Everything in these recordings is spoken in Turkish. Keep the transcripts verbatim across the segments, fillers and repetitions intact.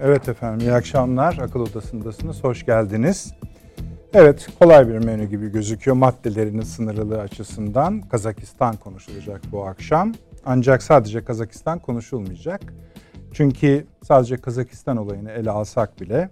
Evet efendim, iyi akşamlar. Akıl Odası'ndasınız, hoş geldiniz. Evet, kolay bir menü gibi gözüküyor maddelerinin sınırlılığı açısından. Kazakistan konuşulacak bu akşam. Ancak sadece Kazakistan konuşulmayacak. Çünkü sadece Kazakistan olayını ele alsak bile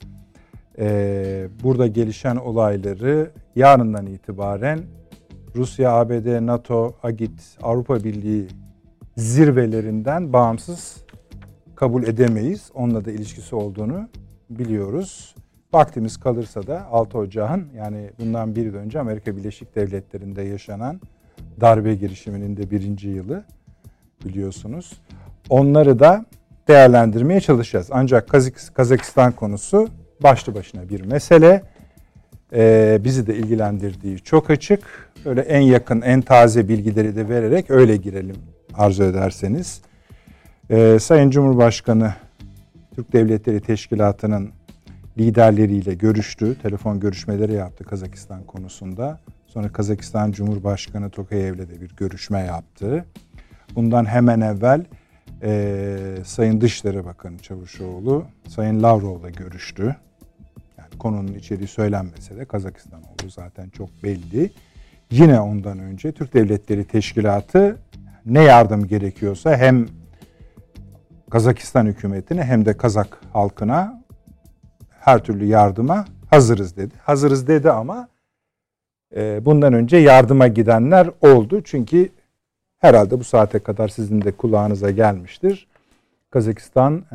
e, burada gelişen olayları yarından itibaren Rusya, A B D, NATO, AGİT, Avrupa Birliği zirvelerinden bağımsız kabul edemeyiz. Onunla da ilişkisi olduğunu biliyoruz. Vaktimiz kalırsa da altı Ocak'ın, yani bundan bir yıl önce Amerika Birleşik Devletleri'nde yaşanan darbe girişiminin de birinci yılı biliyorsunuz. Onları da değerlendirmeye çalışacağız. Ancak Kazakistan konusu başlı başına bir mesele. Ee, bizi de ilgilendirdiği çok açık. Öyle en yakın, en taze bilgileri de vererek öyle girelim arzu ederseniz. Ee, Sayın Cumhurbaşkanı Türk Devletleri Teşkilatı'nın liderleriyle görüştü. Telefon görüşmeleri yaptı Kazakistan konusunda. Sonra Kazakistan Cumhurbaşkanı Tokayev'le de bir görüşme yaptı. Bundan hemen evvel e, Sayın Dışişleri Bakanı Çavuşoğlu Sayın Lavrov'la görüştü. Yani konunun içeriği söylenmese de Kazakistan olduğu zaten çok belli. Yine ondan önce Türk Devletleri Teşkilatı ne yardım gerekiyorsa hem Kazakistan hükümetine hem de Kazak halkına her türlü yardıma hazırız dedi. Hazırız dedi ama e, bundan önce yardıma gidenler oldu. Çünkü herhalde bu saate kadar sizin de kulağınıza gelmiştir. Kazakistan e,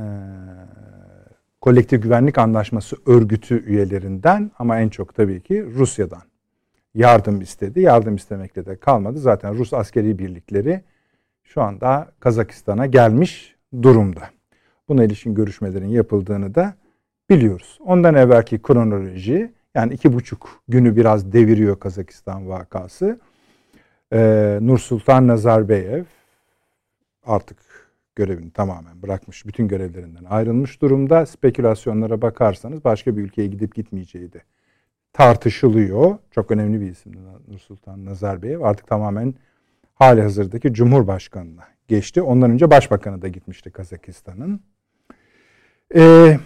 Kolektif Güvenlik Anlaşması örgütü üyelerinden ama en çok tabii ki Rusya'dan yardım istedi. Yardım istemekle de kalmadı. Zaten Rus askeri birlikleri şu anda Kazakistan'a gelmiş durumda. Buna ilişkin görüşmelerin yapıldığını da biliyoruz. Ondan evvelki kronoloji, yani iki buçuk günü biraz deviriyor Kazakistan vakası. Ee, Nursultan Nazarbayev artık görevini tamamen bırakmış, bütün görevlerinden ayrılmış durumda. Spekülasyonlara bakarsanız başka bir ülkeye gidip gitmeyeceği de tartışılıyor. Çok önemli bir isim Nursultan Nazarbayev. Artık tamamen hali hazırdaki Cumhurbaşkanı'na geçti. Ondan önce Başbakanı da gitmişti Kazakistan'ın. Ee,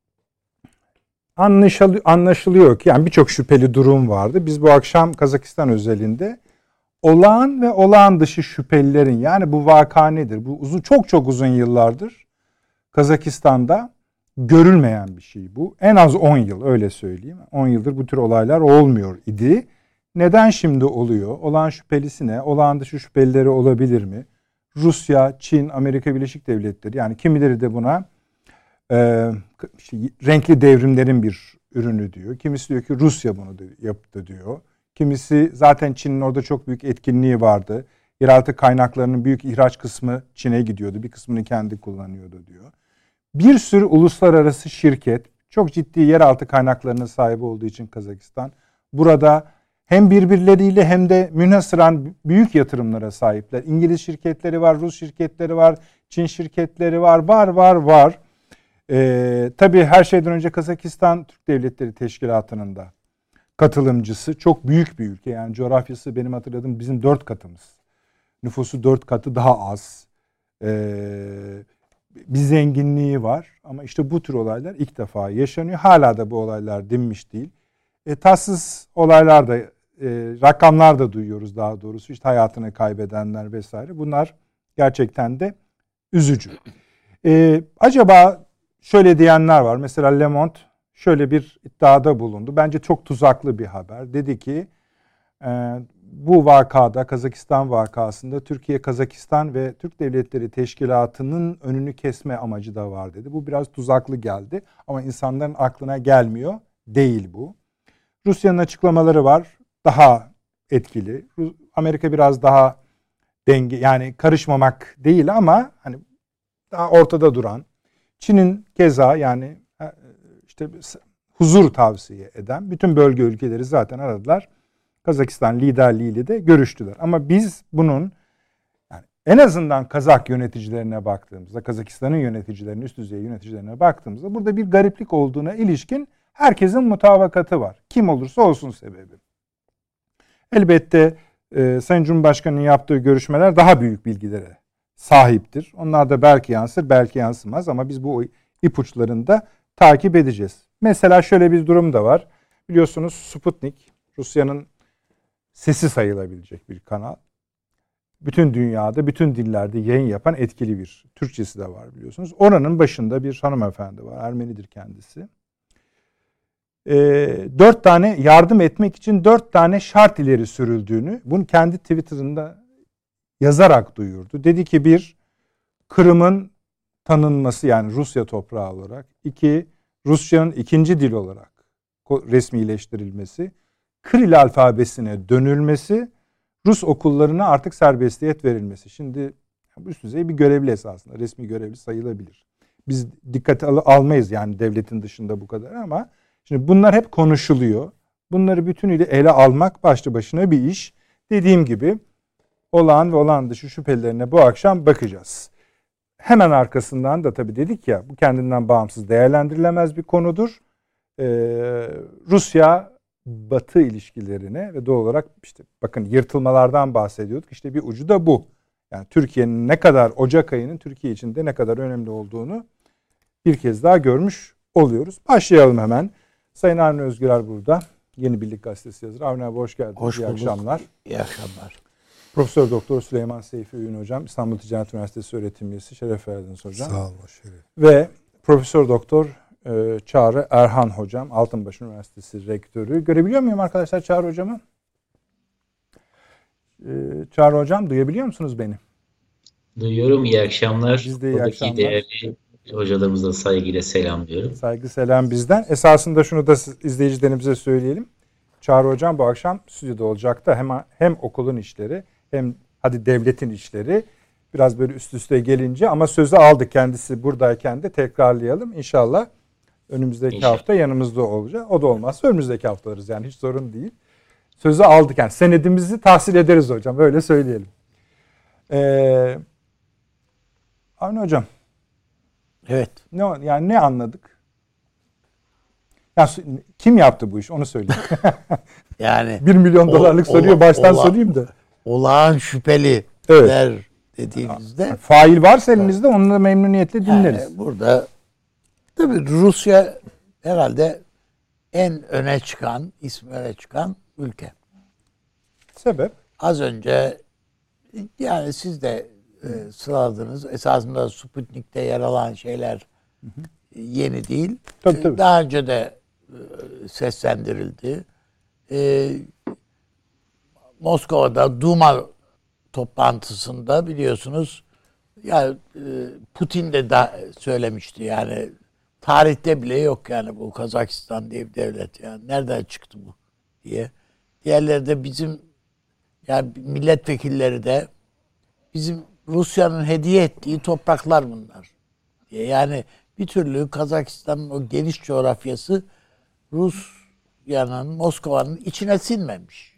anlaşılıyor ki yani birçok şüpheli durum vardı. Biz bu akşam Kazakistan özelinde olağan ve olağan dışı şüphelilerin, yani bu vaka nedir? Bu uzun, çok çok uzun yıllardır Kazakistan'da görülmeyen bir şey bu. En az on yıl, öyle söyleyeyim. on yıldır bu tür olaylar olmuyor idi. Neden şimdi oluyor? Olağan şüphelisi ne? Olağan dışı şüphelileri olabilir mi? Rusya, Çin, Amerika Birleşik Devletleri, yani kimileri de buna e, işte, renkli devrimlerin bir ürünü diyor. Kimisi diyor ki Rusya bunu yaptı diyor. Kimisi zaten Çin'in orada çok büyük etkinliği vardı. Yeraltı kaynaklarının büyük ihraç kısmı Çin'e gidiyordu. Bir kısmını kendi kullanıyordu diyor. Bir sürü uluslararası şirket, çok ciddi yeraltı kaynaklarına sahip olduğu için Kazakistan burada hem birbirleriyle hem de münhasıran büyük yatırımlara sahipler. İngiliz şirketleri var, Rus şirketleri var, Çin şirketleri var, var, var, var. Ee, tabii her şeyden önce Kazakistan Türk Devletleri Teşkilatı'nın da katılımcısı. Çok büyük bir ülke, yani coğrafyası benim hatırladığım bizim dört katımız. Nüfusu dört katı daha az. Ee, bir zenginliği var ama işte bu tür olaylar ilk defa yaşanıyor. Hala da bu olaylar dinmiş değil. E, tatsız olaylar da, e, rakamlar da duyuyoruz daha doğrusu. İşte hayatını kaybedenler vesaire. Bunlar gerçekten de üzücü. E, acaba şöyle diyenler var. Mesela Le Monde şöyle bir iddiada bulundu. Bence çok tuzaklı bir haber. Dedi ki e, bu vakada, Kazakistan vakasında Türkiye, Kazakistan ve Türk Devletleri Teşkilatı'nın önünü kesme amacı da var dedi. Bu biraz tuzaklı geldi ama insanların aklına gelmiyor değil bu. Rusya'nın açıklamaları var. Daha etkili. Amerika biraz daha denge, yani karışmamak değil ama hani daha ortada duran. Çin'in keza, yani işte huzur tavsiye eden bütün bölge ülkeleri zaten aradılar. Kazakistan liderliğiyle de görüştüler. Ama biz bunun yani en azından Kazak yöneticilerine baktığımızda, Kazakistan'ın yöneticilerine, üst düzey yöneticilerine baktığımızda burada bir gariplik olduğuna ilişkin herkesin mutabakatı var. Kim olursa olsun sebebi. Elbette e, Sayın Cumhurbaşkanı'nın yaptığı görüşmeler daha büyük bilgilere sahiptir. Onlar da belki yansır, belki yansımaz ama biz bu ipuçlarını da takip edeceğiz. Mesela şöyle bir durum da var. Biliyorsunuz Sputnik Rusya'nın sesi sayılabilecek bir kanal. Bütün dünyada, bütün dillerde yayın yapan etkili bir Türkçesi de var biliyorsunuz. Oranın başında bir hanımefendi var. Ermenidir kendisi. E, dört tane yardım etmek için dört tane şart ileri sürüldüğünü, bunu kendi Twitter'ında yazarak duyurdu. Dedi ki bir, Kırım'ın tanınması, yani Rusya toprağı olarak. İki, Rusça'nın ikinci dil olarak resmileştirilmesi. Kiril alfabesine dönülmesi. Rus okullarına artık serbestiyet verilmesi. Şimdi bu üst düzey bir görevli esasında. Resmi görevli sayılabilir. Biz dikkate al- almayız yani devletin dışında bu kadar ama şimdi bunlar hep konuşuluyor. Bunları bütünüyle ele almak başlı başına bir iş. Dediğim gibi olağan ve olağan dışı şüphelilerine bu akşam bakacağız. Hemen arkasından da tabii dedik ya, bu kendinden bağımsız değerlendirilemez bir konudur. Ee, Rusya Batı ilişkilerine ve doğal olarak işte bakın yırtılmalardan bahsediyorduk. İşte bir ucu da bu. Yani Türkiye'nin ne kadar Ocak ayının Türkiye için de ne kadar önemli olduğunu bir kez daha görmüş oluyoruz. Başlayalım hemen. Sayın Avni Özgürer burada. Yeni Birlik Gazetesi yazarı. Avni abi hoş geldiniz. Hoş İyi bulduk. akşamlar. İyi akşamlar. Profesör Doktor Süleyman Seyfi Öğün hocam, İstanbul Ticaret Üniversitesi öğretim üyesi. Şeref verdiniz hocam. Sağ olun. Şeref. Ve Profesör Doktor e, Çağrı Erhan hocam, Altınbaş Üniversitesi rektörü. Görebiliyor muyum arkadaşlar Çağrı hocamı? E, Çağrı hocam, duyabiliyor musunuz beni? Duyuyorum. İyi akşamlar. Biz de iyi Buradaki akşamlar. değerli hocalarımızı da saygıyla selamlıyorum. Saygı selam bizden. Esasında şunu da izleyicilerimize söyleyelim. Çağrı hocam bu akşam stüdyoda olacak da hem, hem okulun işleri hem hadi devletin işleri biraz böyle üst üste gelince, ama sözü aldık kendisi buradayken de tekrarlayalım. İnşallah önümüzdeki İnşallah. hafta yanımızda olacak. O da olmazsa önümüzdeki haftalarız yani, hiç sorun değil. Sözü aldık yani, senedimizi tahsil ederiz hocam, öyle söyleyelim. Ee, Avni hocam. Evet. Ne yani ne anladık? Ya kim yaptı bu iş? Onu söyleyeyim. Yani bir milyon dolarlık o- soruyu ola- baştan ola- sorayım da. olağan şüpheliler Evet. dediğimizde Fail varsa elimizde onu da memnuniyetle dinleriz. yani burada tabii Rusya herhalde en öne çıkan, ismi öne çıkan ülke. Sebep? Az önce yani siz de e, sıraladınız. Esasında Sputnik'te yer alan şeyler yeni değil. Tabii, tabii. Daha önce de e, seslendirildi. E, Moskova'da Duma toplantısında biliyorsunuz ya e, Putin de da söylemişti yani tarihte bile yok yani bu Kazakistan diye bir devlet yani nereden çıktı bu diye. Diğerleri de bizim yani milletvekilleri de bizim Rusya'nın hediye ettiği topraklar bunlar diye. Yani bir türlü Kazakistan'ın o geniş coğrafyası Rusya'nın, Moskova'nın içine sinmemiş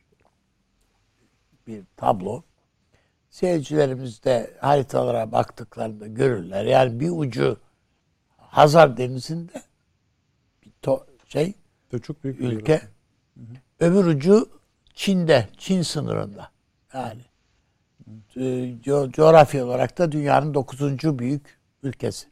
bir tablo. Seyircilerimiz de haritalara baktıklarında görürler. Yani bir ucu Hazar Denizi'nde bir to- şey Çok büyük bir ülke. Öbür ucu Çin'de, Çin sınırında. Yani e, co- coğrafya olarak da dünyanın dokuzuncu büyük ülkesi.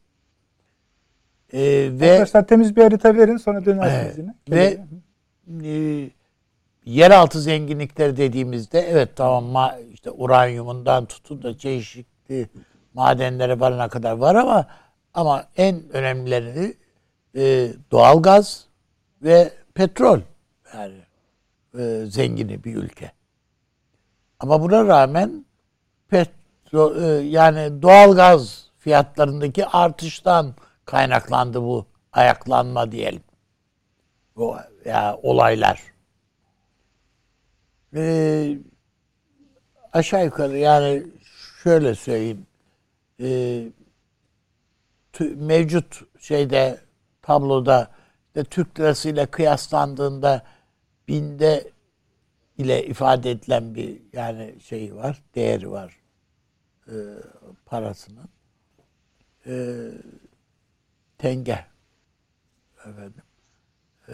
E, ve Arkadaşlar temiz bir harita verin, sonra dönersiniz Evet. yine. Ve e, yeraltı zenginlikleri dediğimizde evet tamam ma- işte uranyumundan tutun da çeşitli madenlere varana kadar var ama ama en önemlileri e, doğalgaz ve petrol yani e, zengini bir ülke. Ama buna rağmen petrol e, yani doğalgaz fiyatlarındaki artıştan kaynaklandı bu ayaklanma diyelim. O ya olaylar. Ee, aşağı yukarı yani şöyle söyleyeyim. Ee, tü, mevcut şeyde tabloda işte Türk lirası ile kıyaslandığında binde ile ifade edilen bir yani şeyi var, değeri var e, parasının. E, tenge efendim. E,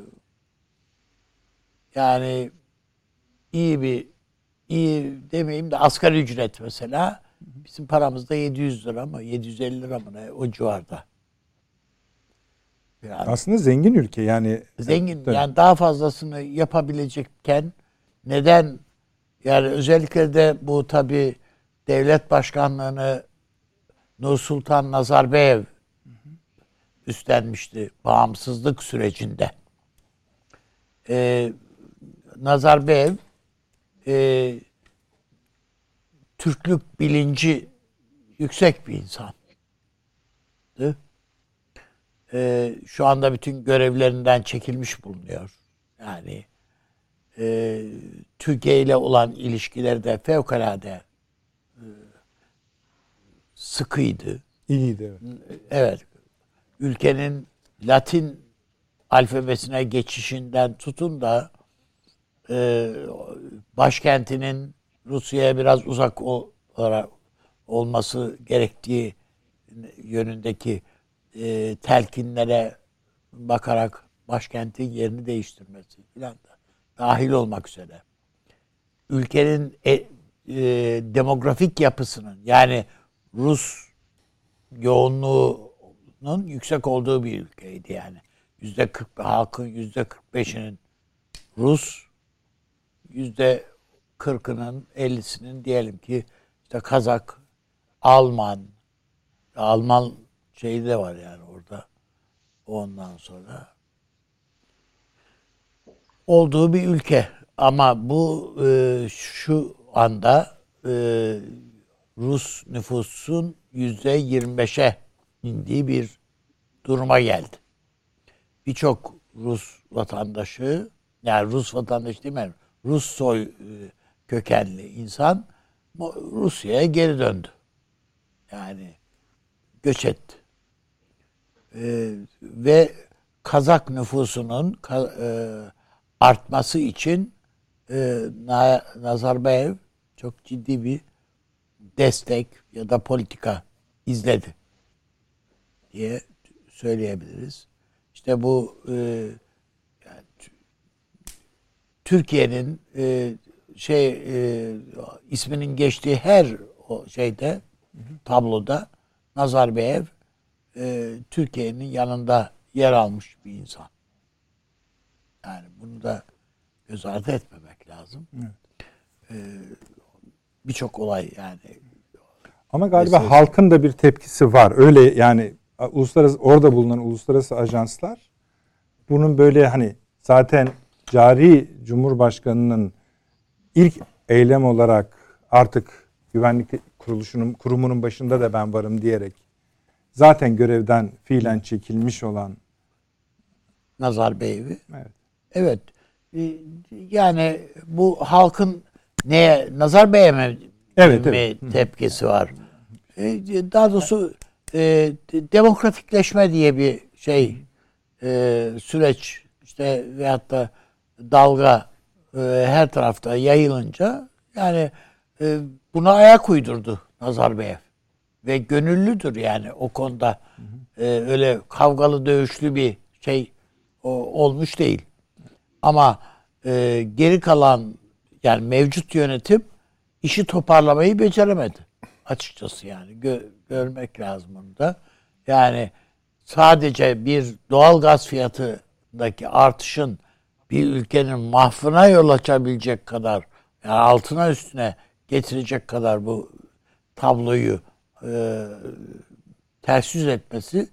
yani iyi bir iyi demeyeyim de asgari ücret mesela bizim paramızda yedi yüz lira mı yedi yüz elli lira mı ne o civarda. Yani aslında zengin ülke yani. zengin Evet. yani daha fazlasını yapabilecekken neden yani özellikle de bu tabii devlet başkanlığını Nursultan Nazarbayev üstlenmişti bağımsızlık sürecinde. Ee, Nazarbayev e, Türklük bilinci yüksek bir insandı. Ee, şu anda bütün görevlerinden çekilmiş bulunuyor. Yani e, Türkiye ile olan ilişkileri de fevkalade e, sıkıydı. İyiydi evet. Evet. Ülkenin Latin alfabesine geçişinden tutun da e, başkentinin Rusya'ya biraz uzak olarak olması gerektiği yönündeki e, telkinlere bakarak başkentin yerini değiştirmesi filan da dahil olmak üzere ülkenin e, e, demografik yapısının yani Rus yoğunluğunun yüksek olduğu bir ülkeydi yani. Yüzde kırk halkın yüzde kırk beşinin Rus, yüzde kırkının ellisinin diyelim ki işte Kazak, Alman, Alman şeyi de var yani orada. Ondan sonra olduğu bir ülke. Ama bu e, şu anda e, Rus nüfusun yüzde yirmi beşe indiği bir duruma geldi. Birçok Rus vatandaşı, yani Rus vatandaşı değil mi? Rus soy e, kökenli insan Rusya'ya geri döndü. Yani göç etti. E, ve Kazak nüfusunun e, artması için e, Nazarbayev çok ciddi bir destek ya da politika izledi diye söyleyebiliriz. İşte bu e, yani, Türkiye'nin e, şey e, isminin geçtiği her o şeyde tabloda Nazarbayev e, Türkiye'nin yanında yer almış bir insan. Yani bunu da göz ardı etmemek lazım. Evet. E, Birçok olay yani. Ama galiba Mesela, halkın da bir tepkisi var. Öyle yani uluslararası orada bulunan uluslararası ajanslar bunun böyle hani zaten cari Cumhurbaşkanı'nın ilk eylem olarak artık güvenlik kuruluşunun kurumunun başında da ben varım diyerek zaten görevden fiilen çekilmiş olan Nazarbayev'i. Evet. Evet. Yani bu halkın neye Nazarbayev'e evet, mi evet. tepkisi var? Daha doğrusu e, demokratikleşme diye bir şey e, süreç işte veyahut da dalga e, her tarafta yayılınca yani e, buna ayak uydurdu Nazarbayev ve gönüllüdür yani o konuda e, öyle kavgalı dövüşlü bir şey o, olmuş değil ama e, geri kalan yani mevcut yönetim işi toparlamayı beceremedi açıkçası yani Gö- görmek lazım onu da yani sadece bir doğal gaz fiyatındaki artışın bir ülkenin mahvına yol açabilecek kadar yani altına üstüne getirecek kadar bu tabloyu e, ters yüz etmesi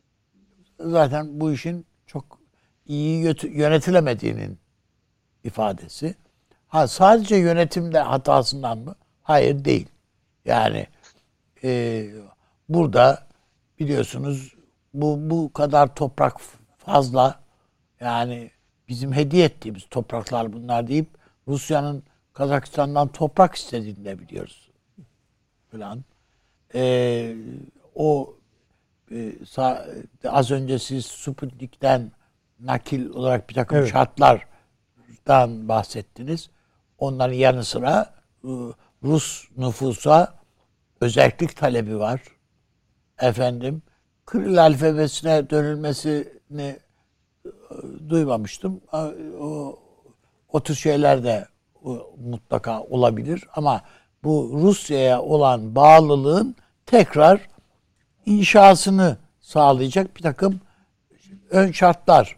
zaten bu işin çok iyi yönetilemediğinin ifadesi. Ha sadece yönetimde hatasından mı? Hayır değil. Yani e, burada biliyorsunuz bu bu kadar toprak fazla yani bizim hediye ettiğimiz topraklar bunlar deyip Rusya'nın Kazakistan'dan toprak istediğini de biliyoruz. Falan. Ee, o e, sa, az önce siz Sputnik'ten nakil olarak bir takım evet. şartlardan bahsettiniz. Onların yanı sıra Rus nüfusa özellik talebi var. Efendim Kiril alfabesine dönülmesini duymamıştım. O, o tür şeyler de mutlaka olabilir ama bu Rusya'ya olan bağlılığın tekrar inşasını sağlayacak bir takım ön şartlar.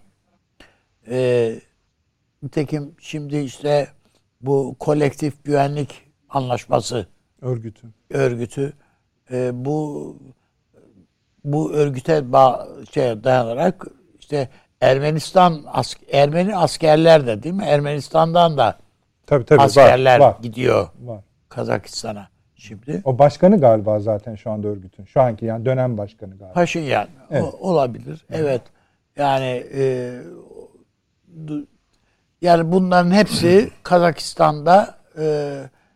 Ee, nitekim şimdi işte bu kolektif güvenlik anlaşması Örgütü. örgütü e, bu bu örgüte bağ, şey dayanarak işte Ermenistan ask, Ermeni askerler de değil mi? Ermenistan'dan da Tabii tabii askerler var, var, gidiyor var. Kazakistan'a şimdi. O başkanı galiba zaten şu anda örgütün. Şu anki yani dönem başkanı galiba. Paşinyan Evet. o, olabilir. Evet. Yani e, du- yani bunların hepsi Kazakistan'da e,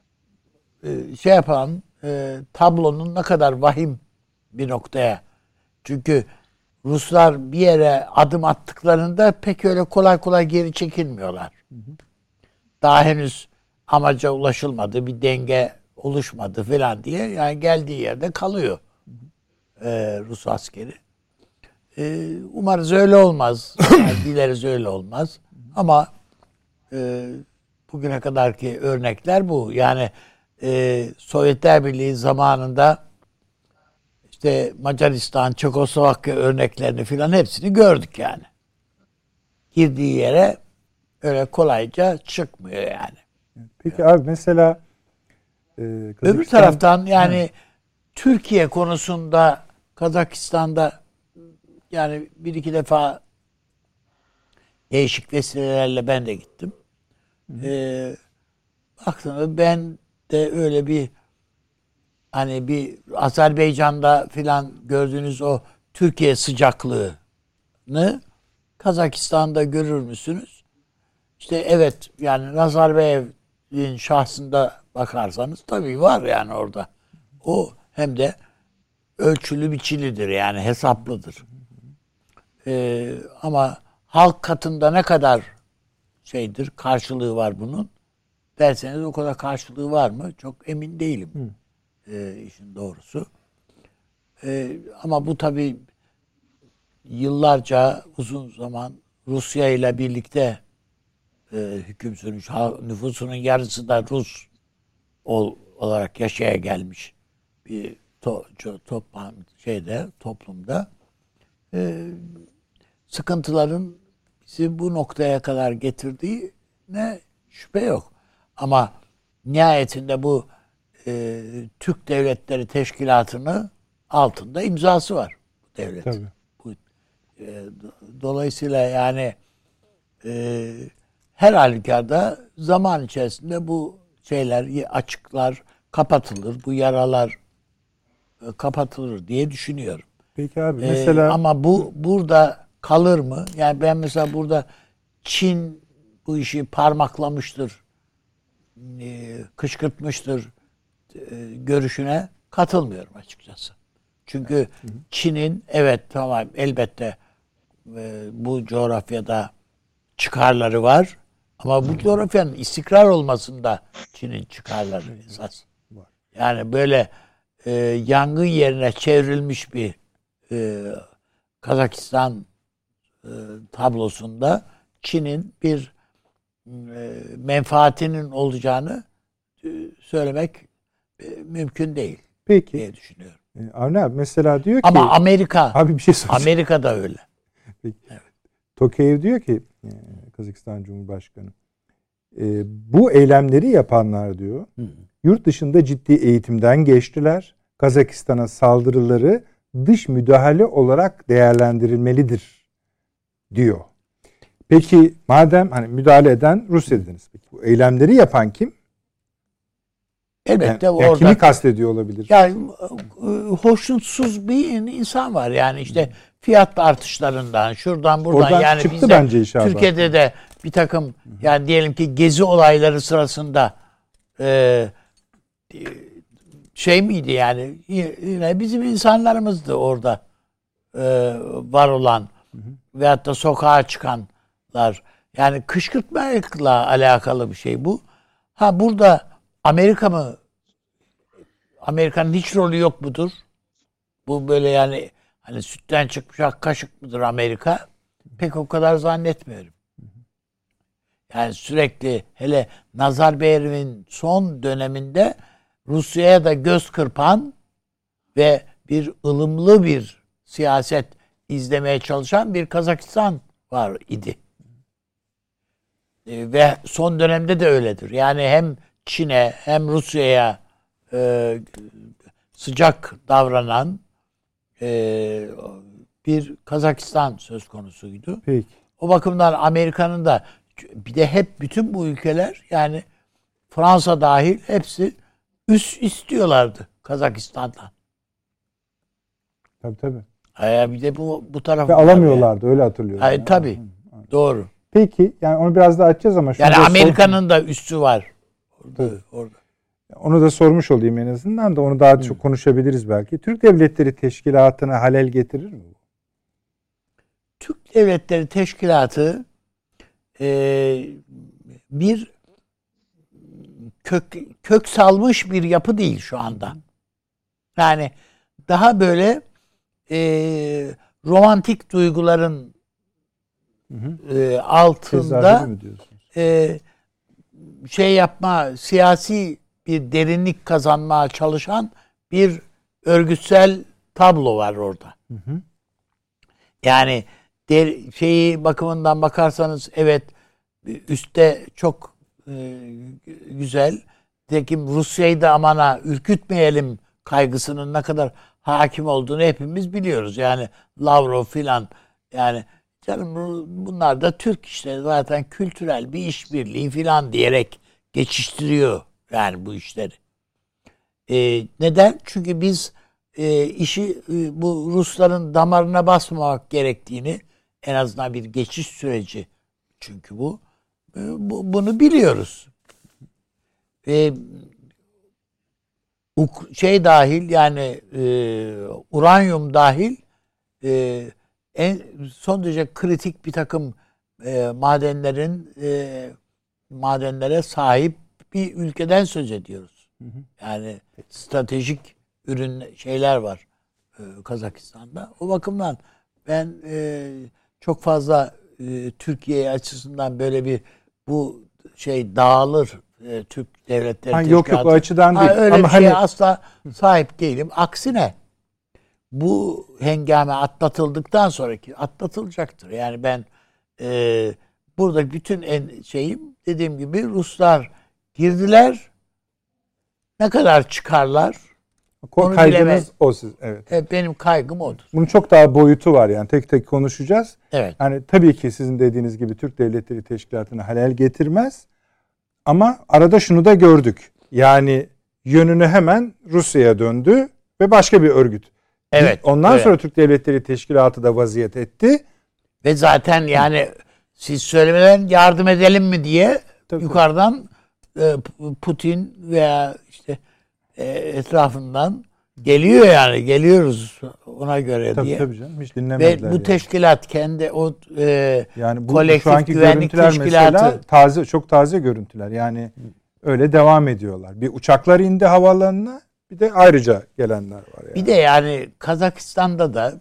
e, şey yapan e, tablonun ne kadar vahim bir noktaya. Çünkü Ruslar bir yere adım attıklarında pek öyle kolay kolay geri çekilmiyorlar. Daha henüz amaca ulaşılmadı, bir denge oluşmadı falan diye yani geldiği yerde kalıyor e, Rus askeri. E, umarız öyle olmaz. Yani dileriz öyle olmaz. Ama e, bugüne kadarki örnekler bu. Yani e, Sovyetler Birliği zamanında işte Macaristan, Çekoslovakya örneklerini filan hepsini gördük yani. Girdiği yere öyle kolayca çıkmıyor yani. Peki yani. Abi mesela e, Kazakistan... Öbür taraftan yani Hı. Türkiye konusunda Kazakistan'da yani bir iki defa değişik vesilelerle ben de gittim. Ee, baktım ben de öyle bir hani bir Azerbaycan'da filan gördüğünüz o Türkiye sıcaklığını Kazakistan'da görür müsünüz? İşte evet yani Nazarbayev'in şahsında bakarsanız tabii var yani orada. O hem de ölçülü biçilidir yani hesaplıdır. Ee, ama halk katında ne kadar şeydir, karşılığı var bunun derseniz o kadar karşılığı var mı? Çok emin değilim. Hı. Ee, işin doğrusu. Ee, ama bu tabii yıllarca uzun zaman Rusya ile birlikte e, hüküm sürmüş. Nüfusunun yarısı da Rus ol, olarak yaşaya gelmiş bir to, toplam şeyde toplumda e, sıkıntıların bizi bu noktaya kadar getirdiğine şüphe yok. Ama nihayetinde bu e, Türk Devletleri Teşkilatı'nın altında imzası var bu devlet. Tabii. Bu, e, dolayısıyla yani e, her halükarda zaman içerisinde bu şeyler, açıklar kapatılır, bu yaralar e, kapatılır diye düşünüyorum. Peki abi mesela... E, ama bu burada kalır mı? Yani ben mesela burada Çin bu işi parmaklamıştır, e, kışkırtmıştır e, görüşüne katılmıyorum açıkçası. Çünkü hı hı. Çin'in evet tamam elbette e, bu coğrafyada çıkarları var. Ama bu coğrafyanın istikrar olmasında Çin'in çıkarları esas. Yani böyle e, yangın yerine çevrilmiş bir e, Kazakistan e, tablosunda Çin'in bir e, menfaatinin olacağını e, söylemek e, mümkün değil. Peki. Diye düşünüyorum. E, Avni abi mesela diyor ki... Ama Amerika, abi bir şey soracağım. Amerika da öyle. Peki. Evet. Tokayev diyor ki Kazakistan Cumhurbaşkanı e, bu eylemleri yapanlar diyor hı. yurt dışında ciddi eğitimden geçtiler. Kazakistan'a saldırıları dış müdahale olarak değerlendirilmelidir diyor. Peki madem hani müdahale eden Rusya dediniz. Peki bu eylemleri yapan kim? Elbette yani, orada. Yani kimi kastediyor olabilir? Yani hoşnutsuz bir insan var. Yani işte fiyat artışlarından, şuradan buradan. Oradan yani çıktı bence inşallah. Türkiye'de de bir takım yani diyelim ki gezi olayları sırasında e, şey miydi yani yine bizim insanlarımızdı orada e, var olan hı hı. veyahut da sokağa çıkanlar. Yani kışkırtmayla alakalı bir şey bu. Ha burada Amerika mı? Amerika'nın hiç rolü yok mudur? Bu böyle yani hani sütten çıkmış ak kaşık mıdır Amerika? Pek o kadar zannetmiyorum. Yani sürekli hele Nazarbayev'in son döneminde Rusya'ya da göz kırpan ve bir ılımlı bir siyaset izlemeye çalışan bir Kazakistan var idi. E, ve son dönemde de öyledir. Yani hem Çin'e hem Rusya'ya e, sıcak davranan e, bir Kazakistan söz konusuydu. Peki. O bakımdan Amerika'nın da bir de hep bütün bu ülkeler yani Fransa dahil hepsi üs istiyorlardı Kazakistan'dan. Tabii tabii. Ee, bir de bu bu taraf. Ve alamıyorlardı yani. Öyle hatırlıyorum. Hayır yani. Tabii. Hı, doğru. Peki yani onu biraz daha açacağız ama. Yani Amerika'nın da üssü var. Orada, orada. Onu da sormuş olayım en azından da onu daha Hı. çok konuşabiliriz belki. Türk Devletleri Teşkilatı'na halel getirir mi bu? Türk Devletleri Teşkilatı e, bir kök kök salmış bir yapı değil şu anda. Yani daha böyle e, romantik duyguların hı hı. E, altında e, şey yapma, siyasi bir derinlik kazanmaya çalışan bir örgütsel tablo var orada. Hı hı. Yani der, şeyi bakımından bakarsanız evet üstte çok e, güzel. Tekim Rusya'yı da amana ürkütmeyelim kaygısının ne kadar hakim olduğunu hepimiz biliyoruz. Yani Lavrov filan yani canım bunlar da Türk işte zaten kültürel bir işbirliği filan diyerek geçiştiriyor yani bu işleri. E, neden? Çünkü biz e, işi e, bu Rusların damarına basmamak gerektiğini en azından bir geçiş süreci çünkü bu, e, bu bunu biliyoruz. E, şey dahil yani e, uranyum dahil e, en son derece kritik bir takım e, madenlerin e, madenlere sahip bir ülkeden söz ediyoruz. Hı hı. Yani stratejik ürün şeyler var e, Kazakistan'da. O bakımdan ben e, çok fazla e, Türkiye açısından böyle bir bu şey dağılır e, Türk devletleri teşkilatı. Yok yok o açıdan değil. Ha, öyle ama bir şeye hani... asla sahip değilim. Aksine bu hengame atlatıldıktan sonraki atlatılacaktır. Yani ben e, burada bütün en şeyim dediğim gibi Ruslar girdiler. Ne kadar çıkarlar? Onu kaygınız o siz. Evet. evet. Benim kaygım odur. Bunun çok daha boyutu var yani tek tek konuşacağız. Evet. Yani tabii ki sizin dediğiniz gibi Türk Devletleri Teşkilatı'na halel getirmez. Ama arada şunu da gördük. Yani yönünü hemen Rusya'ya döndü ve başka bir örgüt. Evet. Ondan evet. sonra Türk Devletleri Teşkilatı da vaziyet etti. Ve zaten yani siz söylemeden yardım edelim mi diye tabii, yukarıdan e, Putin veya işte e, etrafından geliyor yani geliyoruz ona göre tabii, diye. Tabii canım hiç dinlemediler. Ve bu yani. teşkilat kendi o e, yani bu, kolektif şu anki güvenlik görüntüler teşkilatı mesela taze çok taze görüntüler. Yani öyle devam ediyorlar. Bir uçaklar indi havaalanına bir de ayrıca gelenler var yani. Bir de yani Kazakistan'da da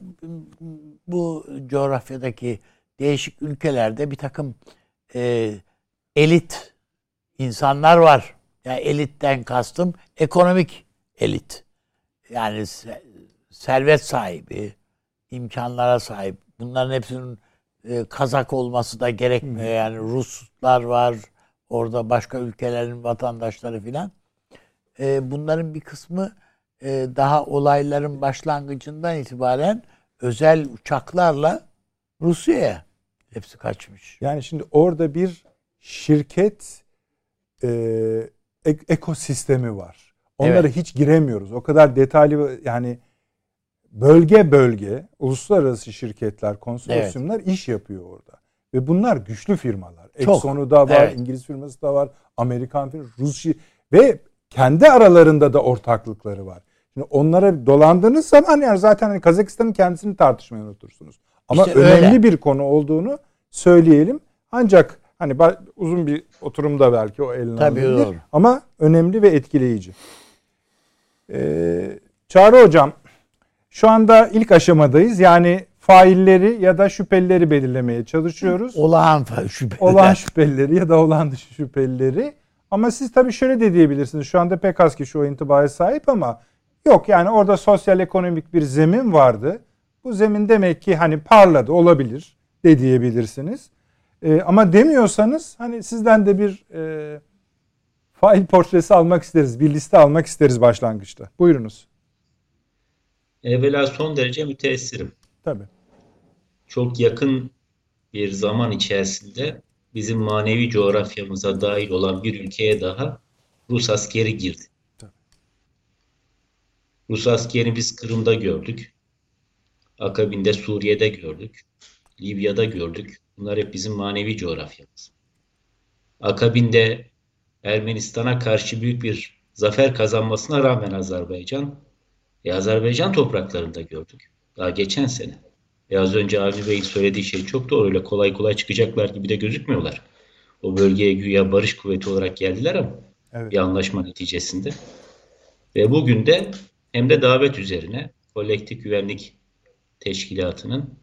bu coğrafyadaki değişik ülkelerde bir takım e, elit insanlar var. Yani elitten kastım ekonomik elit. Yani servet sahibi, imkanlara sahip. Bunların hepsinin e, Kazak olması da gerekmiyor. Yani Ruslar var, orada başka ülkelerin vatandaşları filan. E, bunların bir kısmı e, daha olayların başlangıcından itibaren özel uçaklarla Rusya'ya hepsi kaçmış. Yani şimdi orada bir şirket e, ek- ekosistemi var. Onlara evet. hiç giremiyoruz. O kadar detaylı yani bölge bölge uluslararası şirketler, konsorsiyumlar evet. iş yapıyor orada. Ve bunlar güçlü firmalar. Exxon'u da var, evet. İngiliz firması da var, Amerikan firması, Rusya ve kendi aralarında da ortaklıkları var. Şimdi onlara dolandığınız zaman yani zaten hani Kazakistan'ın kendisini tartışmaya unutursunuz. Ama işte önemli öyle. bir konu olduğunu söyleyelim. Ancak hani uzun bir oturumda belki o eline alınabilir. Ama önemli ve etkileyici. Ee, Çağrı Hocam, şu anda ilk aşamadayız. Yani failleri ya da şüphelileri belirlemeye çalışıyoruz. Olağan şüpheliler. Olağan şüphelileri ya da olağan dışı şüphelileri. Ama siz tabii şöyle de diyebilirsiniz. Şu anda pek az kişi o intibaya sahip ama yok yani orada sosyal ekonomik bir zemin vardı. Bu zemin demek ki hani parladı, olabilir de diyebilirsiniz. E, ama demiyorsanız hani sizden de bir e, fail portresi almak isteriz. Bir liste almak isteriz başlangıçta. Buyurunuz. Evvela son derece müteessirim. Tabii. Çok yakın bir zaman içerisinde bizim manevi coğrafyamıza dahil olan bir ülkeye daha Rus askeri girdi. Tabii. Rus askerini biz Kırım'da gördük. Akabinde Suriye'de gördük. Libya'da gördük. Bunlar hep bizim manevi coğrafyamız. Akabinde Ermenistan'a karşı büyük bir zafer kazanmasına rağmen Azerbaycan, e Azerbaycan topraklarında gördük. Daha geçen sene. E az önce Avni Bey'in söylediği şey çok doğru. Öyle kolay kolay çıkacaklar gibi de gözükmüyorlar. O bölgeye güya barış kuvveti olarak geldiler ama Evet. bir anlaşma neticesinde. Ve bugün de hem de davet üzerine Kolektif Güvenlik Teşkilatı'nın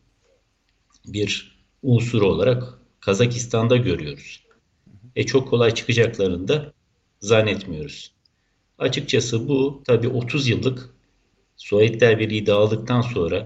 bir unsuru olarak Kazakistan'da görüyoruz. E çok kolay çıkacaklarını da zannetmiyoruz. Açıkçası bu tabii otuz yıllık Sovyetler Birliği dağıldıktan sonra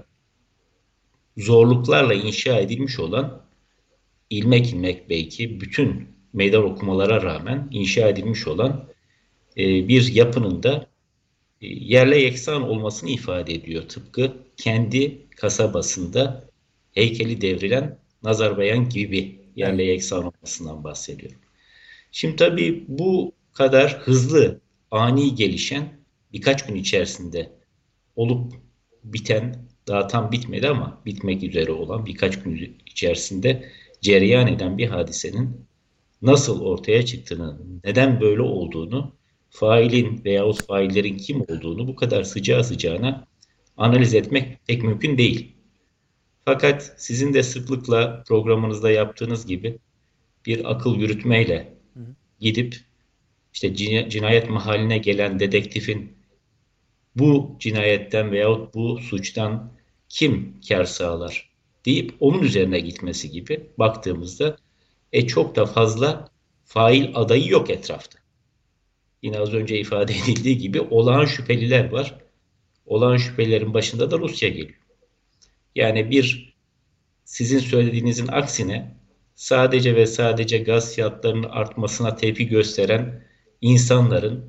zorluklarla inşa edilmiş olan ilmek ilmek belki bütün meydan okumalara rağmen inşa edilmiş olan e, bir yapının da e, yerle yeksan olmasını ifade ediyor. Tıpkı kendi kasabasında heykeli devrilen Nazarbayan gibi yerle yeksan olmasından bahsediyorum. Şimdi tabii bu kadar hızlı, ani gelişen birkaç gün içerisinde olup biten, daha tam bitmedi ama bitmek üzere olan birkaç gün içerisinde cereyan eden bir hadisenin nasıl ortaya çıktığını, neden böyle olduğunu, failin veyahut faillerin kim olduğunu bu kadar sıcağı sıcağına analiz etmek pek mümkün değil. Fakat sizin de sıklıkla programınızda yaptığınız gibi bir akıl yürütmeyle gidip işte cinayet mahalline gelen dedektifin bu cinayetten veyahut bu suçtan kim kar sağlar deyip onun üzerine gitmesi gibi baktığımızda e çok da fazla fail adayı yok etrafta. Yine az önce ifade edildiği gibi olağan şüpheliler var. Olağan şüphelilerin başında da Rusya geliyor. Yani bir sizin söylediğinizin aksine sadece ve sadece gaz fiyatlarının artmasına tepki gösteren insanların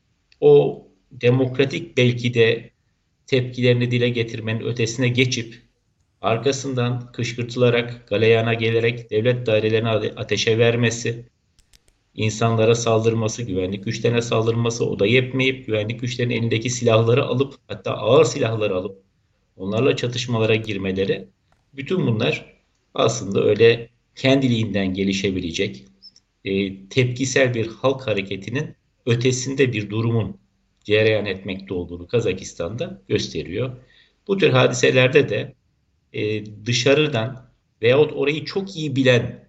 o demokratik belki de tepkilerini dile getirmenin ötesine geçip arkasından kışkırtılarak, galeyana gelerek devlet dairelerine ateşe vermesi, insanlara saldırması, güvenlik güçlerine saldırması, o da yetmeyip güvenlik güçlerinin elindeki silahları alıp, hatta ağır silahları alıp onlarla çatışmalara girmeleri, bütün bunlar aslında öyle kendiliğinden gelişebilecek e, tepkisel bir halk hareketinin ötesinde bir durumun cereyan etmekte olduğunu Kazakistan'da gösteriyor. Bu tür hadiselerde de e, dışarıdan veyahut orayı çok iyi bilen,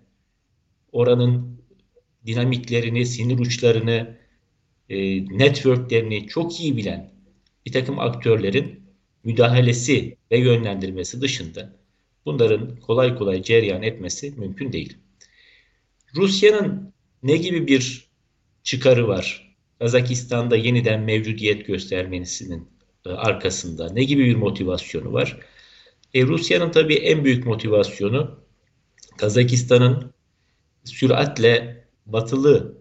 oranın dinamiklerini, sinir uçlarını, e, networklerini çok iyi bilen bir takım aktörlerin müdahalesi ve yönlendirmesi dışında bunların kolay kolay cereyan etmesi mümkün değil. Rusya'nın ne gibi bir çıkarı var Kazakistan'da yeniden mevcudiyet göstermesinin arkasında? Ne gibi bir motivasyonu var? E, Rusya'nın tabii en büyük motivasyonu Kazakistan'ın süratle batılı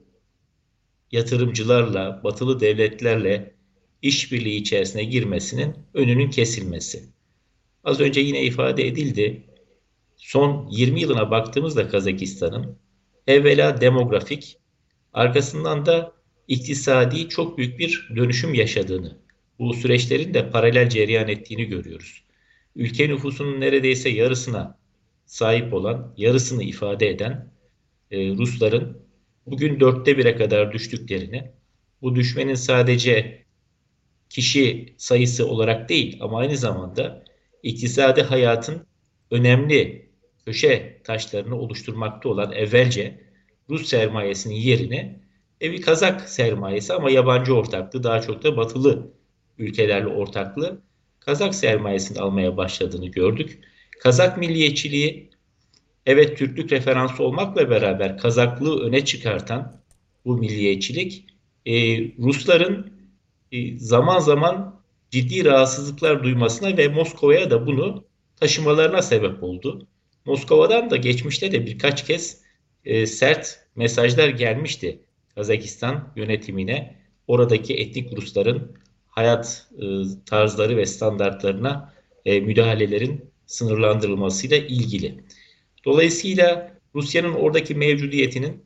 yatırımcılarla, batılı devletlerle işbirliği içerisine girmesinin önünün kesilmesi. Az önce yine ifade edildi. Son yirmi yılına baktığımızda Kazakistan'ın evvela demografik, arkasından da iktisadi çok büyük bir dönüşüm yaşadığını, bu süreçlerin de paralel cereyan ettiğini görüyoruz. Ülke nüfusunun neredeyse yarısına sahip olan, yarısını ifade eden e, Rusların bugün dörtte bire kadar düştüklerini, bu düşmenin sadece kişi sayısı olarak değil ama aynı zamanda iktisadi hayatın önemli köşe taşlarını oluşturmakta olan evvelce Rus sermayesinin yerine e, bir Kazak sermayesi ama yabancı ortaklığı, daha çok da batılı ülkelerle ortaklığı Kazak sermayesini almaya başladığını gördük. Kazak milliyetçiliği evet Türklük referansı olmakla beraber Kazaklığı öne çıkartan bu milliyetçilik e, Rusların e, zaman zaman ciddi rahatsızlıklar duymasına ve Moskova'ya da bunu taşımalarına sebep oldu. Moskova'dan da geçmişte de birkaç kez e, sert mesajlar gelmişti Kazakistan yönetimine. Oradaki etnik Rusların hayat e, tarzları ve standartlarına e, müdahalelerin sınırlandırılmasıyla ilgili. Dolayısıyla Rusya'nın oradaki mevcudiyetinin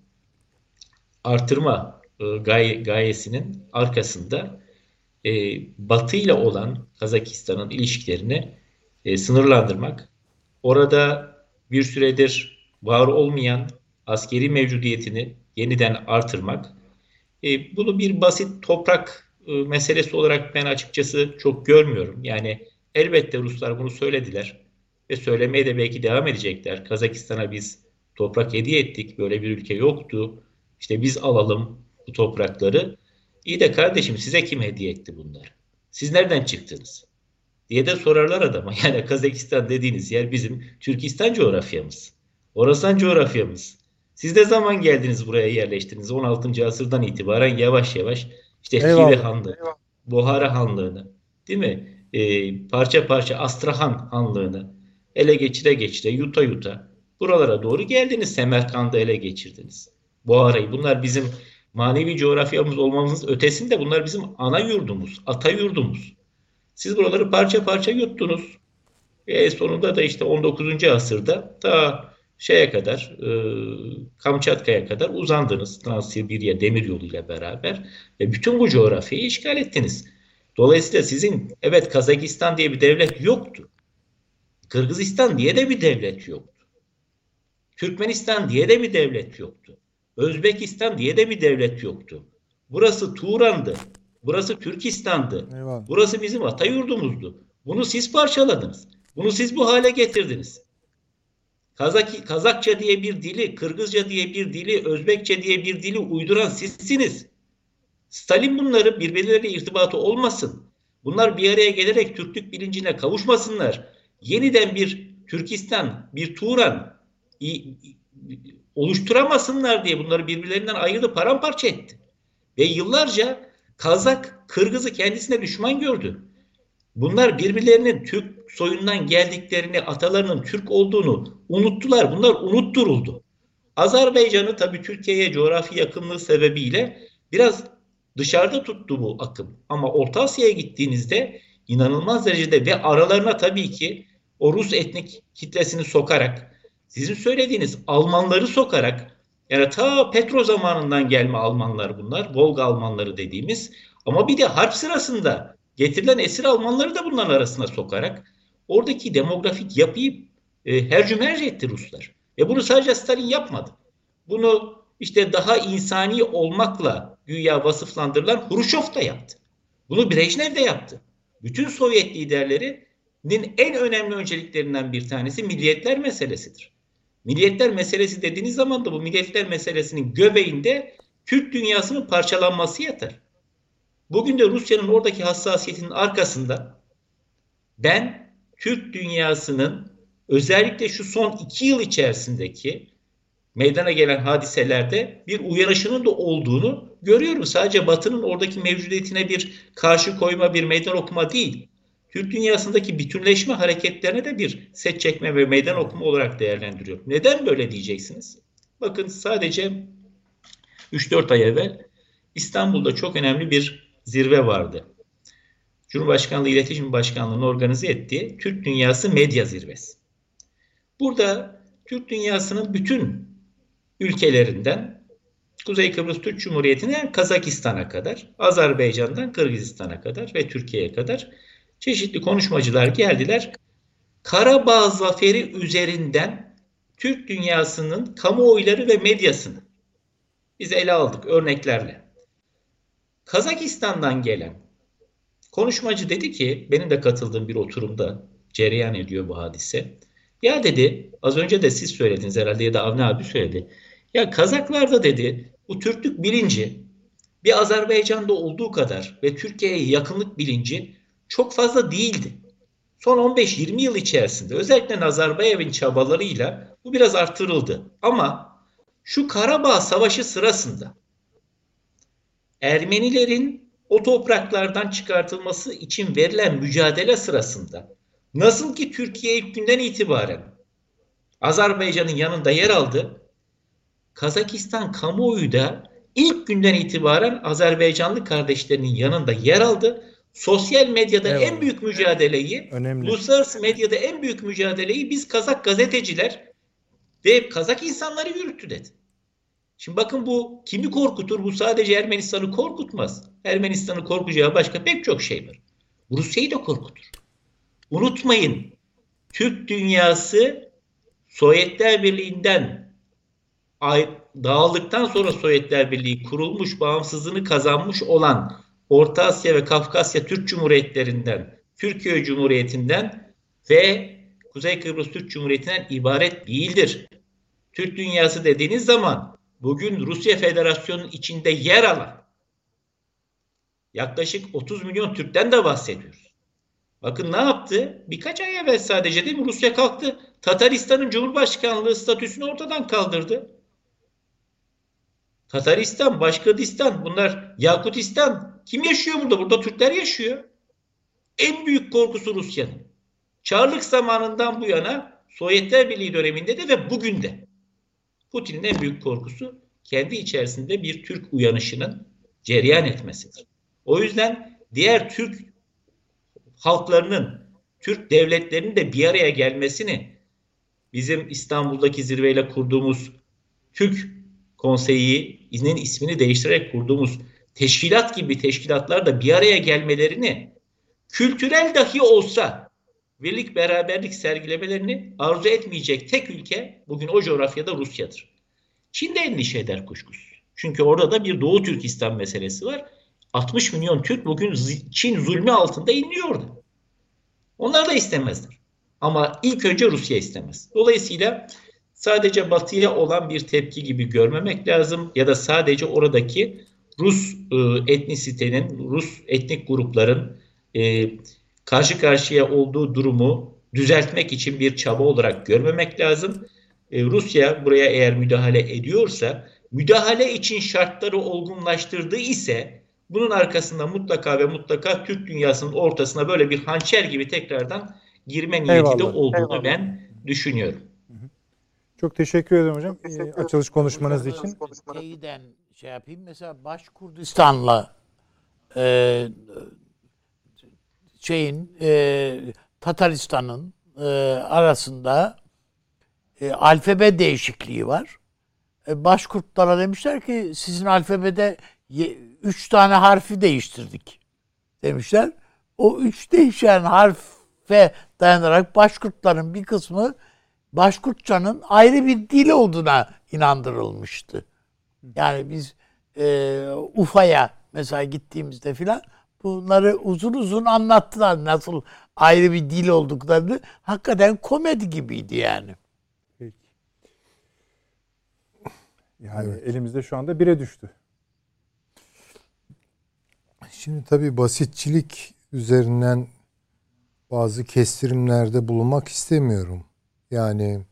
artırma e, gaye, gayesinin arkasında e, Batı ile olan Kazakistan'ın ilişkilerini e, sınırlandırmak, orada bir süredir var olmayan askeri mevcudiyetini yeniden artırmak, e, bunu bir basit toprak e, meselesi olarak ben açıkçası çok görmüyorum. Yani elbette Ruslar bunu söylediler ve söylemeye de belki devam edecekler. Kazakistan'a biz toprak hediye ettik, böyle bir ülke yoktu. İşte biz alalım bu toprakları. İyi de kardeşim size kim hediye etti bunları? Siz nereden çıktınız? Diye de sorarlar adama. Yani Kazakistan dediğiniz yer bizim Türkistan coğrafyamız. Orasan coğrafyamız. Siz ne zaman geldiniz buraya yerleştiniz? on altıncı asırdan itibaren yavaş yavaş işte Hive Eyvallah. Hanlığı, Buhara Hanlığı'nı, değil mi? Ee, parça parça Astrahan Hanlığı'nı ele geçire geçire, yuta yuta buralara doğru geldiniz. Semerkant'ı ele geçirdiniz. Buhara'yı. Bunlar bizim manevi coğrafyamız olmamızın ötesinde bunlar bizim ana yurdumuz, ata yurdumuz. Siz buraları parça parça yuttunuz. Ve sonunda da işte on dokuzuncu asırda ta şeye kadar, e, Kamçatka'ya kadar uzandınız. Transsibirya demiryoluyla beraber ve bütün bu coğrafyayı işgal ettiniz. Dolayısıyla sizin evet Kazakistan diye bir devlet yoktu. Kırgızistan diye de bir devlet yoktu. Türkmenistan diye de bir devlet yoktu. Özbekistan diye de bir devlet yoktu. Burası Turan'dı. Burası Türkistan'dı. Eyvallah. Burası bizim ata yurdumuzdu. Bunu siz parçaladınız. Bunu siz bu hale getirdiniz. Kazaki, Kazakça diye bir dili, Kırgızca diye bir dili, Özbekçe diye bir dili uyduran sizsiniz. Stalin bunları birbirleriyle irtibatı olmasın. Bunlar bir araya gelerek Türklük bilincine kavuşmasınlar. Yeniden bir Türkistan, bir Turan oluşturamasınlar diye bunları birbirlerinden ayırdı, paramparça etti. Ve yıllarca Kazak, Kırgız'ı kendisine düşman gördü. Bunlar birbirlerinin Türk soyundan geldiklerini, atalarının Türk olduğunu unuttular. Bunlar unutturuldu. Azerbaycan'ı tabii Türkiye'ye coğrafi yakınlığı sebebiyle biraz dışarıda tuttu bu akım. Ama Orta Asya'ya gittiğinizde inanılmaz derecede ve aralarına tabii ki o Rus etnik kitlesini sokarak, sizin söylediğiniz Almanları sokarak, yani ta Petro zamanından gelme Almanlar bunlar, Volga Almanları dediğimiz, ama bir de harp sırasında getirilen esir Almanları da bunların arasına sokarak oradaki demografik yapıyı e, hercümerc etti Ruslar. Ve bunu sadece Stalin yapmadı. Bunu işte daha insani olmakla güya vasıflandırılan Hruşov da yaptı. Bunu Brejnev de yaptı. Bütün Sovyet liderlerinin en önemli önceliklerinden bir tanesi milliyetler meselesidir. Milliyetler meselesi dediğiniz zaman da bu milliyetler meselesinin göbeğinde Türk dünyasının parçalanması yatar. Bugün de Rusya'nın oradaki hassasiyetinin arkasında ben Türk dünyasının özellikle şu son iki yıl içerisindeki meydana gelen hadiselerde bir uyanışının da olduğunu görüyorum. Sadece Batı'nın oradaki mevcudiyetine bir karşı koyma, bir meydan okuma değil. Türk dünyasındaki bütünleşme hareketlerine de bir set çekme ve meydan okuma olarak değerlendiriyorum. Neden böyle diyeceksiniz? Bakın sadece üç dört ay evvel İstanbul'da çok önemli bir zirve vardı. Cumhurbaşkanlığı İletişim Başkanlığı'nın organize ettiği Türk Dünyası Medya Zirvesi. Burada Türk dünyasının bütün ülkelerinden Kuzey Kıbrıs Türk Cumhuriyeti'ne Kazakistan'a kadar, Azerbaycan'dan Kırgızistan'a kadar ve Türkiye'ye kadar çeşitli konuşmacılar geldiler. Karabağ Zaferi üzerinden Türk dünyasının kamuoyları ve medyasını biz ele aldık örneklerle. Kazakistan'dan gelen konuşmacı dedi ki, benim de katıldığım bir oturumda cereyan ediyor bu hadise. Ya dedi, az önce de siz söylediniz herhalde ya da Avni abi söyledi. Ya Kazaklarda dedi, bu Türklük bilinci bir Azerbaycan'da olduğu kadar ve Türkiye'ye yakınlık bilinci çok fazla değildi. Son on beş yirmi yıl içerisinde özellikle Nazarbayev'in çabalarıyla bu biraz artırıldı. Ama şu Karabağ Savaşı sırasında Ermenilerin o topraklardan çıkartılması için verilen mücadele sırasında Nasıl ki Türkiye ilk günden itibaren Azerbaycan'ın yanında yer aldı, Kazakistan kamuoyu da ilk günden itibaren Azerbaycanlı kardeşlerinin yanında yer aldı. Sosyal medyada Eyvallah. en büyük mücadeleyi, Önemli. uluslararası medyada en büyük mücadeleyi biz Kazak gazeteciler ve Kazak insanları yürüttü dedi. Şimdi bakın, bu kimi korkutur? Bu sadece Ermenistan'ı korkutmaz. Ermenistan'ı korkacağı başka pek çok şey var. Rusya'yı da korkutur. Unutmayın, Türk dünyası Sovyetler Birliği'nden dağıldıktan sonra Sovyetler Birliği kurulmuş, bağımsızlığını kazanmış olan Orta Asya ve Kafkasya Türk Cumhuriyetlerinden, Türkiye Cumhuriyeti'nden ve Kuzey Kıbrıs Türk Cumhuriyeti'nden ibaret değildir. Türk dünyası dediğiniz zaman bugün Rusya Federasyonu'nun içinde yer alan yaklaşık otuz milyon Türk'ten de bahsediyoruz. Bakın ne yaptı? Birkaç ay evvel sadece, değil mi? Rusya kalktı, Tataristan'ın Cumhurbaşkanlığı statüsünü ortadan kaldırdı. Tataristan, Başkırdistan, bunlar Yakutistan. Kim yaşıyor burada? Burada Türkler yaşıyor. En büyük korkusu Rusya'nın. Çarlık zamanından bu yana, Sovyetler Birliği döneminde de ve bugün de Putin'in en büyük korkusu kendi içerisinde bir Türk uyanışının cereyan etmesidir. O yüzden diğer Türk halklarının, Türk devletlerinin de bir araya gelmesini, bizim İstanbul'daki zirveyle kurduğumuz Türk Konseyi'nin ismini değiştirerek kurduğumuz teşkilat gibi teşkilatlar da bir araya gelmelerini, kültürel dahi olsa birlik beraberlik sergilemelerini arzu etmeyecek tek ülke bugün o coğrafyada Rusya'dır. Çin de endişe eder kuşkusuz. Çünkü orada da bir Doğu Türkistan meselesi var. altmış milyon Türk bugün Çin zulmü altında inliyordu. Onlar da istemezler. Ama ilk önce Rusya istemez. Dolayısıyla sadece Batı'ya olan bir tepki gibi görmemek lazım, ya da sadece oradaki Rus e, etnisitenin, Rus etnik grupların e, karşı karşıya olduğu durumu düzeltmek için bir çaba olarak görmemek lazım. E, Rusya buraya eğer müdahale ediyorsa, müdahale için şartları olgunlaştırdığı ise bunun arkasında mutlaka ve mutlaka Türk dünyasının ortasına böyle bir hançer gibi tekrardan girme niyeti Eyvallah. de olduğunu Eyvallah. ben düşünüyorum. Çok teşekkür ederim hocam. Ee, açılış konuşmanız için. Teyiden şey yapayım. Mesela Başkurdistan'la e, şeyin e, Tataristan'ın e, arasında e, alfabe değişikliği var. E, Başkurtlara demişler ki sizin alfabede ye, üç tane harfi değiştirdik demişler. O üç değişen harfe dayanarak Başkurtların bir kısmı Başkurtçanın ayrı bir dil olduğuna inandırılmıştı. Yani biz e, Ufa'ya mesela gittiğimizde filan bunları uzun uzun anlattılar, nasıl ayrı bir dil olduklarını. Hakikaten komedi gibiydi yani. Peki. Yani evet. Elimizde şu anda bire düştü. Şimdi tabii basitçilik üzerinden bazı kestirimlerde bulunmak istemiyorum. Yani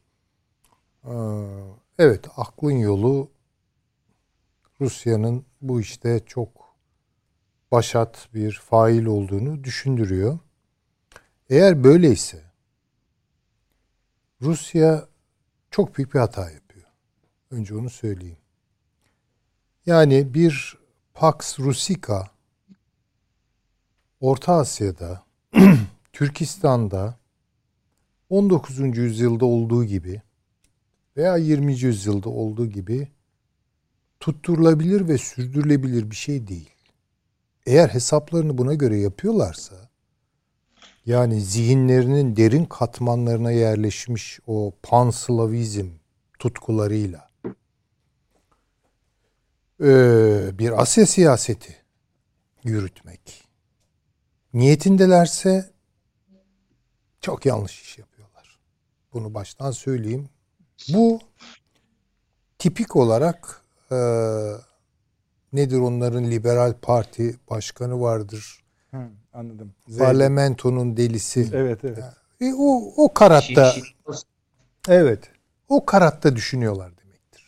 evet, aklın yolu Rusya'nın bu işte çok başat bir fail olduğunu düşündürüyor. Eğer böyleyse Rusya çok büyük bir hata yapıyor. Önce onu söyleyeyim. Yani bir Pax Russica Orta Asya'da, Türkistan'da on dokuzuncu yüzyılda olduğu gibi veya yirminci yüzyılda olduğu gibi tutturulabilir ve sürdürülebilir bir şey değil. Eğer hesaplarını buna göre yapıyorlarsa, yani zihinlerinin derin katmanlarına yerleşmiş o panslavizm tutkularıyla bir Asya siyaseti yürütmek niyetindelerse çok yanlış iş yapıyorlar. Bunu baştan söyleyeyim. Bu tipik olarak e, nedir, onların liberal parti başkanı vardır. Hı, anladım. Parlamentonun delisi. Evet, evet. E, o o karatta evet. O karatta düşünüyorlar demektir.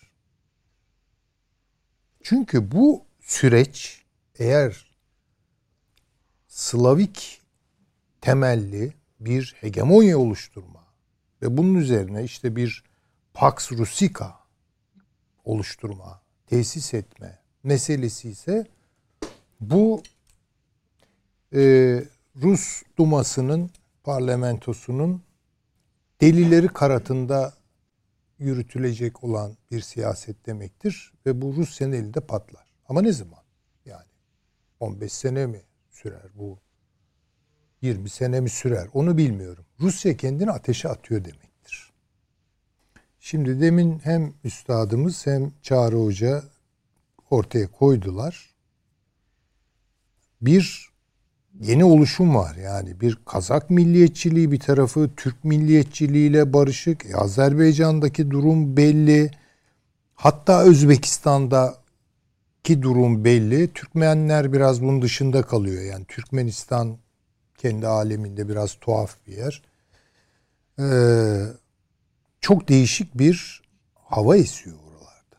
Çünkü bu süreç eğer Slavik temelli bir hegemonya oluşturma ve bunun üzerine işte bir Pax Russica oluşturma, tesis etme meselesi ise bu e, Rus Duması'nın, parlamentosunun delileri karatında yürütülecek olan bir siyaset demektir ve bu Rusya'nın elinde patlar. Ama ne zaman? Yani on beş sene mi sürer bu? yirmi sene mi sürer? Onu bilmiyorum. Rusya kendini ateşe atıyor demektir. Şimdi demin hem üstadımız hem Çağrı Hoca ortaya koydular. Bir yeni oluşum var. Yani bir Kazak milliyetçiliği bir tarafı, Türk milliyetçiliğiyle barışık. E, Azerbaycan'daki durum belli. Hatta Özbekistan'daki durum belli. Türkmenler biraz bunun dışında kalıyor. Yani Türkmenistan kendi aleminde biraz tuhaf bir yer. Ee, çok değişik bir hava esiyor oralarda.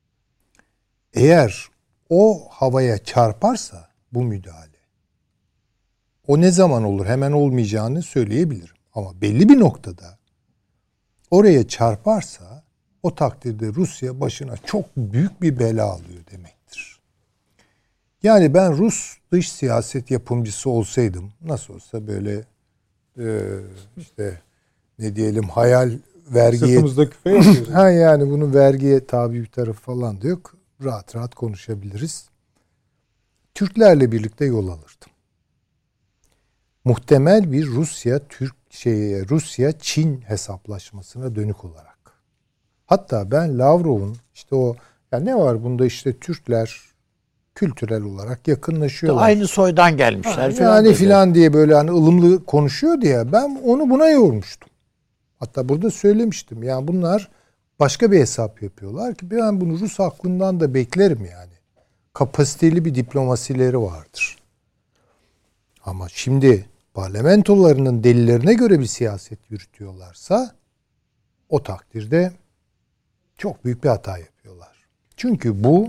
Eğer o havaya çarparsa bu müdahale, o ne zaman olur? Hemen olmayacağını söyleyebilirim. Ama belli bir noktada oraya çarparsa o takdirde Rusya başına çok büyük bir bela alıyor demektir. Yani ben Rus dış siyaset yapımcısı olsaydım, nasıl olsa böyle e, işte ne diyelim hayal vergiye... Sırtımızda küfe yapıyoruz. Ha yani bunun vergiye tabi bir tarafı falan da yok. Rahat rahat konuşabiliriz. Türklerle birlikte yol alırdım. Muhtemel bir Rusya Türk şey Rusya Çin hesaplaşmasına dönük olarak. Hatta ben Lavrov'un işte o ya ne var bunda işte Türkler kültürel olarak yakınlaşıyorlar. Aynı soydan gelmişler Ha, falan. yani dedi. filan diye böyle hani ılımlı konuşuyor diye ben onu buna yormuştum. Hatta burada söylemiştim. Yani bunlar başka bir hesap yapıyorlar ki ben bunu Rus aklından da beklerim yani. Kapasiteli bir diplomasileri vardır. Ama şimdi parlamentolarının delilerine göre bir siyaset yürütüyorlarsa o takdirde çok büyük bir hata yapıyorlar. Çünkü bu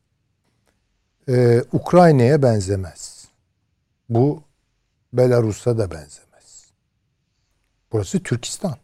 e, Ukrayna'ya benzemez. Bu Belarus'a da benzemez. Burası Türkistan.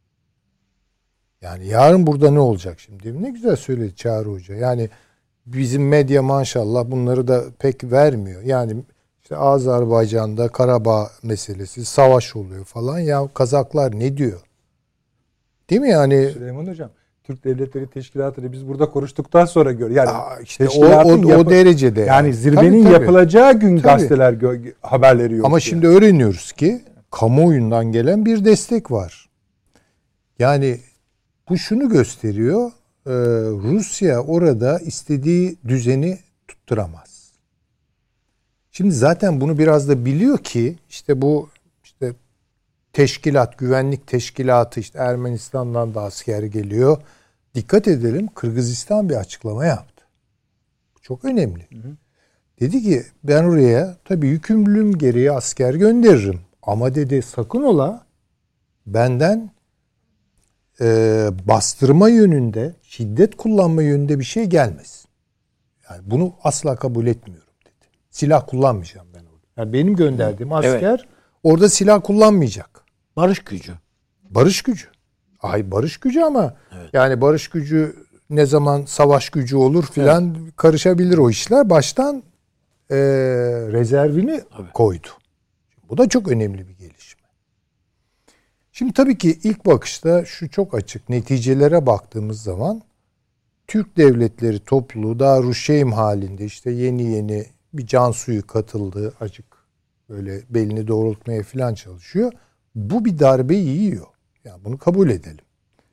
Yani yarın burada ne olacak şimdi? Ne güzel söyledi Çağrı Hoca. Yani bizim medya maşallah bunları da pek vermiyor. Yani işte Azerbaycan'da Karabağ meselesi savaş oluyor falan. Ya Kazaklar ne diyor? Değil mi yani? Süleyman Hocam, Türk Devletleri Teşkilatı'nı biz burada konuştuktan sonra gör. Yani Aa, işte o, teşkilatın o, yapı- o derecede. Yani, yani zirvenin Tabii, tabii. yapılacağı gün Tabii. gazeteler gö- haberleri yok. Ama yani. şimdi öğreniyoruz ki kamuoyundan gelen bir destek var. Yani bu şunu gösteriyor. E, Rusya orada istediği düzeni tutturamaz. Şimdi zaten bunu biraz da biliyor ki işte bu işte teşkilat, güvenlik teşkilatı işte Ermenistan'dan da asker geliyor. Dikkat edelim Kırgızistan bir açıklama yaptı. Çok önemli. Hı hı. Dedi ki ben oraya tabii yükümlülüğüm gereği asker gönderirim. Ama dedi sakın ola benden e, bastırma yönünde, şiddet kullanma yönünde bir şey gelmesin. Yani bunu asla kabul etmiyorum dedi. Silah kullanmayacağım ben orada. Yani benim gönderdiğim asker evet. orada silah kullanmayacak. Barış gücü. Barış gücü. Ay barış gücü ama evet. yani barış gücü ne zaman savaş gücü olur filan evet. karışabilir o işler. Baştan e, rezervini Tabii. koydu. Bu da çok önemli bir gelişme. Şimdi tabii ki ilk bakışta şu çok açık. Neticelere baktığımız zaman Türk devletleri topluluğu daha ruşeym halinde işte yeni yeni bir can suyu katıldı. Acık böyle belini doğrultmaya filan çalışıyor. Bu bir darbe yiyor. Yani bunu kabul edelim.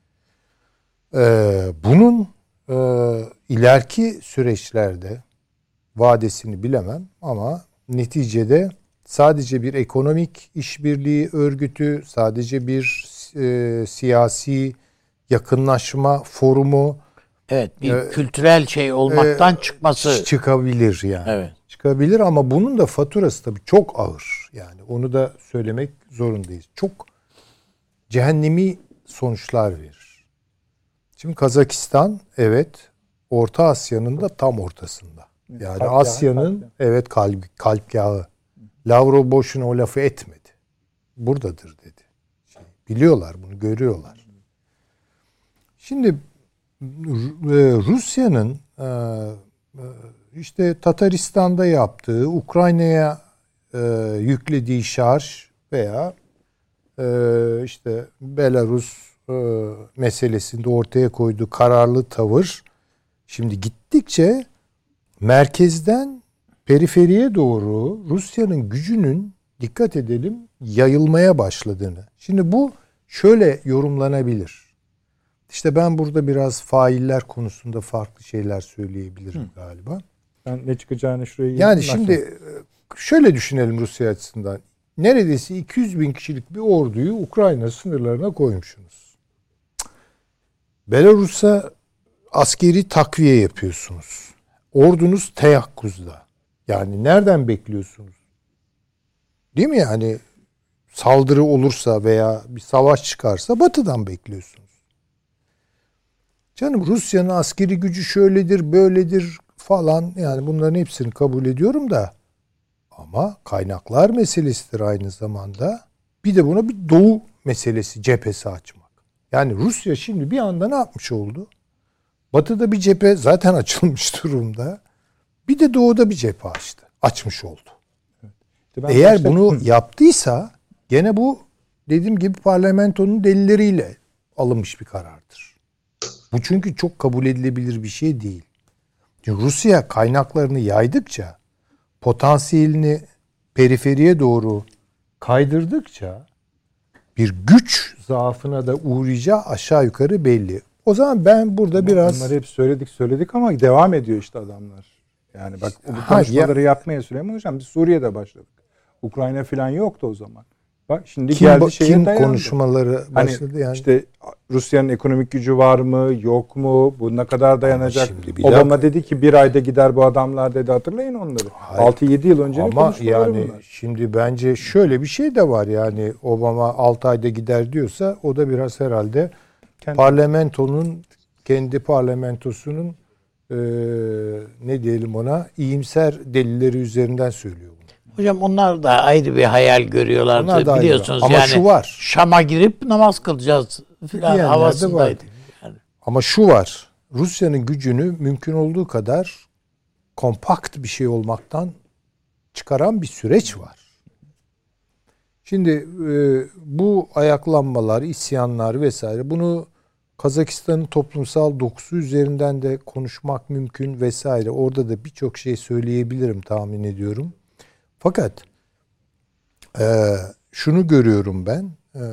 Ee, bunun e, ileriki süreçlerde vadesini bilemem ama neticede sadece bir ekonomik işbirliği örgütü, sadece bir e, siyasi yakınlaşma forumu, evet, bir e, kültürel şey olmaktan e, çıkması çıkabilir yani. Evet. Çıkabilir ama bunun da faturası tabii çok ağır. Yani onu da söylemek zorundayız. Çok cehennemi sonuçlar verir. Şimdi Kazakistan evet Orta Asya'nın da tam ortasında. Yani kalp Asya'nın yağı, evet kalp kalp yağı. Lavrov boşuna o lafı etmedi. buradadır dedi. Şey, biliyorlar bunu, görüyorlar. Şimdi Rusya'nın işte Tataristan'da yaptığı, Ukrayna'ya yüklediği şarj veya işte Belarus meselesinde ortaya koyduğu kararlı tavır şimdi gittikçe merkezden periferiye doğru Rusya'nın gücünün, dikkat edelim, yayılmaya başladığını. Şimdi bu şöyle yorumlanabilir. İşte ben burada biraz failler konusunda farklı şeyler söyleyebilirim Hı. galiba. Ben ne çıkacağını şuraya... Yani şimdi aslında. Şöyle düşünelim Rusya açısından. Neredeyse iki yüz bin kişilik bir orduyu Ukrayna sınırlarına koymuşsunuz. Belarus'a askeri takviye yapıyorsunuz. Ordunuz teyakkuzda. Yani nereden bekliyorsunuz? Değil mi yani? Saldırı olursa veya bir savaş çıkarsa batıdan bekliyorsunuz. Canım Rusya'nın askeri gücü şöyledir, böyledir falan, yani bunların hepsini kabul ediyorum da ama kaynaklar meselesidir aynı zamanda. Bir de buna bir doğu meselesi, cephesi açmak. Yani Rusya şimdi bir anda ne yapmış oldu? Batıda bir cephe zaten açılmış durumda. Bir de doğuda bir cephe açtı. Açmış oldu. Evet. Eğer başta... bunu yaptıysa gene bu dediğim gibi parlamentonun delilleriyle alınmış bir karardır. Bu çünkü çok kabul edilebilir bir şey değil. Çünkü Rusya kaynaklarını yaydıkça, potansiyelini periferiye doğru kaydırdıkça bir güç zaafına da uğrayacağı aşağı yukarı belli. O zaman ben burada ama biraz... Onları hep söyledik söyledik ama devam ediyor işte adamlar. Yani bak bu konuşmaları ya... yapmaya Süleyman Hocam biz Suriye'de başladık. Ukrayna falan yoktu o zaman. Bak şimdi kim, geldi şeye kim dayandı. Konuşmaları başladı hani yani. İşte Rusya'nın ekonomik gücü var mı yok mu? Bu ne kadar dayanacak? Obama dakika. dedi ki bir ayda gider bu adamlar dedi, hatırlayın onları. altı yedi yıl önce ama yani bunlar. Şimdi bence şöyle bir şey de var yani Obama altı ayda gider diyorsa o da biraz herhalde kendi parlamentonun kendi parlamentosunun e, ne diyelim ona iyimser delilleri üzerinden söylüyor. Hocam onlar da ayrı bir hayal görüyorlardı biliyorsunuz. Ama yani şu var. Şam'a girip namaz kılacağız filan havasındaydı. Yani. Ama şu var. Rusya'nın gücünü mümkün olduğu kadar kompakt bir şey olmaktan çıkaran bir süreç var. Şimdi e, bu ayaklanmalar, isyanlar vesaire, bunu Kazakistan'ın toplumsal dokusu üzerinden de konuşmak mümkün vesaire. Orada da birçok şey söyleyebilirim tahmin ediyorum. Fakat e, şunu görüyorum ben, e,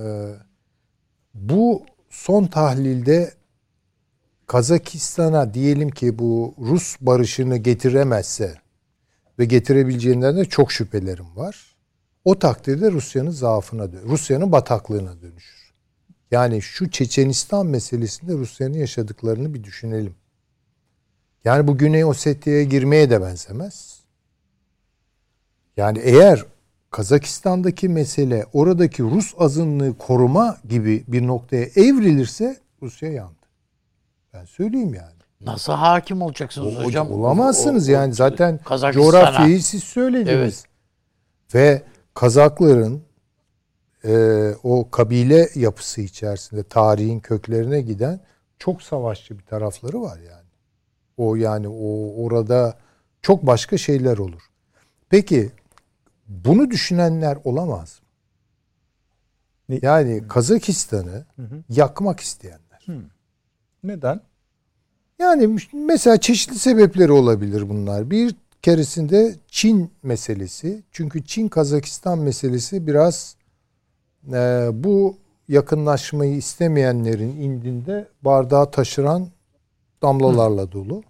bu son tahlilde Kazakistan'a diyelim ki bu Rus barışını getiremezse ve getirebileceğinden de çok şüphelerim var. O takdirde Rusya'nın zaafına dönüşür, Rusya'nın bataklığına dönüşür. Yani şu Çeçenistan meselesinde Rusya'nın yaşadıklarını bir düşünelim. Yani bu Güney Osetya'ya girmeye de benzemez. Yani eğer Kazakistan'daki mesele oradaki Rus azınlığı koruma gibi bir noktaya evrilirse Rusya yandı. Ben söyleyeyim yani. Nasıl hakim olacaksınız o, hocam? Olamazsınız o, o, yani zaten coğrafyayı siz söylediniz. Evet. Ve Kazakların e, o kabile yapısı içerisinde tarihin köklerine giden çok savaşçı bir tarafları var yani. O yani o orada çok başka şeyler olur. Peki bunu düşünenler olamaz mı? Ne? Yani Kazakistan'ı hı hı. yakmak isteyenler. Hı. Neden? Yani mesela çeşitli sebepleri olabilir bunlar. Bir keresinde Çin meselesi. Çünkü Çin-Kazakistan meselesi biraz e, bu yakınlaşmayı istemeyenlerin indinde bardağı taşıran damlalarla hı. dolu.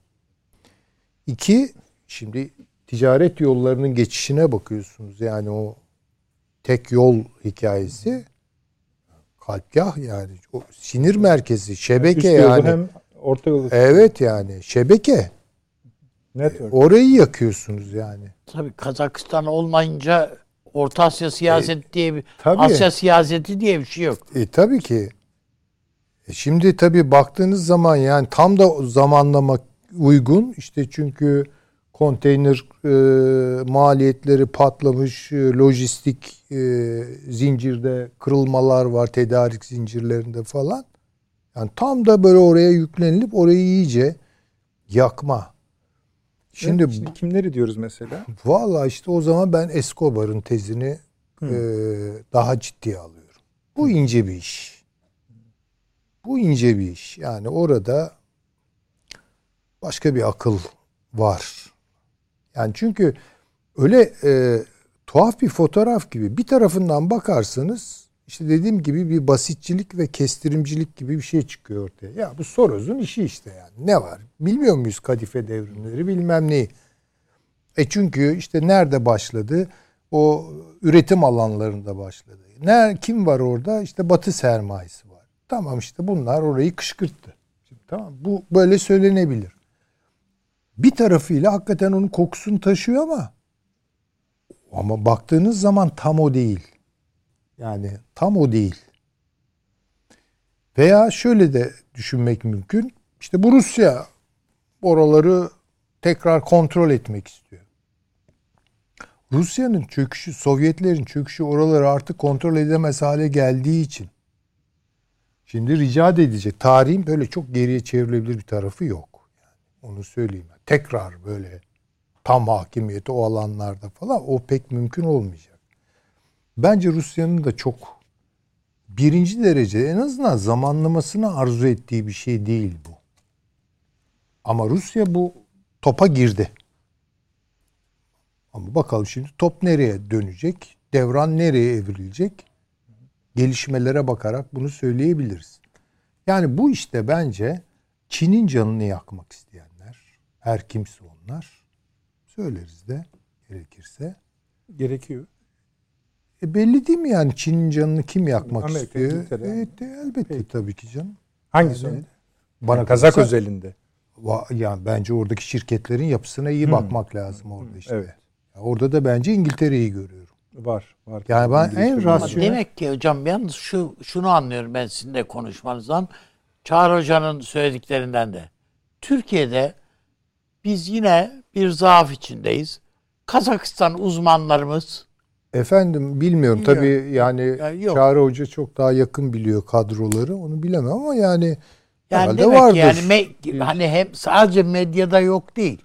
İki, şimdi ticaret yollarının geçişine bakıyorsunuz. Yani o tek yol hikayesi kalpgah yani. O sinir merkezi, şebeke Üst yani. Hem orta yolu. Evet yani şebeke. Network. Orayı yakıyorsunuz yani. Tabii Kazakistan olmayınca Orta Asya siyaseti e, diye bir tabii. Asya siyaseti diye bir şey yok. E tabii ki. E şimdi tabii baktığınız zaman yani tam da zamanlama uygun. İşte çünkü konteyner e, maliyetleri patlamış, e, lojistik e, zincirde kırılmalar var, tedarik zincirlerinde falan. Yani tam da böyle oraya yüklenilip orayı iyice yakma. Şimdi, evet, şimdi kimleri diyoruz mesela? Vallahi işte o zaman ben Escobar'ın tezini e, daha ciddiye alıyorum. Bu Hı. ince bir iş. Bu ince bir iş. Yani orada başka bir akıl var. Yani çünkü öyle e, tuhaf bir fotoğraf gibi bir tarafından bakarsanız işte dediğim gibi bir basitçilik ve kestirimcilik gibi bir şey çıkıyor ortaya. Ya bu Soros'un işi işte yani. Ne var? Bilmiyor muyuz kadife devrimleri bilmem neyi. E çünkü işte nerede başladı? O üretim alanlarında başladı. Ne, kim var orada? İşte Batı sermayesi var. Tamam işte bunlar orayı kışkırttı. Şimdi, tamam bu böyle söylenebilir. Bir tarafıyla hakikaten onun kokusunu taşıyor ama ama baktığınız zaman tam o değil. Yani tam o değil. Veya şöyle de düşünmek mümkün. İşte bu Rusya oraları tekrar kontrol etmek istiyor. Rusya'nın çöküşü, Sovyetlerin çöküşü oraları artık kontrol edemez hale geldiği için şimdi rica edecek. Tarihin böyle çok geriye çevrilebilir bir tarafı yok. Yani onu söyleyeyim. Tekrar böyle tam hakimiyeti o alanlarda falan o pek mümkün olmayacak. Bence Rusya'nın da çok birinci derece en azından zamanlamasını arzu ettiği bir şey değil bu. Ama Rusya bu topa girdi. Ama bakalım şimdi top nereye dönecek? Devran nereye evrilecek? Gelişmelere bakarak bunu söyleyebiliriz. Yani bu işte bence Çin'in canını yakmak isteyenler, her kimse onlar, söyleriz de gerekirse. Gerekiyor. E belli değil mi yani Çin'in canını kim yakmak Amerika, istiyor? İngiltere. Evet, elbette Peki. tabii ki canım. Hangisi Yani, öyle? bana Yani Kazak kalırsa, özelinde. Yani bence oradaki şirketlerin yapısına iyi hmm. bakmak lazım orada işte. Evet. Orada da bence İngiltere'yi görüyorum. Var. var. Yani ben en rasyonel... Demek ki hocam yalnız şu şunu anlıyorum ben sizin de konuşmanızdan. Çağrı Hoca'nın söylediklerinden de. Türkiye'de biz yine bir zaaf içindeyiz. Kazakistan uzmanlarımız Efendim bilmiyorum Biliyor. tabii yani, yani Çağrı Hoca çok daha yakın biliyor kadroları onu bilemem ama yani yani herhalde demek vardır. Ki yani me- hani hem sadece medyada yok değil.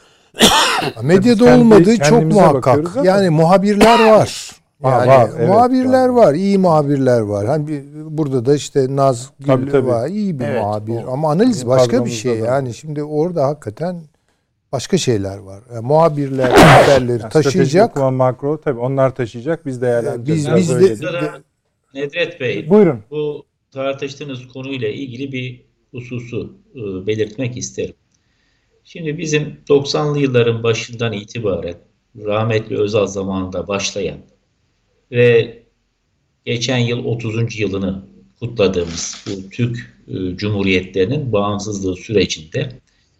Medyada kendi, olmadığı çok muhakkak. Yani muhabirler var. Yani var, evet, muhabirler var. var, iyi muhabirler var. Hani burada da işte Naz Gül tabii, tabii. var, iyi bir evet, muhabir o, ama analiz başka bir şey. Da. Yani şimdi orada hakikaten başka şeyler var. Yani muhabirler haberleri yani taşıyacak. Okuma, makro tabii onlar taşıyacak. Biz değerlendireceğiz. Biz biz de, de Nedret Bey, buyurun. Bu tartıştığınız konuyla ilgili bir hususu e, belirtmek isterim. Şimdi bizim doksanlı yılların başından itibaren rahmetli Özal zamanında başlayan ve geçen yıl otuzuncu yılını kutladığımız bu Türk e, Cumhuriyetlerinin bağımsızlığı sürecinde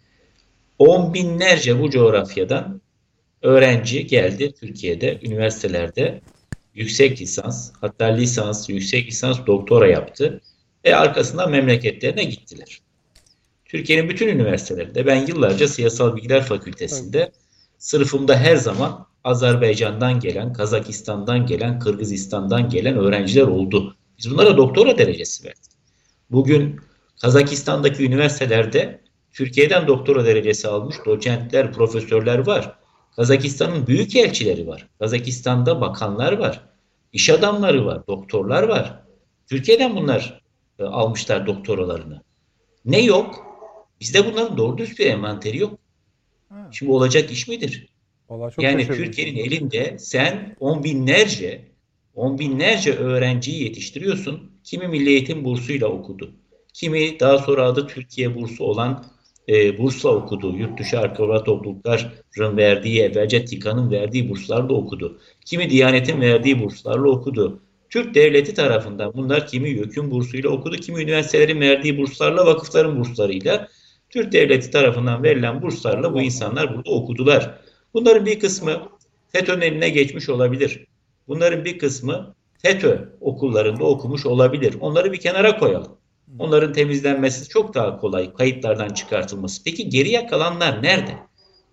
on binlerce bu coğrafyadan öğrenci geldi Türkiye'de, üniversitelerde yüksek lisans, hatta lisans, yüksek lisans, doktora yaptı ve arkasından memleketlerine gittiler. Türkiye'nin bütün üniversitelerinde, ben yıllarca Siyasal Bilgiler Fakültesi'nde sınıfımda her zaman Azerbaycan'dan gelen, Kazakistan'dan gelen, Kırgızistan'dan gelen öğrenciler oldu. Biz bunlara doktora derecesi verdik. Bugün Kazakistan'daki üniversitelerde Türkiye'den doktora derecesi almış doçentler, profesörler var. Kazakistan'ın büyükelçileri var. Kazakistan'da bakanlar var. İş adamları var, doktorlar var. Türkiye'den bunlar e, almışlar doktoralarını. Ne yok? Bizde bunların doğru düz bir envanteri yok. Ha. Şimdi olacak iş midir? Yani Türkiye'nin elinde sen on binlerce, on binlerce öğrenciyi yetiştiriyorsun. Kimi Milli Eğitim bursuyla okudu. Kimi daha sonra adı Türkiye bursu olan e, bursla okudu. Yurt dışı arkeolog toplulukların verdiği, evvelce TİKA'nın verdiği burslarla okudu. Kimi Diyanet'in verdiği burslarla okudu. Türk devleti tarafından bunlar kimi YÖK'ün bursuyla okudu, kimi üniversitelerin verdiği burslarla, vakıfların burslarıyla, Türk devleti tarafından verilen burslarla bu insanlar burada okudular. Bunların bir kısmı FETÖ'nün eline geçmiş olabilir. Bunların bir kısmı FETÖ okullarında okumuş olabilir. Onları bir kenara koyalım. Onların temizlenmesi çok daha kolay, kayıtlardan çıkartılması. Peki geriye kalanlar nerede?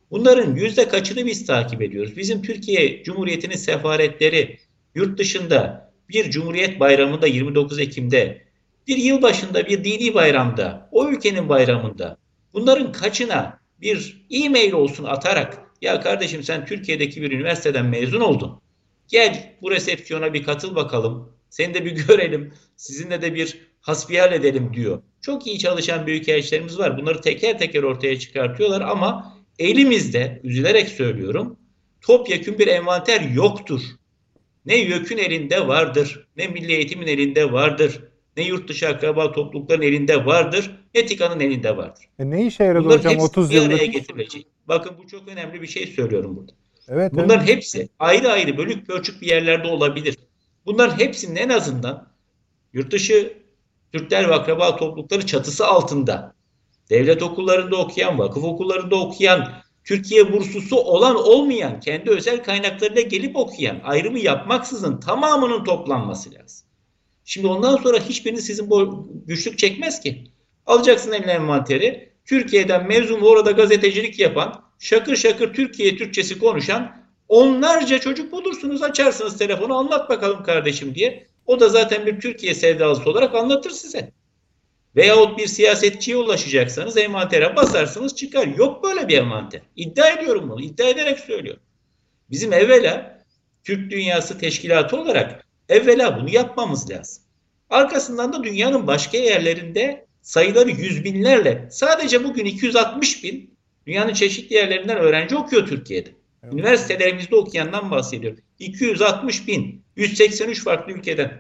Bunların yüzde kaçını biz takip ediyoruz? Bizim Türkiye Cumhuriyeti'nin sefaretleri yurt dışında bir Cumhuriyet Bayramı'nda yirmi dokuz Ekim'de, bir yılbaşında, bir dini bayramda, o ülkenin bayramında bunların kaçına bir e-mail olsun atarak ya kardeşim sen Türkiye'deki bir üniversiteden mezun oldun. Gel bu resepsiyona bir katıl bakalım. Seni de bir görelim. Sizinle de bir hasbihal edelim diyor. Çok iyi çalışan büyükelçilerimiz var. Bunları teker teker ortaya çıkartıyorlar ama elimizde, üzülerek söylüyorum, topyekün bir envanter yoktur. Ne YÖK'ün elinde vardır, ne Milli Eğitim'in elinde vardır, ne yurt dışı akraba toplulukların elinde vardır, ne TİKA'nın elinde vardır. E ne işe yaradı Bunların hocam hepsi otuz bir yıllık? araya getirilecek. Bakın bu çok önemli bir şey söylüyorum burada. Evet, Bunların evet. hepsi ayrı ayrı bölük pörçük bir yerlerde olabilir. Bunların hepsinin en azından yurt dışı Türkler ve akraba toplulukları çatısı altında devlet okullarında okuyan, vakıf okullarında okuyan, Türkiye burslusu olan olmayan, kendi özel kaynaklarıyla gelip okuyan, ayrımı yapmaksızın tamamının toplanması lazım. Şimdi ondan sonra hiçbirini sizin bu güçlük çekmez ki. Alacaksın eline envanteri, Türkiye'den mezun ve orada gazetecilik yapan, şakır şakır Türkiye Türkçesi konuşan onlarca çocuk bulursunuz, açarsınız telefonu, anlat bakalım kardeşim diye. O da zaten bir Türkiye sevdalısı olarak anlatır size. Veyahut bir siyasetçiye ulaşacaksanız envantere basarsınız çıkar. Yok böyle bir envanter. İddia ediyorum bunu. İddia ederek söylüyorum. Bizim evvela Türk Dünyası Teşkilatı olarak evvela bunu yapmamız lazım. Arkasından da dünyanın başka yerlerinde sayıları yüz binlerle, sadece bugün iki yüz altmış bin dünyanın çeşitli yerlerinden öğrenci okuyor Türkiye'de. Evet. Üniversitelerimizde okuyandan bahsediyorum. iki yüz altmış bin, yüz seksen üç farklı ülkeden.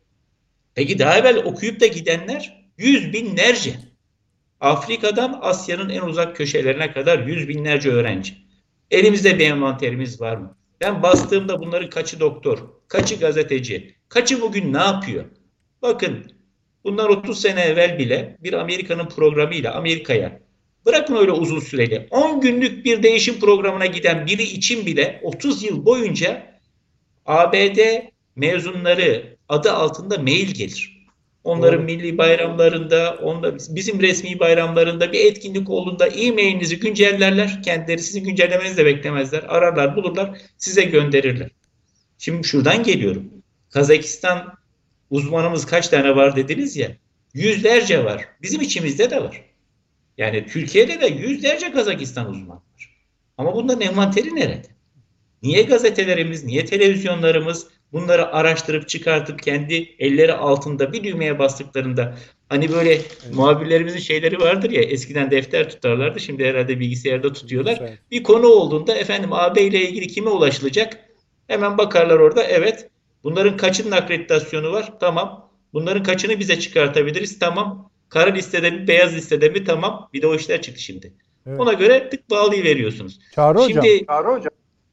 Peki daha evvel okuyup da gidenler yüz binlerce. Afrika'dan Asya'nın en uzak köşelerine kadar yüz binlerce öğrenci. Elimizde bir envanterimiz var mı? Ben bastığımda bunların kaçı doktor, kaçı gazeteci, kaçı bugün ne yapıyor? Bakın bundan otuz sene evvel bile bir Amerika'nın programıyla Amerika'ya, bırakın öyle uzun süreli, on günlük bir değişim programına giden biri için bile otuz yıl boyunca A B D mezunları adı altında mail gelir. Onların Doğru. milli bayramlarında, onda, bizim resmi bayramlarında bir etkinlik olduğunda e-mailinizi güncellerler. Kendileri sizin güncellemenizi de beklemezler. Ararlar, bulurlar, size gönderirler. Şimdi şuradan geliyorum. Kazakistan uzmanımız kaç tane var dediniz ya. Yüzlerce var. Bizim içimizde de var. Yani Türkiye'de de yüzlerce Kazakistan uzmanı var. Ama bunların envanteri nerede? Niye gazetelerimiz, niye televizyonlarımız bunları araştırıp çıkartıp kendi elleri altında bir düğmeye bastıklarında, hani böyle evet. muhabirlerimizin şeyleri vardır ya, eskiden defter tutarlardı, şimdi herhalde bilgisayarda tutuyorlar. Evet. Bir konu olduğunda efendim A B ile ilgili kime ulaşılacak? Hemen bakarlar orada, evet bunların kaçının akreditasyonu var? Tamam. Bunların kaçını bize çıkartabiliriz? Tamam. Kara listede mi, beyaz listede mi? Tamam. Bir de o işler çıktı şimdi. Evet. Ona göre tık bağlayıveriyorsunuz. Çağrı şimdi, hocam. Çağrı hocam.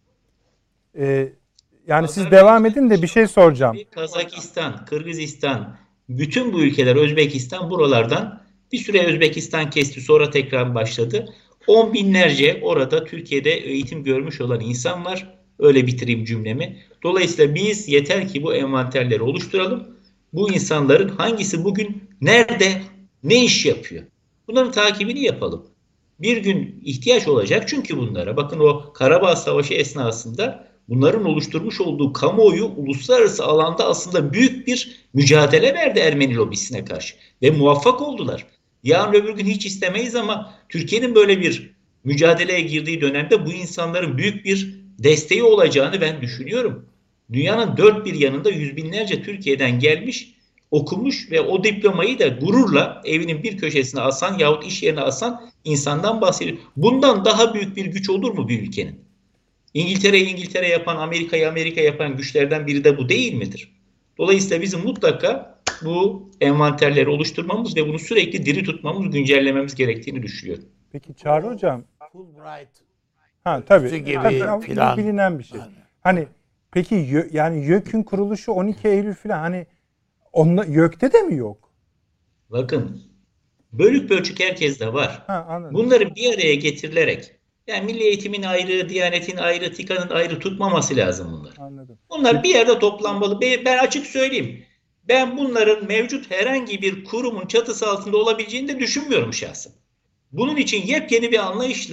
Ee, yani siz devam edin de bir şey soracağım. Kazakistan, Kırgızistan, bütün bu ülkeler, Özbekistan, buralardan bir süre Özbekistan kesti, sonra tekrar başladı. On binlerce orada Türkiye'de eğitim görmüş olan insan var. Öyle bitireyim cümlemi. Dolayısıyla biz yeter ki bu envanterleri oluşturalım. Bu insanların hangisi bugün nerede, ne iş yapıyor? Bunların takibini yapalım. Bir gün ihtiyaç olacak çünkü bunlara. Bakın o Karabağ Savaşı esnasında bunların oluşturmuş olduğu kamuoyu uluslararası alanda aslında büyük bir mücadele verdi Ermeni lobisine karşı. Ve muvaffak oldular. Yarın öbür gün hiç istemeyiz ama Türkiye'nin böyle bir mücadeleye girdiği dönemde bu insanların büyük bir desteği olacağını ben düşünüyorum. Dünyanın dört bir yanında yüz binlerce Türkiye'den gelmiş, okumuş ve o diplomayı da gururla evinin bir köşesine asan yahut iş yerine asan insandan bahsediyor. Bundan daha büyük bir güç olur mu bir ülkenin? İngiltere'yi İngiltere yapan, Amerika'yı Amerika yapan güçlerden biri de bu değil midir? Dolayısıyla bizim mutlaka bu envanterleri oluşturmamız ve bunu sürekli diri tutmamız, güncellememiz gerektiğini düşünüyorum. Peki Çağrı hocam. Fulbright Ha tabii. gibi tabii filan. Bilinen bir şey. Yani. Hani peki yani YÖK'ün kuruluşu on iki Eylül filan, hani onunla, YÖK'te de mi yok? Bakın bölük bölçük herkeste var. Ha, anladım. Bunları bir araya getirilerek, yani Milli Eğitim'in ayrı, Diyanet'in ayrı, TİKA'nın ayrı tutmaması lazım bunlar. Anladım. Bunlar bir yerde toplanmalı. Ben açık söyleyeyim. Ben bunların mevcut herhangi bir kurumun çatısı altında olabileceğini de düşünmüyorum şahsen. Bunun için yepyeni bir anlayışla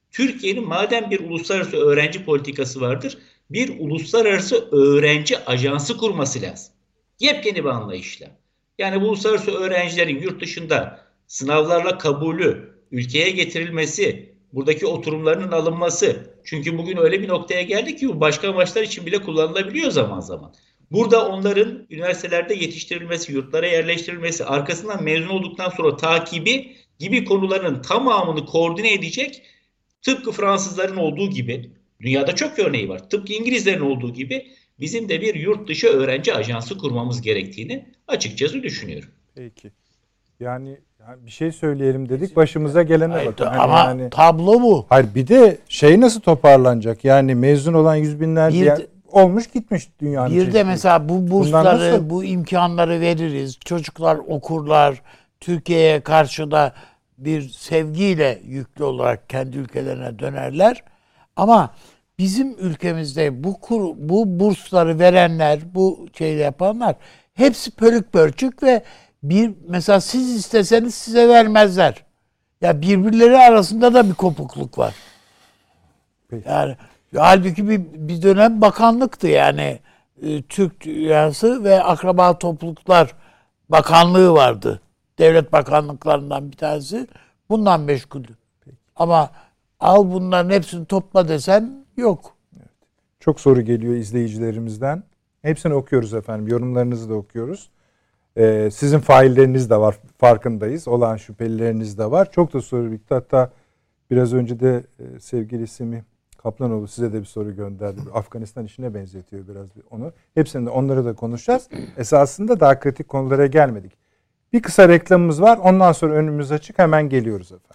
Türkiye'nin madem bir uluslararası öğrenci politikası vardır, bir uluslararası öğrenci ajansı kurması lazım. Yepyeni bir anlayışla. Yani bu uluslararası öğrencilerin yurt dışında sınavlarla kabulü, ülkeye getirilmesi, buradaki oturumlarının alınması. Çünkü bugün öyle bir noktaya geldik ki bu başka amaçlar için bile kullanılabiliyor zaman zaman. Burada onların üniversitelerde yetiştirilmesi, yurtlara yerleştirilmesi, arkasından mezun olduktan sonra takibi gibi konuların tamamını koordine edecek, tıpkı Fransızların olduğu gibi, dünyada çok örneği var, tıpkı İngilizlerin olduğu gibi bizim de bir yurt dışı öğrenci ajansı kurmamız gerektiğini açıkçası düşünüyorum. Peki. Yani, yani bir şey söyleyelim dedik, başımıza gelene Hayır, bakın. ama Hani yani, tablo bu. hayır, bir de şey nasıl toparlanacak? Yani mezun olan yüz binlerce Bir de, olmuş gitmiş dünyanın. Bir de mesela bu bursları, nasıl? bu imkanları veririz. Çocuklar okurlar. Türkiye'ye karşı da bir sevgiyle yüklü olarak kendi ülkelerine dönerler. Ama bizim ülkemizde bu kur, bu bursları verenler, bu şeyle yapanlar hepsi pörük pörçük ve bir mesela siz isteseniz size vermezler. Ya birbirleri arasında da bir kopukluk var. Peki. Yani halbuki bir, bir dönem bakanlıktı yani e, Türk Dünyası ve Akraba Topluluklar Bakanlığı vardı. Devlet bakanlıklarından bir tanesi bundan meşguldü. Peki. Ama al bunların hepsini topla desen yok. Evet. Çok soru geliyor izleyicilerimizden. Hepsini okuyoruz efendim. Yorumlarınızı da okuyoruz. Ee, sizin failleriniz de var, farkındayız. Olan şüphelileriniz de var. Çok da soru bitti. Hatta biraz önce de e, sevgili Semih Kaplanoğlu size de bir soru gönderdi. Afganistan işine benzetiyor biraz onu. Hepsini de onları da konuşacağız. Esasında daha kritik konulara gelmedik. Bir kısa reklamımız var. Ondan sonra önümüz açık. Hemen geliyoruz efendim.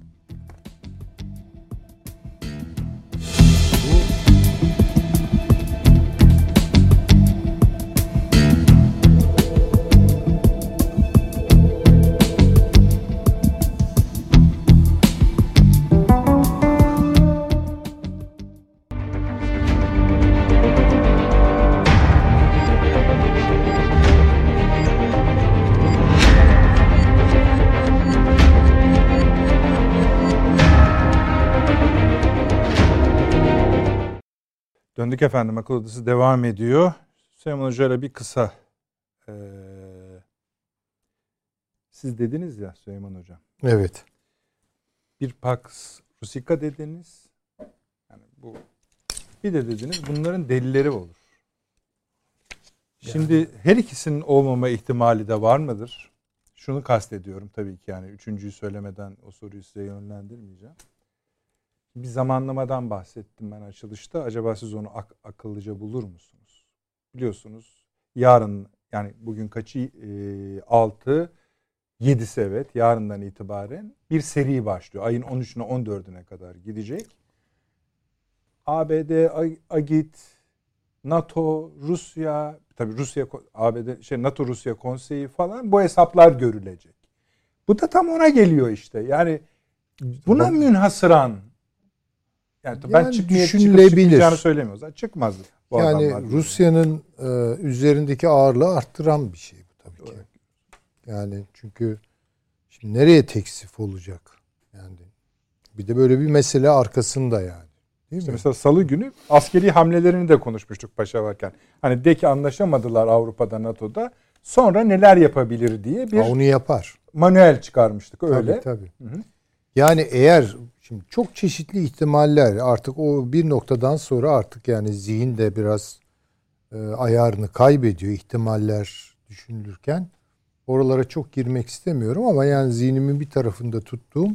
Döndük efendim. Akıl Odası devam ediyor. Süleyman Hoca ile bir kısa ee, siz dediniz ya Süleyman Hocam. Evet. Bir Pax Rusica dediniz. Yani bu bir de dediniz bunların delilleri olur. Şimdi yani, her ikisinin olmama ihtimali de var mıdır? Şunu kastediyorum tabii ki yani üçüncüyü söylemeden o soruyu size yönlendirmeyeceğim. Bir zamanlamadan bahsettim ben açılışta. Acaba siz onu ak- akıllıca bulur musunuz? Biliyorsunuz yarın yani bugün kaçı? E, altı, yedisi evet. Yarından itibaren bir seri başlıyor. Ayın on üçüne on dördüne kadar gidecek. A B D, A G İ T, NATO, Rusya, tabii Rusya, A B D, şey NATO Rusya Konseyi falan bu hesaplar görülecek. Bu da tam ona geliyor işte. Yani buna tamam. münhasıran yani, yani ben çık, çıkıp çıkmayacağını söylemiyoruz. Çıkmaz. Bu yani Rusya'nın e, üzerindeki ağırlığı arttıran bir şey bu tabii ki. Evet. Yani çünkü şimdi nereye teksif olacak? Yani bir de böyle bir mesele arkasında yani. Değil işte mi? Mesela Salı günü askeri hamlelerini de konuşmuştuk paşa varken. Hani de ki anlaşamadılar Avrupa'da, NATO'da. Sonra neler yapabilir diye bir ha, onu yapar. Manuel çıkarmıştık öyle. Tabii tabii. Hı hı. Yani eğer şimdi çok çeşitli ihtimaller artık o bir noktadan sonra artık yani zihin de biraz e, ayarını kaybediyor ihtimaller düşünülürken. Oralara çok girmek istemiyorum ama yani zihnimin bir tarafında tuttuğum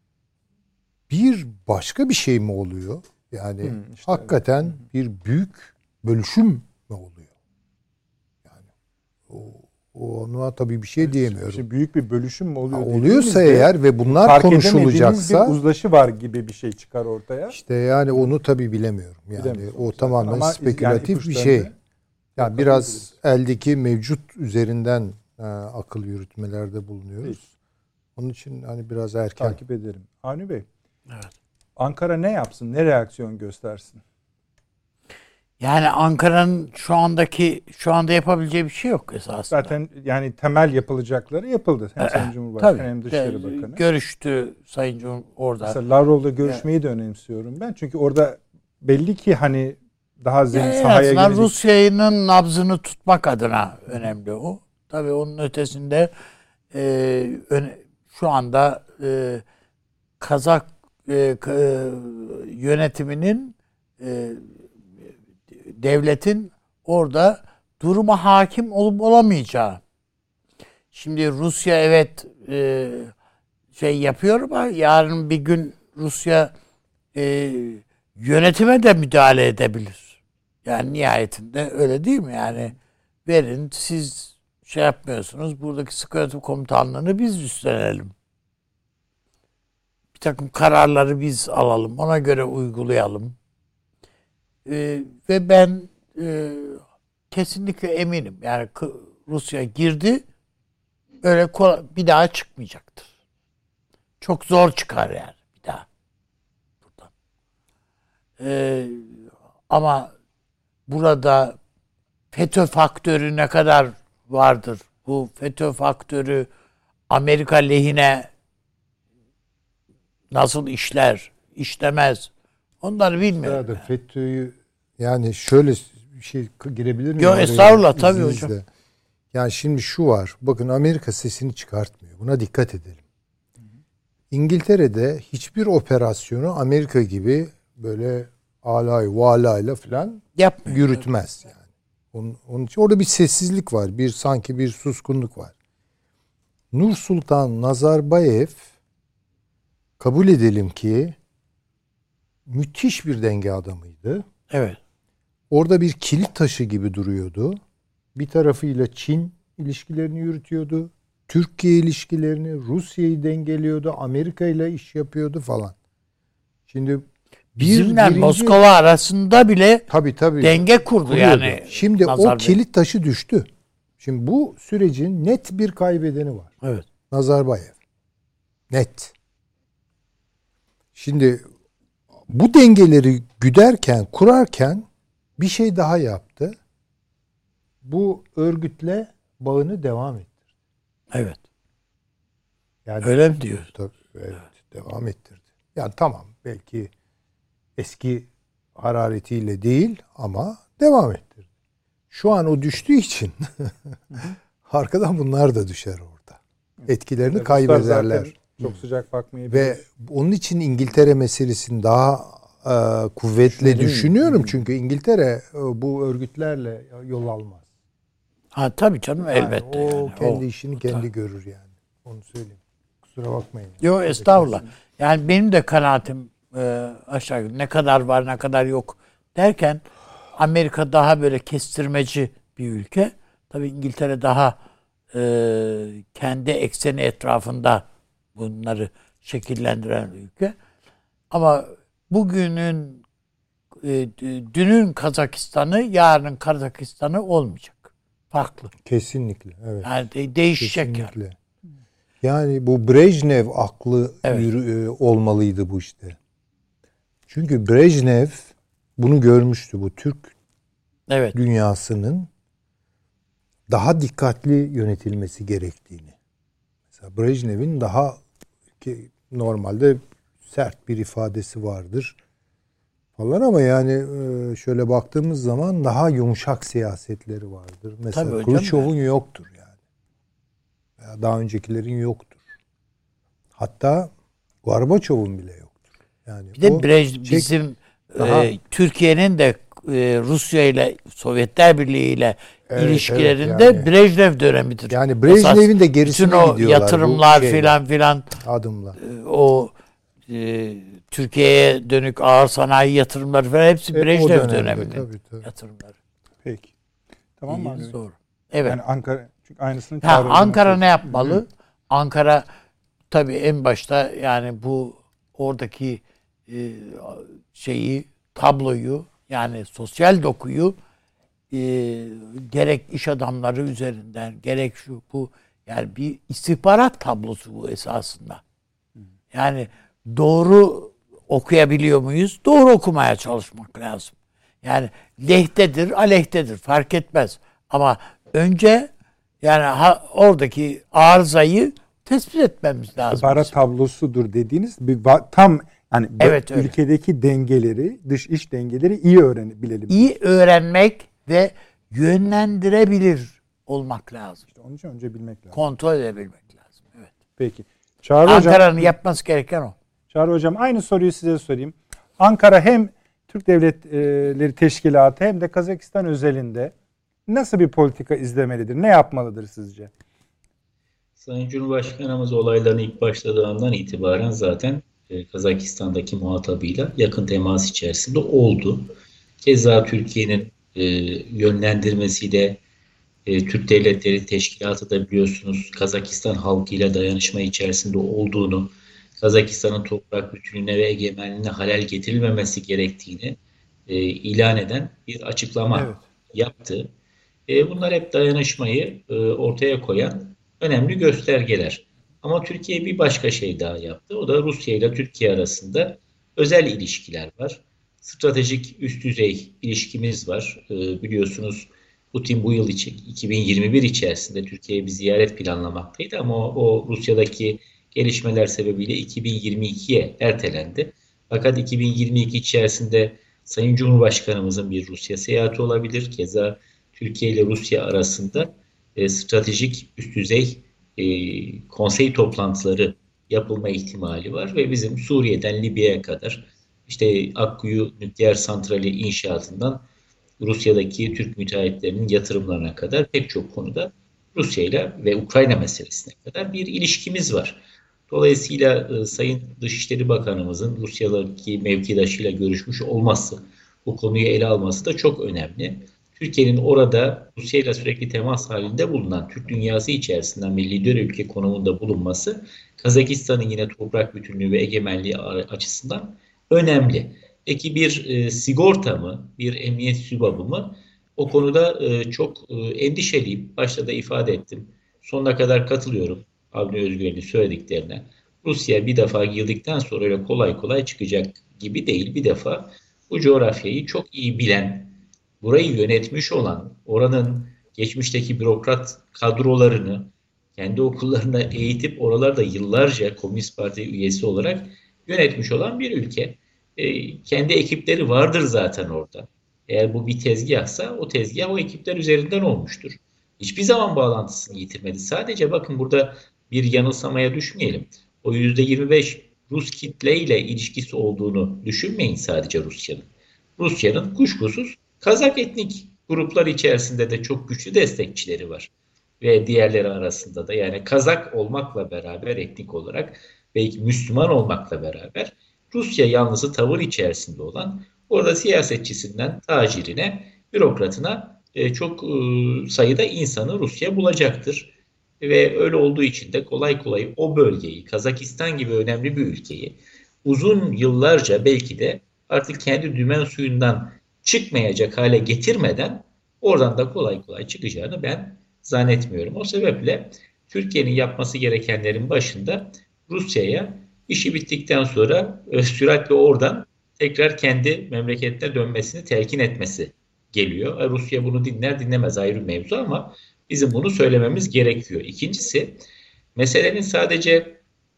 bir başka bir şey mi oluyor? Yani hmm, işte hakikaten evet. bir büyük bölüşüm mü oluyor? Yani o ona tabii bir şey diyemiyorum. İşte büyük bir bölüşüm mü oluyor? Ha, oluyorsa eğer ve bunlar konuşulacaksa bir uzlaşı var gibi bir şey çıkar ortaya. İşte yani onu tabii bilemiyorum. Yani o tamamen ama spekülatif yani bir şey. Yani biraz eldeki mevcut üzerinden e, akıl yürütmelerde bulunuyoruz. Peki. Onun için hani biraz erken. Takip ederim. Avni Bey. Evet. Ankara ne yapsın? Ne reaksiyon göstersin? Yani Ankara'nın şu andaki şu anda yapabileceği bir şey yok esasında. Zaten yani temel yapılacakları yapıldı. Hem Sayın Cumhurbaşkanı Tabii, hem Dışişleri de, Bakanı. Görüştü Sayın Cumhur orada. Mesela Lavrov'la görüşmeyi de önemsiyorum ben. Çünkü orada belli ki hani daha zemin Yani en sahaya azından gelecek. Rusya'nın nabzını tutmak adına önemli o. Tabii onun ötesinde e, öne, şu anda e, Kazak e, k- e, yönetiminin e, devletin orada duruma hakim olup olamayacağı. Şimdi Rusya evet e, şey yapıyor ama yarın bir gün Rusya e, yönetime de müdahale edebilir. Yani nihayetinde öyle değil mi? Yani verin siz şey yapmıyorsunuz. Buradaki sıkı yönetim komutanlığını biz üstlenelim. Bir takım kararları biz alalım. Ona göre uygulayalım. Ee, ve ben e, kesinlikle eminim. Yani Rusya girdi öyle kolay, bir daha çıkmayacaktır. Çok zor çıkar yani bir daha. Buradan. Ee, ama burada FETÖ faktörü ne kadar vardır? Bu FETÖ faktörü Amerika lehine nasıl işler, işlemez? Onları bilmiyorum. Da FETÖ'yü yani şöyle bir şey girebilir miyim? Yok estağfurullah tabii hocam. Yani şimdi şu var. Bakın Amerika sesini çıkartmıyor. Buna dikkat edelim. İngiltere'de hiçbir operasyonu Amerika gibi böyle alay valayla falan yapmıyor, yürütmez yani. Onun, onun için orada bir sessizlik var. Bir sanki bir suskunluk var. Nursultan Nazarbayev kabul edelim ki müthiş bir denge adamıydı. Evet. Orada bir kilit taşı gibi duruyordu. Bir tarafıyla Çin ilişkilerini yürütüyordu. Türkiye ilişkilerini, Rusya'yı dengeliyordu. Amerika ile iş yapıyordu falan. Şimdi bir bizimle birinci, Moskova arasında bile tabii, tabii, denge kurdu kuruyordu. yani. Şimdi Nazar o kilit taşı düştü. Şimdi bu sürecin net bir kaybedeni var. Evet. Nazarbayev. Net. Şimdi bu dengeleri güderken, kurarken bir şey daha yaptı. Bu örgütle bağını devam ettirdi. Evet. Yani öyle mi diyorsun? Tabii, evet, devam ettirdi. Yani tamam belki eski hararetiyle değil ama devam ettirdi. Şu an o düştüğü için arkadan bunlar da düşer orada. Etkilerini Ruslar kaybederler. Çok sıcak bakmayabilir. Ve onun için İngiltere meselesini daha e, kuvvetle düşünüyorum. Çünkü İngiltere e, bu örgütlerle yol almaz. Ha tabii canım Yani elbette. o yani. kendi O, işini kendi görür yani. Onu söyleyeyim. Kusura bakmayın. Yok estağfurullah. Yani benim de kanaatim e, aşağı yukarı ne kadar var ne kadar yok derken Amerika daha böyle kestirmeci bir ülke. Tabii İngiltere daha e, kendi ekseni etrafında bunları şekillendiren bir ülke. Ama bugünün e, dünün Kazakistan'ı yarının Kazakistan'ı olmayacak. Farklı. Kesinlikle. Evet. Yani de, değişecek Kesinlikle. yani. Yani bu Brejnev aklı Evet. yürü, e, olmalıydı bu işte. Çünkü Brejnev bunu görmüştü. Bu Türk Evet. dünyasının daha dikkatli yönetilmesi gerektiğini. Mesela Brejnev'in daha ki normalde sert bir ifadesi vardır falan ama yani e, şöyle baktığımız zaman daha yumuşak siyasetleri vardır. Mesela Khrushchev'un yoktur yani. Veya daha öncekilerin yoktur. Hatta Gorbaçov'un bile yoktur. Yani bir de Brej, bizim daha, e, Türkiye'nin de e, Rusya ile Sovyetler Birliği ile evet, ilişkilerinde evet, yani, Brejnev dönemidir. Yani Brejnev'in de gerisine bütün o gidiyorlar. Yatırımlar filan filan adımla. E, o e, Türkiye'ye dönük ağır sanayi yatırımları falan hepsi e, Brejnev döneminin tabii, tabii. yatırımları. Peki. Tamam mı? İyi, doğru. Evet. Yani Ankara çünkü aynısını ha, Ankara ne yapacak. yapmalı? Hı. Ankara tabii en başta yani bu oradaki e, şeyi, tabloyu yani sosyal dokuyu e, gerek iş adamları üzerinden gerek şu bu yani bir istihbarat tablosu bu esasında. Yani doğru okuyabiliyor muyuz? Doğru okumaya çalışmak lazım. Yani lehtedir, aleyhtedir fark etmez. Ama önce yani ha, oradaki arızayı tespit etmemiz lazım. İstihbarat bizim. tablosudur dediğiniz bir va- tam yani Evet, öyle. ülkedeki dengeleri, dış iç dengeleri iyi öğrenebilelim. İyi öğrenmek ve yönlendirebilir olmak lazım. İşte onun için önce bilmek lazım. Kontrol edebilmek lazım. Evet. Peki. Çağrı Hocam, Ankara'nın yapması gereken o. Çağrı Hocam aynı soruyu size sorayım. Ankara hem Türk Devletleri Teşkilatı hem de Kazakistan özelinde nasıl bir politika izlemelidir? Ne yapmalıdır sizce? Sayın Cumhurbaşkanımız olayların ilk başladığı andan itibaren zaten e, Kazakistan'daki muhatabıyla yakın temas içerisinde oldu. Keza Türkiye'nin e, yönlendirmesiyle e, Türk Devletleri Teşkilatı da biliyorsunuz Kazakistan halkıyla dayanışma içerisinde olduğunu, Kazakistan'ın toprak bütünlüğüne ve egemenliğine halel getirilmemesi gerektiğini e, ilan eden bir açıklama Evet. yaptı. E, bunlar hep dayanışmayı e, ortaya koyan önemli göstergeler. Ama Türkiye bir başka şey daha yaptı. O da Rusya ile Türkiye arasında özel ilişkiler var. Stratejik üst düzey ilişkimiz var. E, biliyorsunuz Putin bu yıl için iki bin yirmi bir içerisinde Türkiye'ye bir ziyaret planlamaktaydı ama o, o Rusya'daki gelişmeler sebebiyle iki bin yirmi ikiye ertelendi. Fakat iki bin yirmi iki içerisinde Sayın Cumhurbaşkanımızın bir Rusya seyahati olabilir. Keza Türkiye ile Rusya arasında e, stratejik üst düzey e, konsey toplantıları yapılma ihtimali var ve bizim Suriye'den Libya'ya kadar işte Akkuyu nükleer santrali inşaatından Rusya'daki Türk müteahhitlerinin yatırımlarına kadar pek çok konuda Rusya ile ve Ukrayna meselesine kadar bir ilişkimiz var. Dolayısıyla e, Sayın Dışişleri Bakanımızın Rusya'daki mevkidaşıyla görüşmüş olması, bu konuyu ele alması da çok önemli. Türkiye'nin orada Rusya ile sürekli temas halinde bulunan Türk dünyası içerisinden bir lider ülke konumunda bulunması Kazakistan'ın yine toprak bütünlüğü ve egemenliği açısından önemli. Peki bir e, sigorta mı, bir emniyet sübabı mı? O konuda e, çok e, endişeliyim. Başta da ifade ettim. Sonuna kadar katılıyorum Avni Özgür'ün söylediklerine. Rusya bir defa girdikten sonra öyle kolay kolay çıkacak gibi değil. Bir defa bu coğrafyayı çok iyi bilen, burayı yönetmiş olan, oranın geçmişteki bürokrat kadrolarını kendi okullarına eğitip oralarda yıllarca Komünist Parti üyesi olarak yönetmiş olan bir ülke. E, kendi ekipleri vardır zaten orada. Eğer bu bir tezgahsa o tezgah o ekipler üzerinden olmuştur. Hiçbir zaman bağlantısını yitirmedi. Sadece bakın burada bir yanılsamaya düşmeyelim. O yüzde yirmi beş Rus kitleyle ilişkisi olduğunu düşünmeyin sadece Rusya'nın. Rusya'nın kuşkusuz Kazak etnik gruplar içerisinde de çok güçlü destekçileri var. Ve diğerleri arasında da yani Kazak olmakla beraber etnik olarak belki Müslüman olmakla beraber Rusya yanlısı tavır içerisinde olan orada siyasetçisinden tacirine, bürokratına e, çok e, sayıda insanı Rusya bulacaktır. Ve öyle olduğu için de kolay kolay o bölgeyi, Kazakistan gibi önemli bir ülkeyi uzun yıllarca belki de artık kendi dümen suyundan çıkmayacak hale getirmeden oradan da kolay kolay çıkacağını ben zannetmiyorum. O sebeple Türkiye'nin yapması gerekenlerin başında Rusya'ya işi bittikten sonra süratle oradan tekrar kendi memleketine dönmesini telkin etmesi geliyor. Rusya bunu dinler dinlemez ayrı mevzu ama bizim bunu söylememiz gerekiyor. İkincisi, meselenin sadece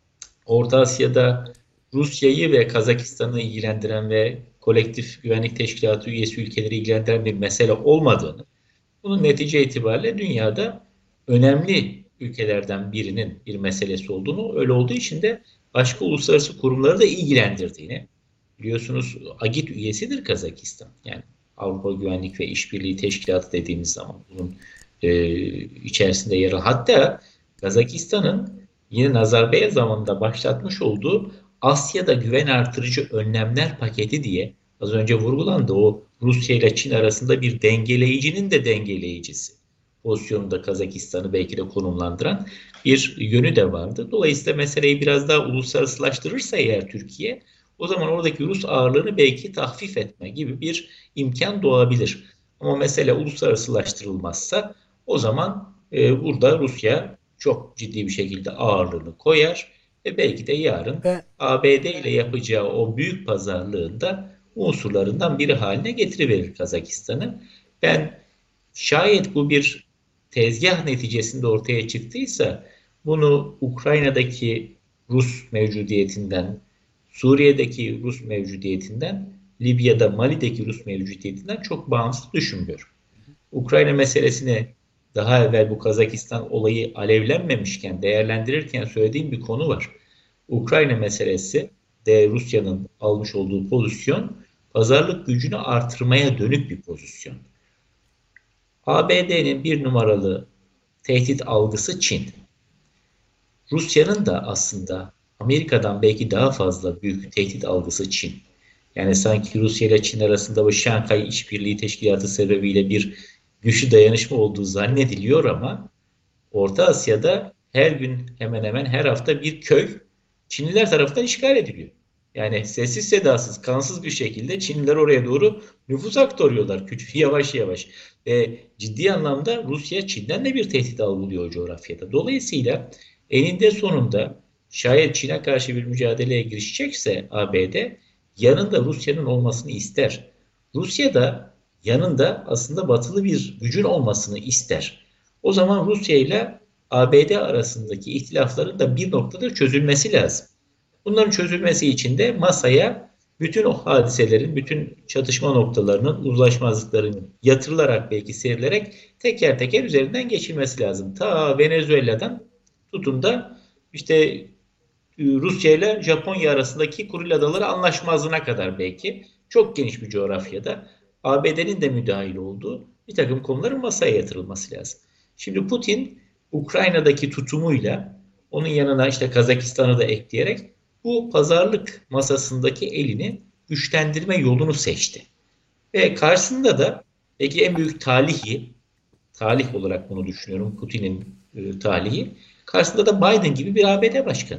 Orta Asya'da Rusya'yı ve Kazakistan'ı ilgilendiren ve Kolektif Güvenlik Teşkilatı üyesi ülkeleri ilgilendiren bir mesele olmadığını, bunun netice itibariyle dünyada önemli ülkelerden birinin bir meselesi olduğunu, öyle olduğu için de başka uluslararası kurumları da ilgilendirdiğini, biliyorsunuz AGİT üyesidir Kazakistan. Yani Avrupa Güvenlik ve İşbirliği Teşkilatı dediğimiz zaman bunun e, içerisinde yer alır. Hatta Kazakistan'ın yine Nazarbayev zamanında başlatmış olduğu Asya'da güven artırıcı önlemler paketi diye az önce vurgulandı. O Rusya ile Çin arasında bir dengeleyicinin de dengeleyicisi pozisyonunda Kazakistan'ı belki de konumlandıran bir yönü de vardı. Dolayısıyla meseleyi biraz daha uluslararasılaştırırsa eğer Türkiye, o zaman oradaki Rus ağırlığını belki tahfif etme gibi bir imkan doğabilir. Ama mesele uluslararasılaştırılmazsa o zaman e, burada Rusya çok ciddi bir şekilde ağırlığını koyar ve belki de yarın Ve A B D ile yapacağı o büyük pazarlığında unsurlarından biri haline getiriverir Kazakistan'ı. Ben şayet bu bir tezgah neticesinde ortaya çıktıysa bunu Ukrayna'daki Rus mevcudiyetinden, Suriye'deki Rus mevcudiyetinden, Libya'da, Mali'deki Rus mevcudiyetinden çok bağımsız düşünmüyorum. Ukrayna meselesini daha evvel bu Kazakistan olayı alevlenmemişken, değerlendirirken söylediğim bir konu var. Ukrayna meselesi de Rusya'nın almış olduğu pozisyon, pazarlık gücünü artırmaya dönük bir pozisyon. A B D'nin bir numaralı tehdit algısı Çin. Rusya'nın da aslında Amerika'dan belki daha fazla büyük tehdit algısı Çin. Yani sanki Rusya ile Çin arasında bu Şanghay İşbirliği Teşkilatı sebebiyle bir güçlü dayanışma olduğu zannediliyor ama Orta Asya'da her gün hemen hemen her hafta bir köy Çinliler tarafından işgal ediliyor. Yani sessiz sedasız, kansız bir şekilde Çinliler oraya doğru nüfus aktarıyorlar küçük yavaş yavaş. E, ciddi anlamda Rusya Çin'den de bir tehdit algılıyor o coğrafyada. Dolayısıyla eninde sonunda şayet Çin'e karşı bir mücadeleye girişecekse A B D yanında Rusya'nın olmasını ister. Rusya da yanında aslında batılı bir gücün olmasını ister. O zaman Rusya ile A B D arasındaki ihtilafların da bir noktada çözülmesi lazım. Bunların çözülmesi için de masaya bütün o hadiselerin, bütün çatışma noktalarının, uzlaşmazlıkların yatırılarak belki serilerek teker teker üzerinden geçilmesi lazım. Ta Venezuela'dan tutun da işte Rusya ile Japonya arasındaki Kuril Adaları anlaşmazlığına kadar belki çok geniş bir coğrafyada A B D'nin de müdahil olduğu bir takım konuların masaya yatırılması lazım. Şimdi Putin Ukrayna'daki tutumuyla onun yanına işte Kazakistan'ı da ekleyerek bu pazarlık masasındaki elini güçlendirme yolunu seçti. Ve karşısında da belki en büyük talihi, talih olarak bunu düşünüyorum Putin'in e, talihi, karşısında da Biden gibi bir A B D başkanı.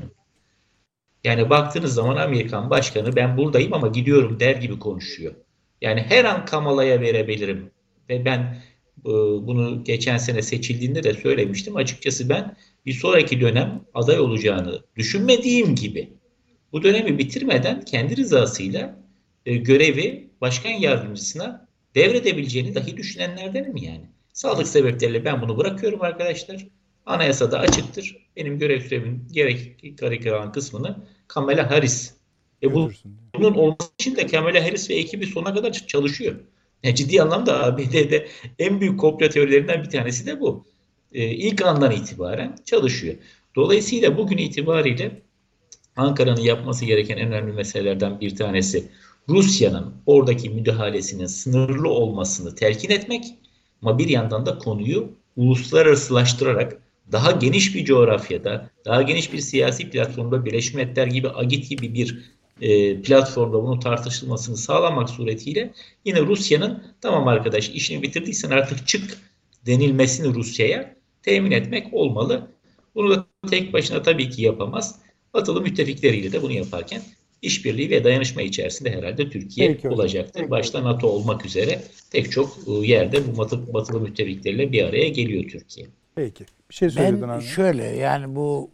Yani baktığınız zaman Amerikan başkanı ben buradayım ama gidiyorum der gibi konuşuyor. Yani her an Kamala'ya verebilirim. Ve ben e, bunu geçen sene seçildiğinde de söylemiştim. Açıkçası ben bir sonraki dönem aday olacağını düşünmediğim gibi bu dönemi bitirmeden kendi rızasıyla e, görevi başkan yardımcısına devredebileceğini dahi düşünenlerdenim yani. Sağlık sebepleriyle ben bunu bırakıyorum arkadaşlar. Anayasada açıktır. Benim görev süremin gerek kalan kısmını Kamala Harris. E bu, bunun olması için de Kamala Harris ve ekibi sona kadar çalışıyor. Yani ciddi anlamda A B D'de en büyük komplo teorilerinden bir tanesi de bu. E, ilk andan itibaren çalışıyor. Dolayısıyla bugün itibariyle Ankara'nın yapması gereken en önemli meselelerden bir tanesi Rusya'nın oradaki müdahalesinin sınırlı olmasını telkin etmek ama bir yandan da konuyu uluslararasılaştırarak daha geniş bir coğrafyada, daha geniş bir siyasi platformda Birleşmiş Milletler gibi, AGİT gibi bir e, platformda bunun tartışılmasını sağlamak suretiyle yine Rusya'nın tamam arkadaş işini bitirdiysen artık çık denilmesini Rusya'ya temin etmek olmalı. Bunu da tek başına tabii ki yapamaz. Batılı müttefikleriyle de bunu yaparken işbirliği ve dayanışma içerisinde herhalde Türkiye Peki, olacaktır. Peki. Başta NATO olmak üzere pek çok yerde bu batılı, batılı müttefikleriyle bir araya geliyor Türkiye. Peki. Bir şey söyledin ben abi. Şöyle yani bu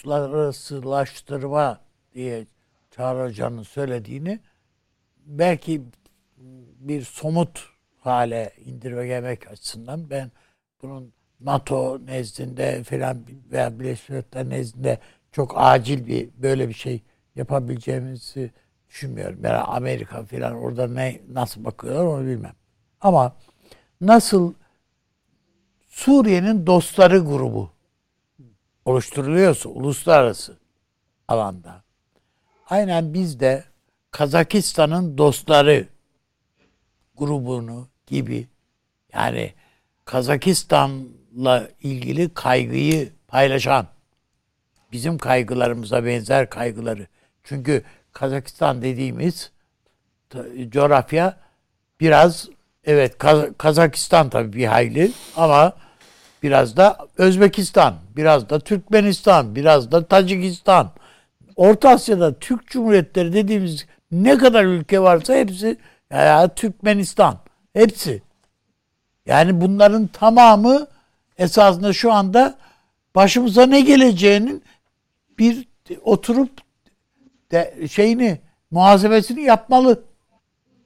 uluslararasılaştırma diye Çağrı Hoca'nın söylediğini belki bir somut hale indirgemek açısından ben bunun NATO nezdinde falan veya Birleşmiş Milletler nezdinde çok acil bir böyle bir şey yapabileceğimizi düşünmüyorum. Yani Amerika falan orada ne nasıl bakıyorlar onu bilmem. Ama nasıl Suriye'nin dostları grubu oluşturuluyorsa uluslararası alanda aynen biz de Kazakistan'ın dostları grubunu gibi yani Kazakistan'la ilgili kaygıyı paylaşan bizim kaygılarımıza benzer kaygıları. Çünkü Kazakistan dediğimiz coğrafya biraz evet Kaz- Kazakistan tabii bir hayli ama biraz da Özbekistan, biraz da Türkmenistan, biraz da Tacikistan. Orta Asya'da Türk Cumhuriyetleri dediğimiz ne kadar ülke varsa hepsi ya Türkmenistan. Hepsi. Yani bunların tamamı esasında şu anda başımıza ne geleceğinin bir oturup de şeyini muhasebesini yapmalı.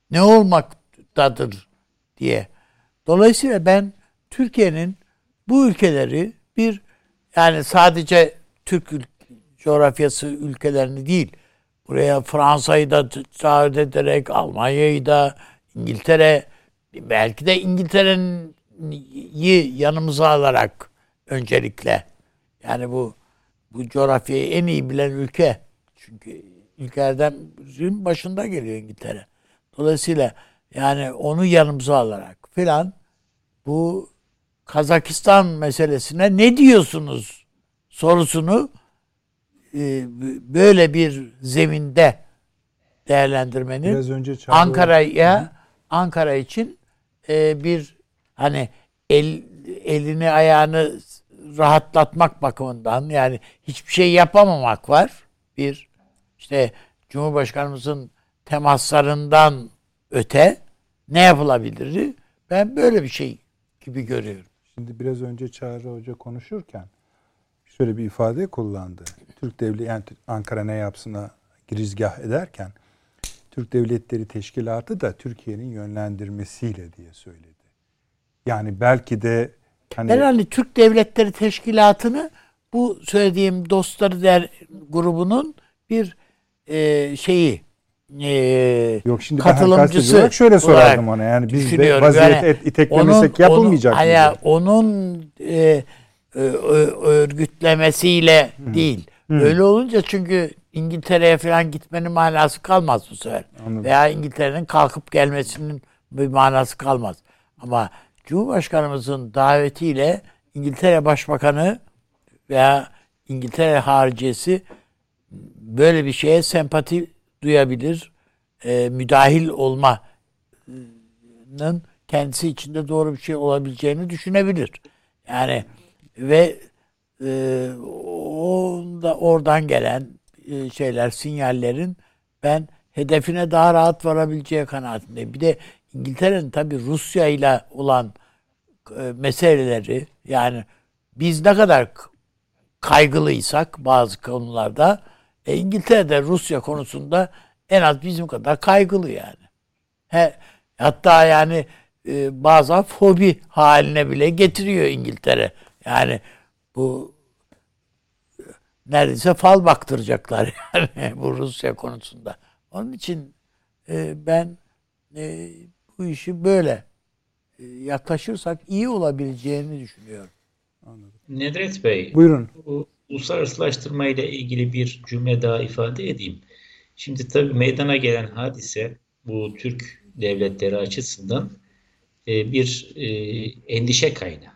ne olmaktadır diye. Dolayısıyla ben Türkiye'nin bu ülkeleri bir, yani sadece Türk ül- coğrafyası ülkelerini değil, buraya Fransa'yı da davet ederek, Almanya'yı da, İngiltere, belki de İngiltere'yi yanımıza alarak öncelikle, yani bu bu coğrafyayı en iyi bilen ülke, çünkü ülkelerden başında geliyor İngiltere. Dolayısıyla yani onu yanımıza alarak filan bu Kazakistan meselesine ne diyorsunuz sorusunu e, böyle bir zeminde değerlendirmenin Biraz önce Çağrı Ankara'ya Ankara için e, bir hani el, elini ayağını rahatlatmak bakımından, yani hiçbir şey yapamamak var. Bir işte Cumhurbaşkanımızın temaslarından öte ne yapılabilir? Ben böyle bir şey gibi görüyorum. Şimdi biraz önce Çağrı Hoca konuşurken şöyle bir ifade kullandı. Türk Devleti, yani Ankara ne yapsına girizgah ederken Türk Devletleri Teşkilatı da Türkiye'nin yönlendirmesiyle diye söyledi. Yani belki de hani Ben hani Türk Devletleri Teşkilatı'nı bu söylediğim dostları der grubunun bir e, şeyi e, yok şimdi ben katılımcısı olarak şöyle sorardım ona. Yani biz de düşünüyorum. vaziyet Yani iteklemesek onun, yapılmayacak onun, mıydı? hayır, onun e, ö- örgütlemesiyle Hı. değil. Hı. Öyle olunca çünkü İngiltere'ye falan gitmenin manası kalmaz bu sefer. Anladım. Veya İngiltere'nin kalkıp gelmesinin bir manası kalmaz. Ama Cumhurbaşkanımızın davetiyle İngiltere Başbakanı veya İngiltere hariciyesi böyle bir şeye sempati duyabilir. E, müdahil olmanın kendisi içinde doğru bir şey olabileceğini düşünebilir. Yani ve e, onda oradan gelen e, şeyler, sinyallerin ben hedefine daha rahat varabileceği kanaatindeyim. Bir de İngiltere'nin tabii Rusya ile olan e, meseleleri, yani biz ne kadar kaygılıysak bazı konularda, e, İngiltere'de Rusya konusunda en az bizim kadar kaygılı yani. He, hatta yani e, bazen fobi haline bile getiriyor İngiltere. Yani bu neredeyse fal baktıracaklar yani bu Rusya konusunda. Onun için e, ben e, bu işi böyle e, yaklaşırsak iyi olabileceğini düşünüyorum. Nedret Bey, Buyurun. bu uluslararasılaştırma ile ilgili bir cümle daha ifade edeyim. Şimdi tabii meydana gelen hadise bu Türk devletleri açısından e, bir e, endişe kaynağı.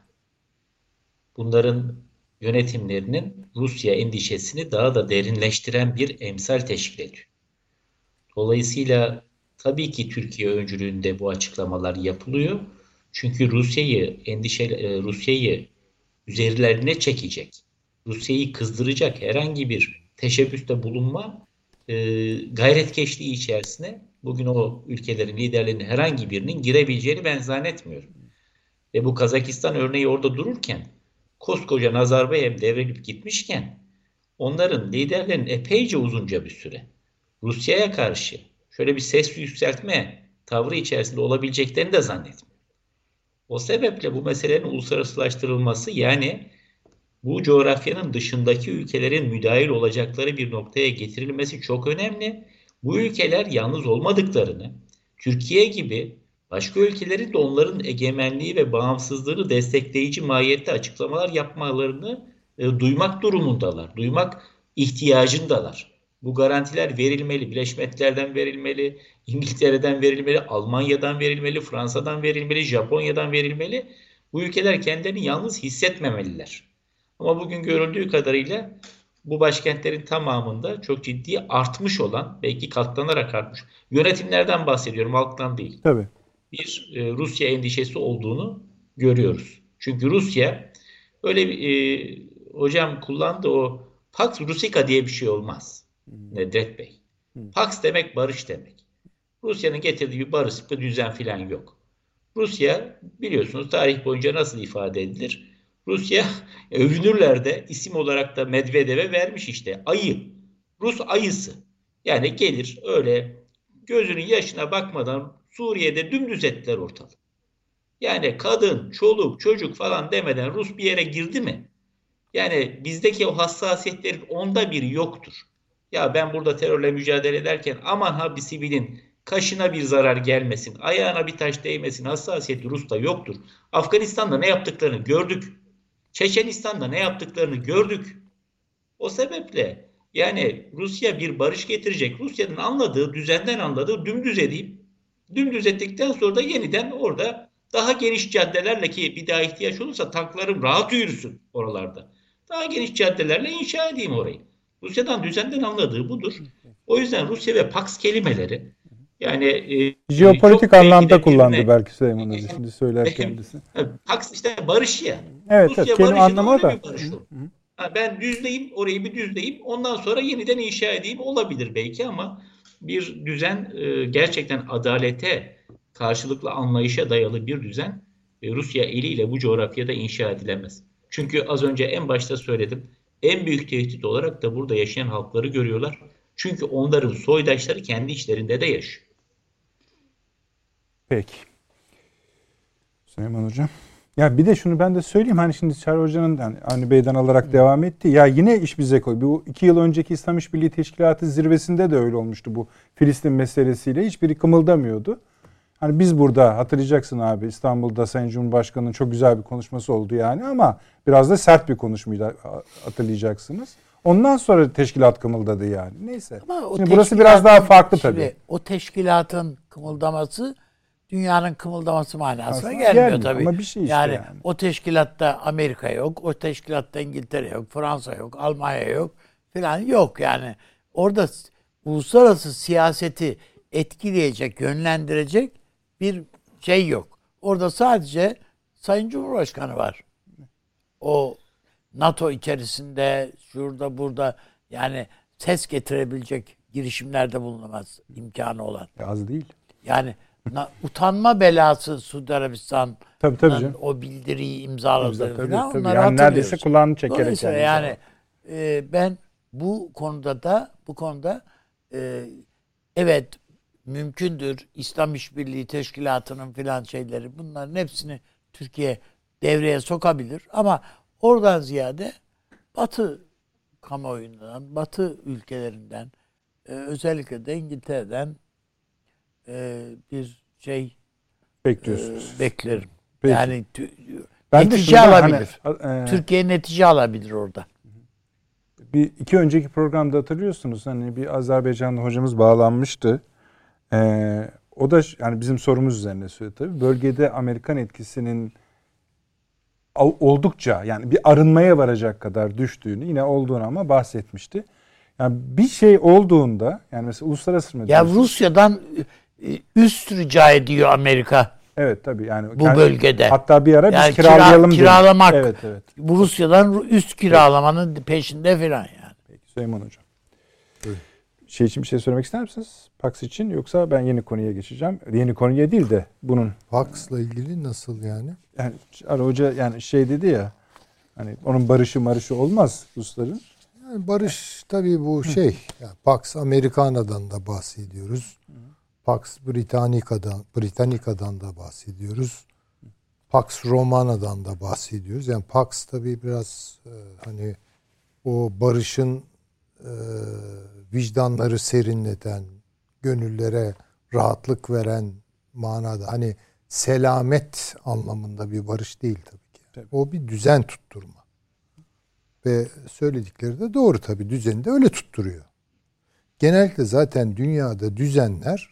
Bunların yönetimlerinin Rusya endişesini daha da derinleştiren bir emsal teşkil ediyor. Dolayısıyla tabii ki Türkiye öncülüğünde bu açıklamalar yapılıyor. Çünkü Rusya'yı endişe e, Rusya'yı üzerlerine çekecek, Rusya'yı kızdıracak herhangi bir teşebbüste bulunma e, gayretkeşliği içerisine bugün o ülkelerin liderlerinin herhangi birinin girebileceğini ben zannetmiyorum. Ve bu Kazakistan örneği orada dururken koskoca Nazarbayev devrilip gitmişken onların liderlerinin epeyce uzunca bir süre Rusya'ya karşı şöyle bir ses yükseltme tavrı içerisinde olabileceklerini de zannetmiyorum. O sebeple bu meselenin uluslararasılaştırılması, yani bu coğrafyanın dışındaki ülkelerin müdahil olacakları bir noktaya getirilmesi çok önemli. Bu ülkeler yalnız olmadıklarını, Türkiye gibi başka ülkelerin de onların egemenliği ve bağımsızlığını destekleyici mahiyette açıklamalar yapmalarını e, duymak durumundalar. Duymak ihtiyacındalar. Bu garantiler verilmeli. Birleşmiş Milletler'den verilmeli, İngiltere'den verilmeli, Almanya'dan verilmeli, Fransa'dan verilmeli, Japonya'dan verilmeli. Bu ülkeler kendilerini yalnız hissetmemeliler. Ama bugün görüldüğü kadarıyla bu başkentlerin tamamında çok ciddi artmış olan, belki katlanarak artmış, yönetimlerden bahsediyorum, halktan değil. Tabii. Bir e, Rusya endişesi olduğunu görüyoruz. Çünkü Rusya öyle bir e, hocam kullandı o Pax Russica diye bir şey olmaz. Hmm. Nedret Bey. Hmm. Pax demek barış demek. Rusya'nın getirdiği bir barış bir düzen falan yok. Rusya biliyorsunuz tarih boyunca nasıl ifade edilir? Rusya övünürler de isim olarak da Medvedev'e vermiş işte ayı. Rus ayısı. Yani gelir öyle gözünün yaşına bakmadan Suriye'de dümdüz ettiler ortalığı. Yani kadın, çoluk, çocuk falan demeden Rus bir yere girdi mi? Yani bizdeki o hassasiyetlerin onda biri yoktur. Ya ben burada terörle mücadele ederken aman ha bir sivilin kaşına bir zarar gelmesin, ayağına bir taş değmesin hassasiyeti Rus'ta yoktur. Afganistan'da ne yaptıklarını gördük. Çeçenistan'da ne yaptıklarını gördük. O sebeple yani Rusya bir barış getirecek. Rusya'nın anladığı, düzenden anladığı dümdüz edeyim. Dümdüz ettikten sonra da yeniden orada daha geniş caddelerle, ki bir daha ihtiyaç olursa tanklarım rahat yürüsün oralarda. Daha geniş caddelerle inşa edeyim orayı. Rusya'dan düzenden anladığı budur. O yüzden Rusya ve Pax kelimeleri yani e, Jeopolitik çok belki anlamda de kullandı birbirine- belki Süleyman Hoca şimdi söyler kendisi. Pax işte barış ya. Evet, Rusya evet, kelime barışı da anlamı öyle da. bir barış olur. Ha, ben düzleyeyim, orayı bir düzleyeyim, ondan sonra yeniden inşa edeyim olabilir belki ama bir düzen e, gerçekten adalete, karşılıklı anlayışa dayalı bir düzen e, Rusya eliyle bu coğrafyada inşa edilemez. Çünkü az önce en başta söyledim, en büyük tehdit olarak da burada yaşayan halkları görüyorlar. Çünkü onların soydaşları kendi içlerinde de yaşıyor. Peki. Süleyman Hocam. Ya bir de şunu ben de söyleyeyim. Hani şimdi Çağrı Hoca'nın hani Avni Bey'den alarak Hı. devam etti. Ya yine iş bize koy. Bu iki yıl önceki İslam İşbirliği Teşkilatı zirvesinde de öyle olmuştu bu Filistin meselesiyle. Hiçbiri kımıldamıyordu. Hani biz burada hatırlayacaksın abi İstanbul'da Sayın Cumhurbaşkanı'nın çok güzel bir konuşması oldu yani ama biraz da sert bir konuşmaydı hatırlayacaksınız. Ondan sonra teşkilat kımıldadı yani. Neyse. Şimdi burası biraz daha farklı tabii. O teşkilatın kımıldaması dünyanın kımıldaması manasına Aslında gelmiyor, gelmiyor tabii. ama bir şey işte yani, yani. O teşkilatta Amerika yok, o teşkilatta İngiltere yok, Fransa yok, Almanya yok falan yok yani. Orada uluslararası siyaseti etkileyecek, yönlendirecek bir şey yok. Orada sadece Sayın Cumhurbaşkanı var. O NATO içerisinde, şurada burada yani ses getirebilecek girişimlerde bulunamaz imkanı olan. Az değil. Yani na, utanma belası Suudi Arabistan'ın tabii, tabii o bildiriyi imzaladığı tabii, falan tabii. onları Yani hatırlıyoruz. neredeyse kulağını çekerek. Dolayısıyla yani, yani e, ben bu konuda da bu konuda e, evet mümkündür İslam İşbirliği Teşkilatı'nın filan şeyleri bunların hepsini Türkiye devreye sokabilir ama oradan ziyade Batı kamuoyundan, Batı ülkelerinden e, özellikle de İngiltere'den e, bir şey bekliyorsunuz. E, beklerim. Peki. Yani tü, ben netice alabilir. Hani, e, Türkiye netice alabilir orada. Bir iki önceki programda hatırlıyorsunuz hani bir Azerbaycanlı hocamız bağlanmıştı. Ee, o da yani bizim sorumuz üzerine söyledi tabii. Bölgede Amerikan etkisinin oldukça yani bir arınmaya varacak kadar düştüğünü yine olduğunu ama bahsetmişti. Yani bir şey olduğunda yani mesela uluslararası mı? Ya Rusya'dan üst rica ediyor Amerika. Evet tabii yani. Bu kendi, bölgede. Hatta bir ara biz yani kiralayalım kira, kiralamak. Evet evet. Bu Rusya'dan üst kiralamanın Peki. peşinde filan yani. Peki Süleyman Hocam. Evet. Şey için bir şey söylemek ister misiniz? Pax için yoksa ben yeni konuya geçeceğim. Yeni konuya değil de bunun. Pax'la ilgili nasıl yani? Yani Ara Hoca yani şey dedi ya hani onun barışı marışı olmaz Rusların. Yani barış tabii bu şey. Yani Pax Amerikana'dan da bahsediyoruz. Hı. Pax Britannica'dan, Britannica'dan da bahsediyoruz. Pax Romana'dan da bahsediyoruz. Yani Pax tabii biraz e, hani o barışın e, vicdanları serinleten, gönüllere rahatlık veren manada. Hani selamet anlamında bir barış değil tabii ki. Tabii. O bir düzen tutturma. Ve söyledikleri de doğru tabii. Düzeni de öyle tutturuyor. Genellikle zaten dünyada düzenler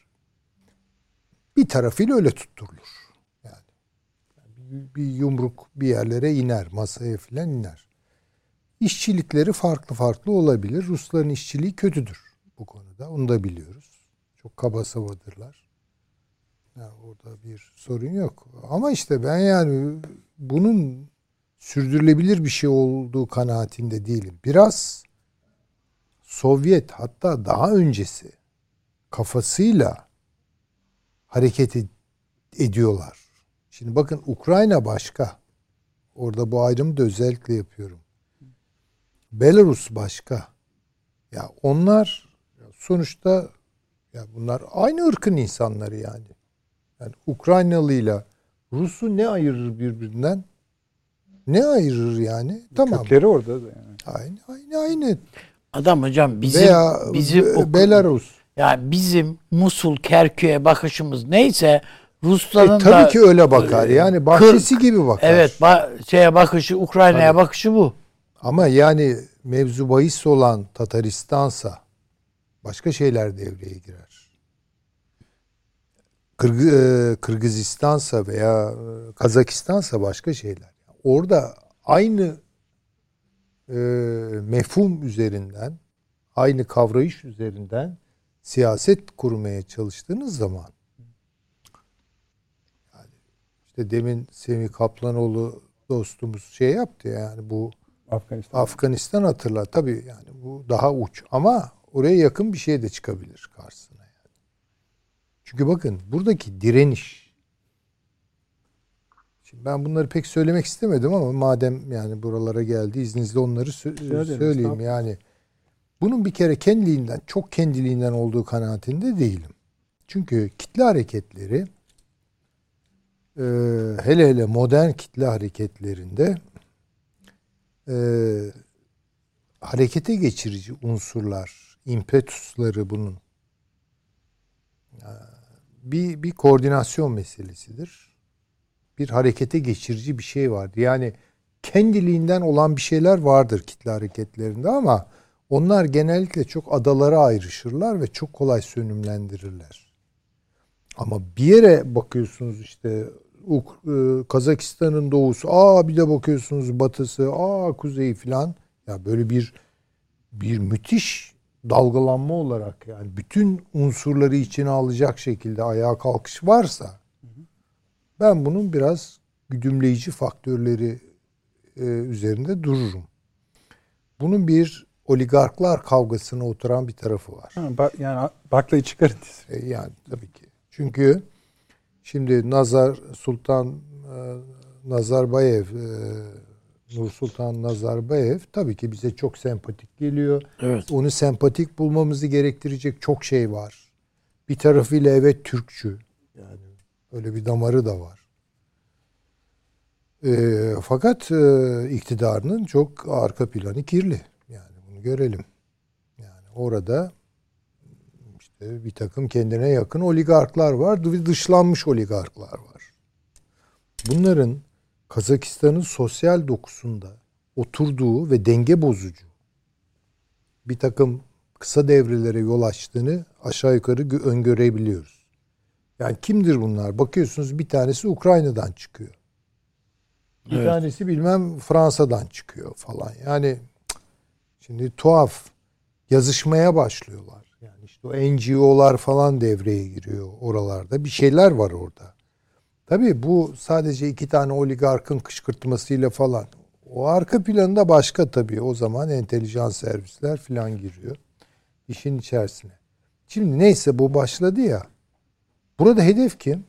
bir tarafıyla öyle tutturulur. Yani bir yumruk bir yerlere iner, masaya filan iner. İşçilikleri farklı farklı olabilir. Rusların işçiliği kötüdür bu konuda. Onu da biliyoruz. Çok kaba savadırlar. Yani orada bir sorun yok. Ama işte ben yani bunun sürdürülebilir bir şey olduğu kanaatinde değilim. Biraz Sovyet hatta daha öncesi kafasıyla hareket ediyorlar. Şimdi bakın Ukrayna başka. Orada bu ayrımı da özellikle yapıyorum. Belarus başka. Ya onlar sonuçta ya bunlar aynı ırkın insanları yani. Yani Ukraynalıyla Rus'u ne ayırır birbirinden? Ne ayırır yani? Tamam. Kökleri orada da yani. Aynı aynı aynı. Adam hocam bizim Veya bizim Be- Belarus. yani bizim Musul, Kerkük'e bakışımız neyse Rusların E, tabii da ki öyle bakar. Yani bahçesi gibi bakar. evet ba- şeye bakışı Ukrayna'ya Tabii. bakışı bu. Ama yani mevzu bahis olan Tataristan'sa başka şeyler devreye girer. Kırgı, e, Kırgızistan'sa veya e, Kazakistan'sa başka şeyler. Orada aynı e, mefhum üzerinden, aynı kavrayış üzerinden siyaset kurmaya çalıştığınız zaman yani işte demin Semih Kaplanoğlu dostumuz şey yaptı yani bu Afganistan. Afganistan hatırla tabii yani bu daha uç ama oraya yakın bir şey de çıkabilir karşısına yani. Çünkü bakın buradaki direniş. Şimdi ben bunları pek söylemek istemedim ama madem yani buralara geldi izninizle onları sö- söyleyeyim yani. Bunun bir kere kendiliğinden çok kendiliğinden olduğu kanaatinde değilim. Çünkü kitle hareketleri e, hele hele modern kitle hareketlerinde e, harekete geçirici unsurlar, impetusları bunun bir bir koordinasyon meselesidir. Bir harekete geçirici bir şey vardır. Yani kendiliğinden olan bir şeyler vardır kitle hareketlerinde ama onlar genellikle çok adalara ayrışırlar ve çok kolay sönümlendirirler. Ama bir yere bakıyorsunuz işte Kazakistan'ın doğusu, aa bir de bakıyorsunuz batısı, aa kuzeyi filan. Ya böyle bir bir müthiş dalgalanma olarak yani bütün unsurları içine alacak şekilde ayağa kalkış varsa ben bunun biraz güdümleyici faktörleri e, üzerinde dururum. Bunun bir oligarklar kavgasına oturan bir tarafı var. Ha, bak, yani baklayı çıkarın. E, yani tabii ki. Çünkü şimdi Nazar Sultan e, Nazarbayev e, Nursultan Nazarbayev tabii ki bize çok sempatik geliyor. Evet. Onu sempatik bulmamızı gerektirecek çok şey var. Bir tarafıyla evet Türkçü. Yani öyle bir damarı da var. E, fakat e, iktidarının çok arka planı kirli. Yani bunu görelim. Yani orada işte bir takım kendine yakın oligarklar var ve dışlanmış oligarklar var. Bunların Kazakistan'ın sosyal dokusunda oturduğu ve denge bozucu bir takım kısa devrelere yol açtığını aşağı yukarı öngörebiliyoruz. Yani kimdir bunlar? Bakıyorsunuz bir tanesi Ukrayna'dan çıkıyor. Bir evet. tanesi bilmem Fransa'dan çıkıyor falan. Yani şimdi tuhaf yazışmaya başlıyorlar. Yani işte o N G O'lar falan devreye giriyor oralarda. Bir şeyler var orada. Tabii bu sadece iki tane oligarkın kışkırtmasıyla falan. O arka planında başka tabii. O zaman entelijans servisler falan giriyor işin içerisine. Şimdi neyse bu başladı ya. Burada hedef kim?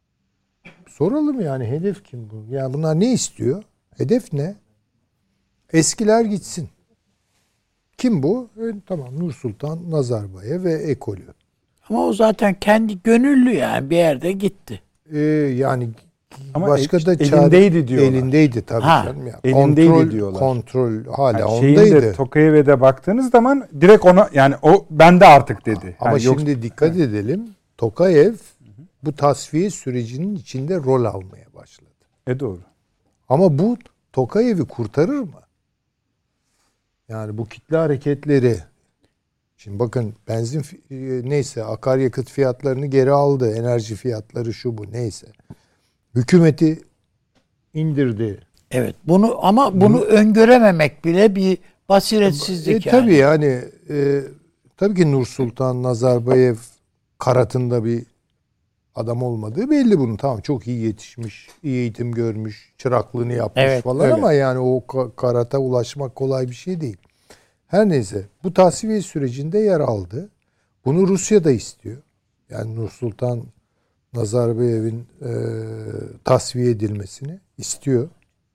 Soralım yani hedef kim bu? Yani bunlar ne istiyor? Hedef ne? Eskiler gitsin. Kim bu? E, tamam Nursultan Nazarbayev ve ekolü. Ama o zaten kendi gönüllü yani bir yerde gitti. Ee, yani ama başka el, da elindeydi diyorlar. Elindeydi tabii ha, canım. Yani. Elindeydi kontrol, diyorlar. Kontrol hala yani ondaydı. Tokayev'e baktığınız zaman direkt ona yani o bende artık dedi. Ama yani şimdi yok, dikkat evet. edelim. Tokayev bu tasfiye sürecinin içinde rol almaya başladı. E doğru. Ama bu Tokayev'i kurtarır mı? Yani bu kitle hareketleri şimdi bakın benzin neyse akaryakıt fiyatlarını geri aldı. Enerji fiyatları şu bu neyse. Hükümeti indirdi. Evet. Bunu ama bunu Hı. öngörememek bile bir basiretsizlik e, yani. Tabii yani e, tabii ki Nursultan Nazarbayev karatında bir adam olmadığı belli bunun. Tamam çok iyi yetişmiş, iyi eğitim görmüş, çıraklığını yapmış evet, falan öyle. Ama yani o karata ulaşmak kolay bir şey değil. Her neyse bu tasfiye sürecinde yer aldı. Bunu Rusya da istiyor. Yani Nursultan Nazarbayev'in e, tasfiye edilmesini istiyor.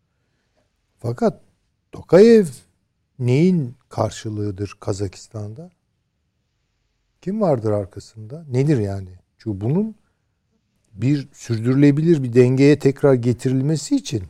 Fakat Tokayev neyin karşılığıdır Kazakistan'da? Kim vardır arkasında? Nedir yani? Çünkü bunun bir sürdürülebilir bir dengeye tekrar getirilmesi için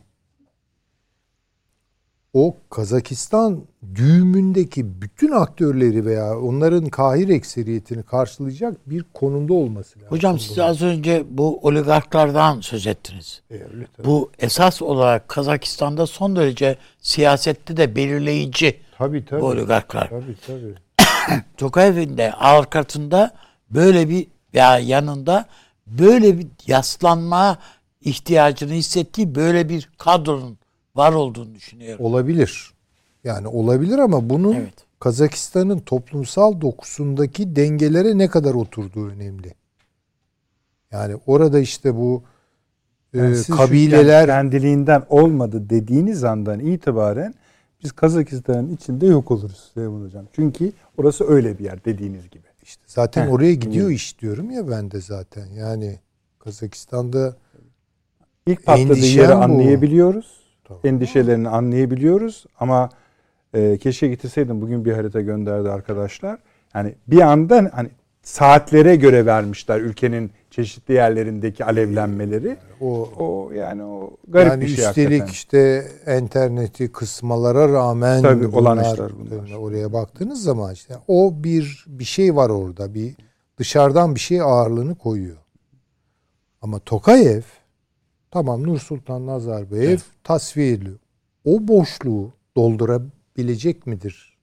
o Kazakistan düğümündeki bütün aktörleri veya onların kahir ekseriyetini karşılayacak bir konumda olması lazım. Hocam siz az önce bu oligarklardan söz ettiniz. E, öyle tabii. Bu esas olarak Kazakistan'da son derece siyasette de belirleyici Tabii tabii. bu oligarklar. Tabii tabii. Tokayev'in de arkasında böyle bir veya yanında böyle bir yaslanma ihtiyacını hissettiği böyle bir kadronun var olduğunu düşünüyorum. Olabilir. Yani olabilir ama bunun Evet. Kazakistan'ın toplumsal dokusundaki dengelere ne kadar oturduğu önemli. Yani orada işte bu Yani e, siz şu kabileler kendiliğinden olmadı dediğiniz andan itibaren biz Kazakistan'ın içinde yok oluruz Süleyman Hocam. Çünkü orası öyle bir yer dediğiniz gibi. işte zaten Heh, oraya gidiyor evet. iş diyorum ya ben de zaten. Yani Kazakistan'da İlk patladığı endişem yeri bu. anlayabiliyoruz. Tabii. Endişelerini anlayabiliyoruz ama e, keşke getirseydim, bugün bir harita gönderdi arkadaşlar. Yani bir anda hani saatlere göre vermişler ülkenin çeşitli yerlerindeki alevlenmeleri. o O yani o garip yani bir şey üstelik hakikaten. işte interneti kısmalara rağmen Tabii, olan bunlar, işler bunlar. oraya baktığınız zaman işte o bir bir şey var orada, bir dışarıdan bir şey ağırlığını koyuyor. Ama Tokayev tamam, Nursultan Nazarbayev Evet. tasfiye ediliyor. O boşluğu doldurabilecek midir?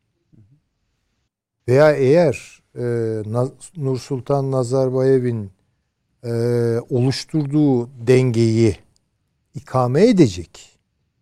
Veya eğer e, Na- Nursultan Nazarbayev'in e, oluşturduğu dengeyi ikame edecek,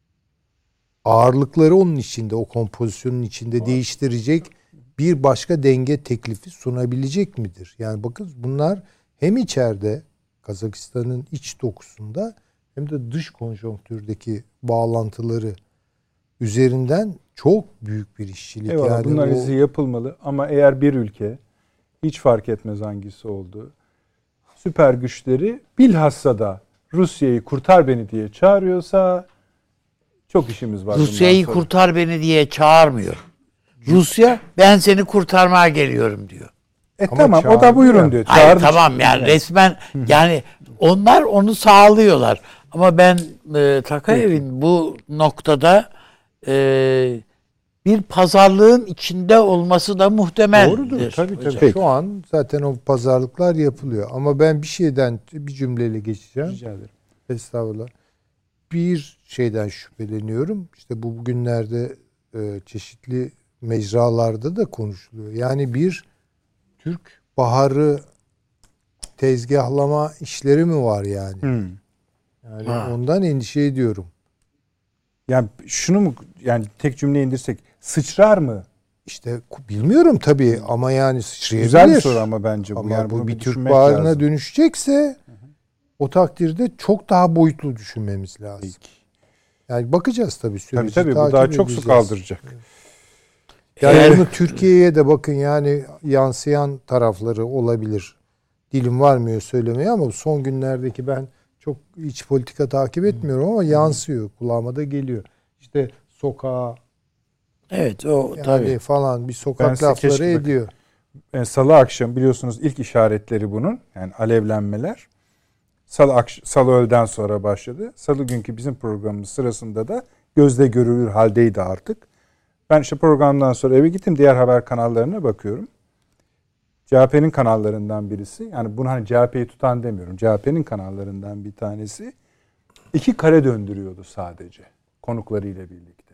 ağırlıkları onun içinde, o kompozisyonun içinde değiştirecek bir başka denge teklifi sunabilecek midir? Yani bakın, bunlar hem içeride Kazakistan'ın iç dokusunda hem de dış konjonktürdeki bağlantıları üzerinden çok büyük bir işçilik. Eyvallah, yani bunlar o, izi yapılmalı ama eğer bir ülke, hiç fark etmez hangisi oldu, süper güçleri bilhassa da Rusya'yı kurtar beni diye çağırıyorsa çok işimiz var. Rusya'yı bundan sonra. kurtar beni diye çağırmıyor. Rusya ben seni kurtarmaya geliyorum diyor. E Ama tamam, o da çağırdı buyurun ya. diyor. Hayır, Çağırdı tamam çünkü. yani resmen yani onlar onu sağlıyorlar. Ama ben e, Takayev'in bu noktada e, bir pazarlığın içinde olması da muhtemeldir. Doğrudur. Tabii tabii. hocam. Şu an zaten o pazarlıklar yapılıyor. Ama ben bir şeyden, bir cümleyle geçeceğim. Rica ederim. Estağfurullah. Bir şeyden şüpheleniyorum. İşte bu bugünlerde e, çeşitli mecralarda da konuşuluyor. Yani bir Türk Baharı tezgahlama işleri mi var yani? Hmm. Yani Ha. ondan endişe ediyorum. Yani şunu mu, yani tek cümle indirsek sıçrar mı? İşte bilmiyorum tabii ama yani sıçrayabilir. Güzel bir soru ama bence bu. Ama yani bu bunu bir bir Türk düşünmek Baharı'na lazım. dönüşecekse o takdirde çok daha boyutlu düşünmemiz lazım. Peki. Yani bakacağız tabii, süreci Tabii tabii, bu takip daha çok su edeceğiz. kaldıracak. Yani Eğer- bunu Türkiye'ye de bakın, yani yansıyan tarafları olabilir. Dilim varmıyor söylemeye ama son günlerdeki, ben çok iç politika takip etmiyorum ama yansıyor. Kulağıma da geliyor. İşte sokağa Evet o yani tabii. falan bir Ben sokak size lafları keşke bakın- ediyor. E, Salı akşam biliyorsunuz ilk işaretleri bunun, yani alevlenmeler Salı, akş- Salı öğleden sonra başladı. Salı günkü bizim programımız sırasında da gözle görülür haldeydi artık. Ben işte programdan sonra eve gittim, diğer haber kanallarına bakıyorum. C H P'nin kanallarından birisi, yani bunu hani C H P'yi tutan demiyorum, C H P'nin kanallarından bir tanesi iki kare döndürüyordu sadece konuklarıyla birlikte.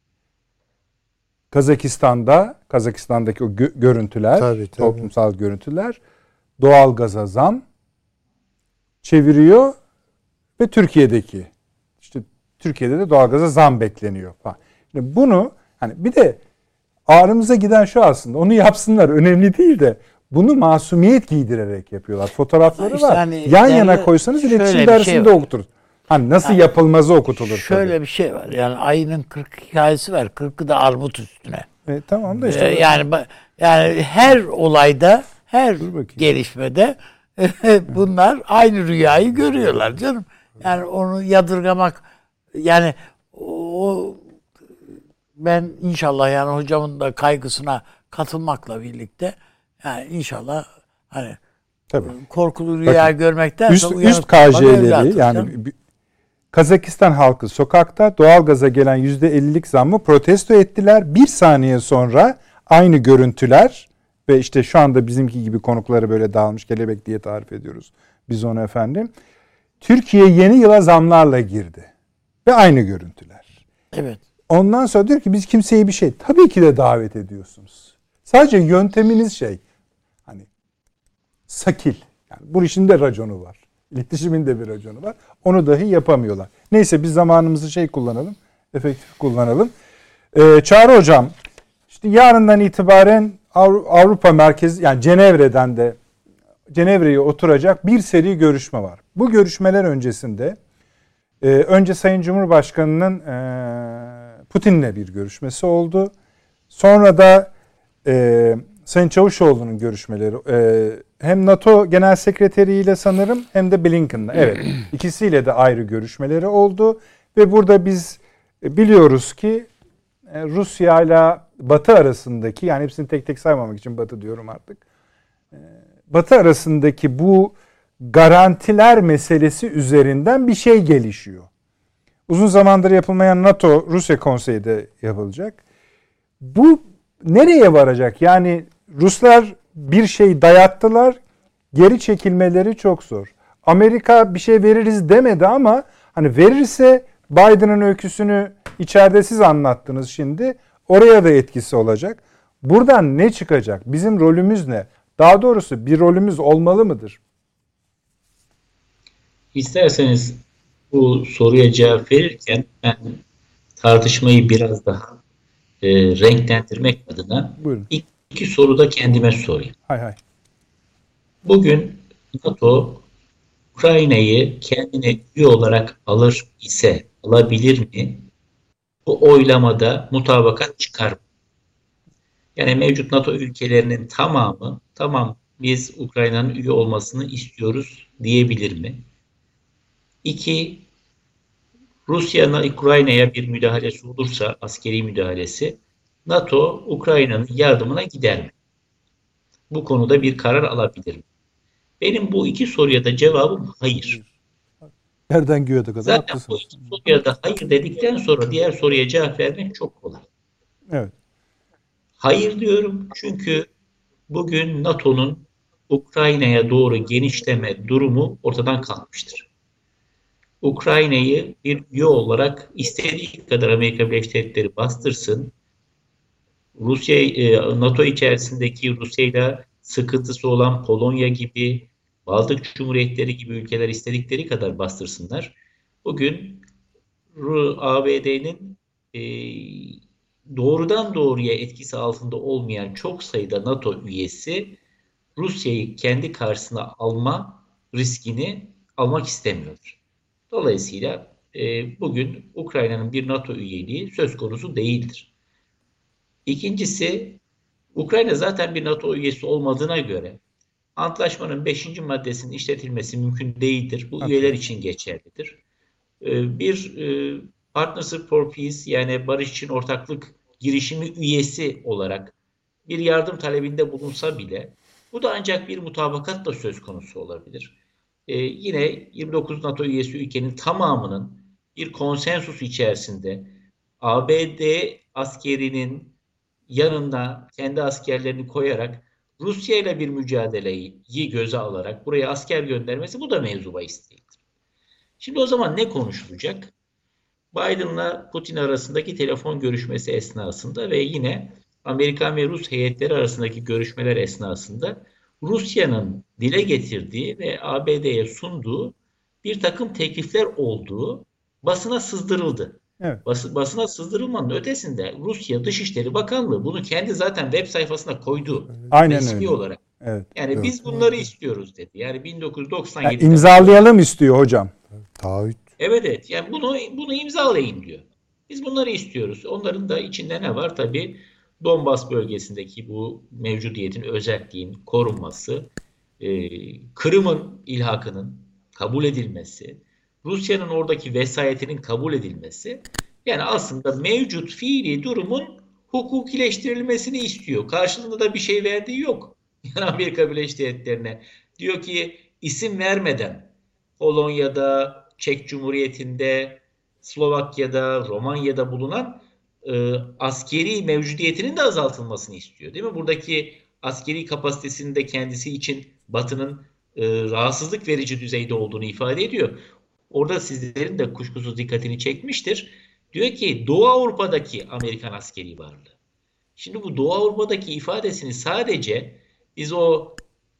Kazakistan'da, Kazakistan'daki o gö- görüntüler, Tabii, tabii. toplumsal görüntüler, doğalgaza zam çeviriyor ve Türkiye'deki, işte Türkiye'de de doğalgaza zam bekleniyor falan. Şimdi bunu hani bir de ağrımıza giden şu aslında, onu yapsınlar önemli değil de bunu masumiyet giydirerek yapıyorlar. Fotoğrafları İşte var. hani Yan derli- yana koysanız şöyle iletişim bir dersinde şey var. okuturuz. Hani nasıl yapılmazı okutulur Şöyle tabii. bir şey var. Yani ayının kırk hikayesi var. kırkı da armut üstüne. E, tamam da işte. Ee, böyle- yani ba- yani her olayda, her Dur bakayım. gelişmede bunlar aynı rüyayı görüyorlar canım. Yani onu yadırgamak, yani o, ben inşallah yani hocamın da kaygısına katılmakla birlikte yani inşallah hani Tabii. korkulu rüya Bakın, görmekten üst, sonra üst K J'leri yani b- Kazakistan halkı sokakta doğalgaza gelen yüzde ellilik zammı protesto ettiler. Bir saniye sonra aynı görüntüler ve işte şu anda bizimki gibi konukları böyle dağılmış kelebek diye tarif ediyoruz biz onu efendim. Türkiye yeni yıla zamlarla girdi ve aynı görüntüler. Evet. Ondan sonra diyor ki biz kimseyi bir şey tabii ki de davet ediyorsunuz. Sadece yönteminiz şey hani sakil. Yani bu işin de raconu var. İletişimin de bir raconu var. Onu dahi yapamıyorlar. Neyse biz zamanımızı şey kullanalım. Efektif kullanalım. Ee, Çağrı Hocam işte yarından itibaren Avrupa merkezi yani Cenevre'den de Cenevre'ye oturacak bir seri görüşme var. Bu görüşmeler öncesinde e, önce Sayın Cumhurbaşkanı'nın e, Putin'le bir görüşmesi oldu. Sonra da e, Sayın Çavuşoğlu'nun görüşmeleri e, hem NATO Genel Sekreteri ile sanırım hem de Blinken'la. Evet, ikisiyle de ayrı görüşmeleri oldu ve burada biz biliyoruz ki e, Rusya ile Batı arasındaki yani hepsini tek tek saymamak için Batı diyorum artık. E, Batı arasındaki bu garantiler meselesi üzerinden bir şey gelişiyor. Uzun zamandır yapılmayan NATO Rusya Konseyi de yapılacak. Bu nereye varacak? Yani Ruslar bir şey dayattılar, geri çekilmeleri çok zor. Amerika bir şey veririz demedi ama hani verirse Biden'ın öyküsünü içeride siz anlattınız şimdi. Oraya da etkisi olacak. Buradan ne çıkacak? Bizim rolümüz ne? Daha doğrusu bir rolümüz olmalı mıdır? İsterseniz bu soruya cevap verirken ben tartışmayı biraz daha e, renklendirmek adına Buyurun. ilk iki soru da kendime sorayım. Hay hay. Bugün NATO Ukrayna'yı kendine üye olarak alır ise alabilir mi? Bu oylamada mutabakat çıkar mı? Yani mevcut NATO ülkelerinin tamamı tamam biz Ukrayna'nın üye olmasını istiyoruz diyebilir mi? İki, Rusya'nın Ukrayna'ya bir müdahalesi olursa, askeri müdahalesi, NATO Ukrayna'nın yardımına gider mi? Bu konuda bir karar alabilir mi? Benim bu iki soruya da cevabım hayır. Nereden göğe kadar Zaten bu haklısınız. iki soruya da hayır dedikten sonra diğer soruya cevap vermek çok kolay. Evet. Hayır diyorum çünkü bugün NATO'nun Ukrayna'ya doğru genişleme durumu ortadan kalkmıştır. Ukrayna'yı bir üye olarak istediği kadar Amerika Birleşik Devletleri bastırsın. Rusya, NATO içerisindeki Rusya'yla sıkıntısı olan Polonya gibi, Baltık Cumhuriyetleri gibi ülkeler istedikleri kadar bastırsınlar. Bugün A B D'nin e, doğrudan doğruya etkisi altında olmayan çok sayıda NATO üyesi Rusya'yı kendi karşısına alma riskini almak istemiyor. Dolayısıyla e, bugün Ukrayna'nın bir NATO üyeliği söz konusu değildir. İkincisi, Ukrayna zaten bir NATO üyesi olmadığına göre antlaşmanın beşinci maddesinin işletilmesi mümkün değildir. Bu Okay. üyeler için geçerlidir. E, bir e, Partnership for Peace yani barış için ortaklık girişimi üyesi olarak bir yardım talebinde bulunsa bile bu da ancak bir mutabakatla söz konusu olabilir. Ee, yine yirmi dokuz NATO üyesi ülkenin tamamının bir konsensus içerisinde A B D askerinin yanına kendi askerlerini koyarak Rusya ile bir mücadeleyi göze alarak buraya asker göndermesi bu da mevzu bahis değildir. Şimdi o zaman ne konuşulacak? Biden'la Putin arasındaki telefon görüşmesi esnasında ve yine Amerikan ve Rus heyetleri arasındaki görüşmeler esnasında Rusya'nın dile getirdiği ve A B D'ye sunduğu bir takım teklifler olduğu basına sızdırıldı. Evet. Bas, basına sızdırılmanın ötesinde Rusya Dışişleri Bakanlığı bunu kendi zaten web sayfasına koydu. Aynen resmi öyle. olarak. Evet. Yani Evet. biz bunları istiyoruz dedi. Yani bin dokuz yüz doksan yedi'de Yani imzalayalım istiyor hocam. Taahhüt. Evet evet. Yani bunu bunu imzalayın diyor. Biz bunları istiyoruz. Onların da içinde ne var? Tabii Donbas bölgesindeki bu mevcudiyetin, özelliğin korunması, e, Kırım'ın ilhakının kabul edilmesi, Rusya'nın oradaki vesayetinin kabul edilmesi, yani aslında mevcut fiili durumun hukukileştirilmesini istiyor. Karşılığında da bir şey verdiği yok. Yani Amerika Birleşik Devletleri'ne Diyor ki isim vermeden Polonya'da, Çek Cumhuriyeti'nde, Slovakya'da, Romanya'da bulunan e, askeri mevcudiyetinin de azaltılmasını istiyor. Değil mi? Buradaki askeri kapasitesinin de kendisi için Batı'nın e, rahatsızlık verici düzeyde olduğunu ifade ediyor. Orada sizlerin de kuşkusuz dikkatini çekmiştir. Diyor ki Doğu Avrupa'daki Amerikan askeri varlığı. Şimdi bu Doğu Avrupa'daki ifadesini sadece biz o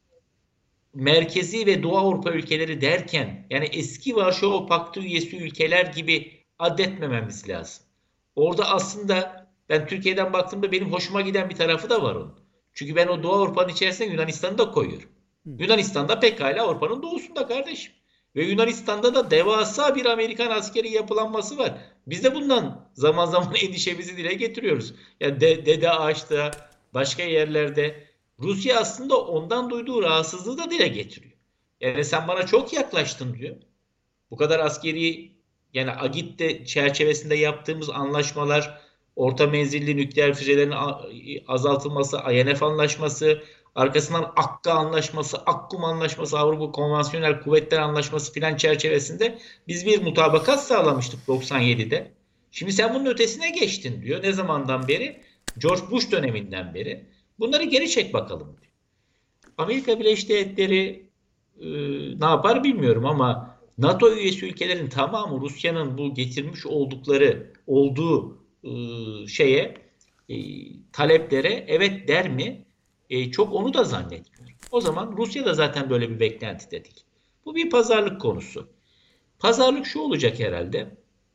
merkezi ve Doğu Avrupa ülkeleri derken yani eski Varşova Paktı üyesi ülkeler gibi addetmememiz lazım. Orada aslında ben Türkiye'den baktığımda benim hoşuma giden bir tarafı da var onun. Çünkü ben o Doğu Avrupa'nın içerisine Yunanistan'ı da koyuyorum. Yunanistan'da pekala Avrupa'nın doğusunda kardeşim. Ve Yunanistan'da da devasa bir Amerikan askeri yapılanması var. Biz de bundan zaman zaman endişemizi dile getiriyoruz. Yani de, Dede Ağaç'ta, başka yerlerde Rusya aslında ondan duyduğu rahatsızlığı da dile getiriyor. Yani sen bana çok yaklaştın diyor. Bu kadar askeri yani AGİT'te çerçevesinde yaptığımız anlaşmalar, orta menzilli nükleer füzelerin azaltılması, I N F anlaşması, arkasından Akka anlaşması, Akkum anlaşması, Avrupa Konvansiyonel Kuvvetler Anlaşması filan çerçevesinde biz bir mutabakat sağlamıştık doksan yedide. Şimdi sen bunun ötesine geçtin diyor. Ne zamandan beri? George Bush döneminden beri. Bunları geri çek bakalım diyor. Amerika Birleşik Devletleri e, ne yapar bilmiyorum ama NATO üyesi ülkelerin tamamı Rusya'nın bu getirmiş oldukları olduğu e, şeye e, taleplere evet der mi? E, çok onu da zannetmiyorum. O zaman Rusya da zaten böyle bir beklenti dedik. Bu bir pazarlık konusu. Pazarlık şu olacak herhalde.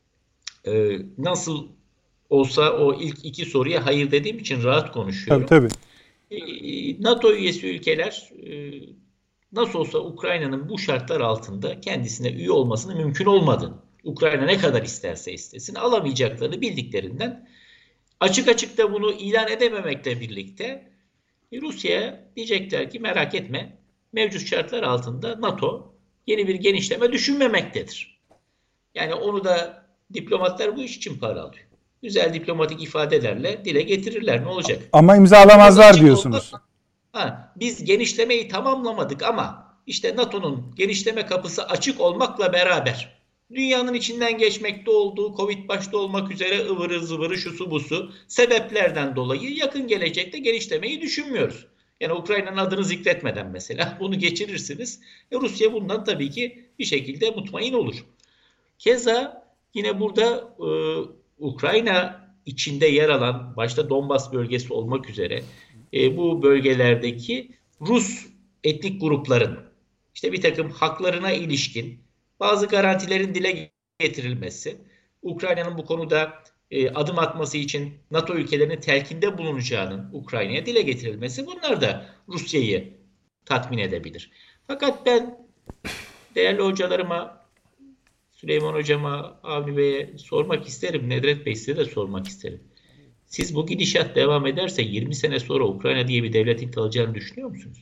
E, nasıl olsa o ilk iki soruya hayır dediğim için rahat konuşuyorum. Tabii tabii. E, NATO üyesi ülkeler e, nasıl olsa Ukrayna'nın bu şartlar altında kendisine üye olmasının mümkün olmadığını, Ukrayna ne kadar isterse istesin alamayacaklarını bildiklerinden açık açık da bunu ilan edememekle birlikte Rusya'ya diyecekler ki merak etme mevcut şartlar altında NATO yeni bir genişleme düşünmemektedir. Yani onu da diplomatlar bu iş için para alıyor. Güzel diplomatik ifadelerle dile getirirler ne olacak? Ama imzalamazlar diyorsunuz. Ha, biz genişlemeyi tamamlamadık ama işte NATO'nun genişleme kapısı açık olmakla beraber dünyanın içinden geçmekte olduğu Covid başta olmak üzere ıvırı zıvırı şusu busu sebeplerden dolayı yakın gelecekte genişlemeyi düşünmüyoruz. Yani Ukrayna'nın adını zikretmeden mesela bunu geçirirsiniz. E Rusya bundan tabii ki bir şekilde mutmain olur. Keza yine burada e, Ukrayna içinde yer alan başta Donbas bölgesi olmak üzere e, bu bölgelerdeki Rus etnik grupların işte bir takım haklarına ilişkin bazı garantilerin dile getirilmesi, Ukrayna'nın bu konuda e, adım atması için NATO ülkelerinin telkinde bulunacağının Ukrayna'ya dile getirilmesi bunlar da Rusya'yı tatmin edebilir. Fakat ben değerli hocalarıma, Süleyman Hocama, Avni Bey'e sormak isterim, Nedret Bey size de sormak isterim. Siz bu gidişat devam ederse yirmi sene sonra Ukrayna diye bir devletin kalacağını düşünüyor musunuz?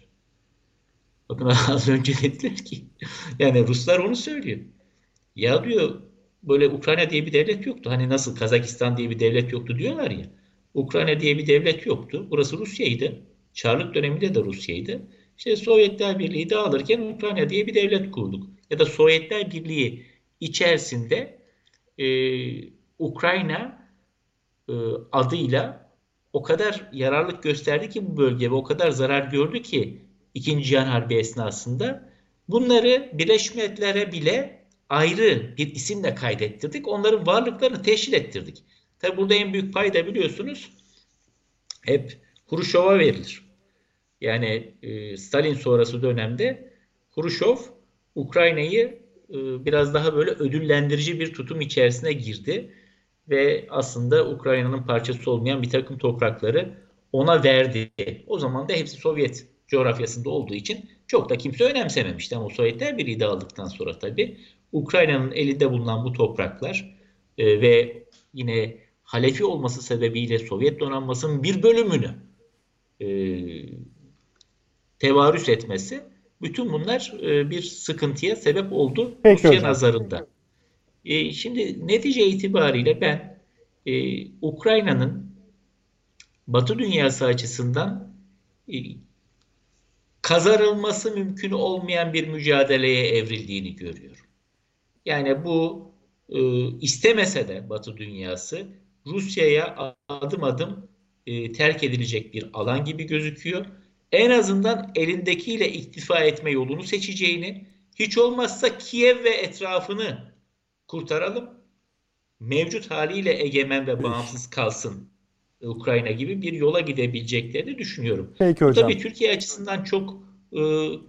Bakın az önce dediler ki yani Ruslar onu söylüyor. Ya diyor böyle Ukrayna diye bir devlet yoktu. Hani nasıl Kazakistan diye bir devlet yoktu diyorlar ya. Ukrayna diye bir devlet yoktu. Burası Rusya'ydı. Çarlık döneminde de Rusya'ydı. İşte Sovyetler Birliği dağılırken Ukrayna diye bir devlet kurduk. Ya da Sovyetler Birliği içerisinde e, Ukrayna e, adıyla o kadar yararlılık gösterdi ki bu bölge ve o kadar zarar gördü ki İkinci Cihan Harbi esnasında bunları Birleşmiş Milletler'e bile ayrı bir isimle kaydettirdik. Onların varlıklarını teşhir ettirdik. Tabi burada en büyük pay da biliyorsunuz hep Hruşov'a verilir. Yani e, Stalin sonrası dönemde Hruşov Ukrayna'yı e, biraz daha böyle ödüllendirici bir tutum içerisine girdi. Ve aslında Ukrayna'nın parçası olmayan bir takım toprakları ona verdi. O zaman da hepsi Sovyet coğrafyasında olduğu için çok da kimse önemsememişti. Ama Sovyetler Birliği dağıldıktan sonra tabii Ukrayna'nın elinde bulunan bu topraklar e, ve yine halefi olması sebebiyle Sovyet donanmasının bir bölümünü e, tevarüs etmesi bütün bunlar e, bir sıkıntıya sebep oldu Peki Rusya hocam. nazarında. E, şimdi netice itibariyle ben e, Ukrayna'nın Batı dünyası açısından e, kazanılması mümkün olmayan bir mücadeleye evrildiğini görüyorum. Yani bu e, istemese de Batı dünyası Rusya'ya adım adım e, terk edilecek bir alan gibi gözüküyor. En azından elindekiyle iktifa etme yolunu seçeceğini, hiç olmazsa Kiev ve etrafını kurtaralım, mevcut haliyle egemen ve bağımsız kalsın Ukrayna gibi bir yola gidebileceklerini düşünüyorum. Peki Bu hocam. tabii Türkiye açısından çok e,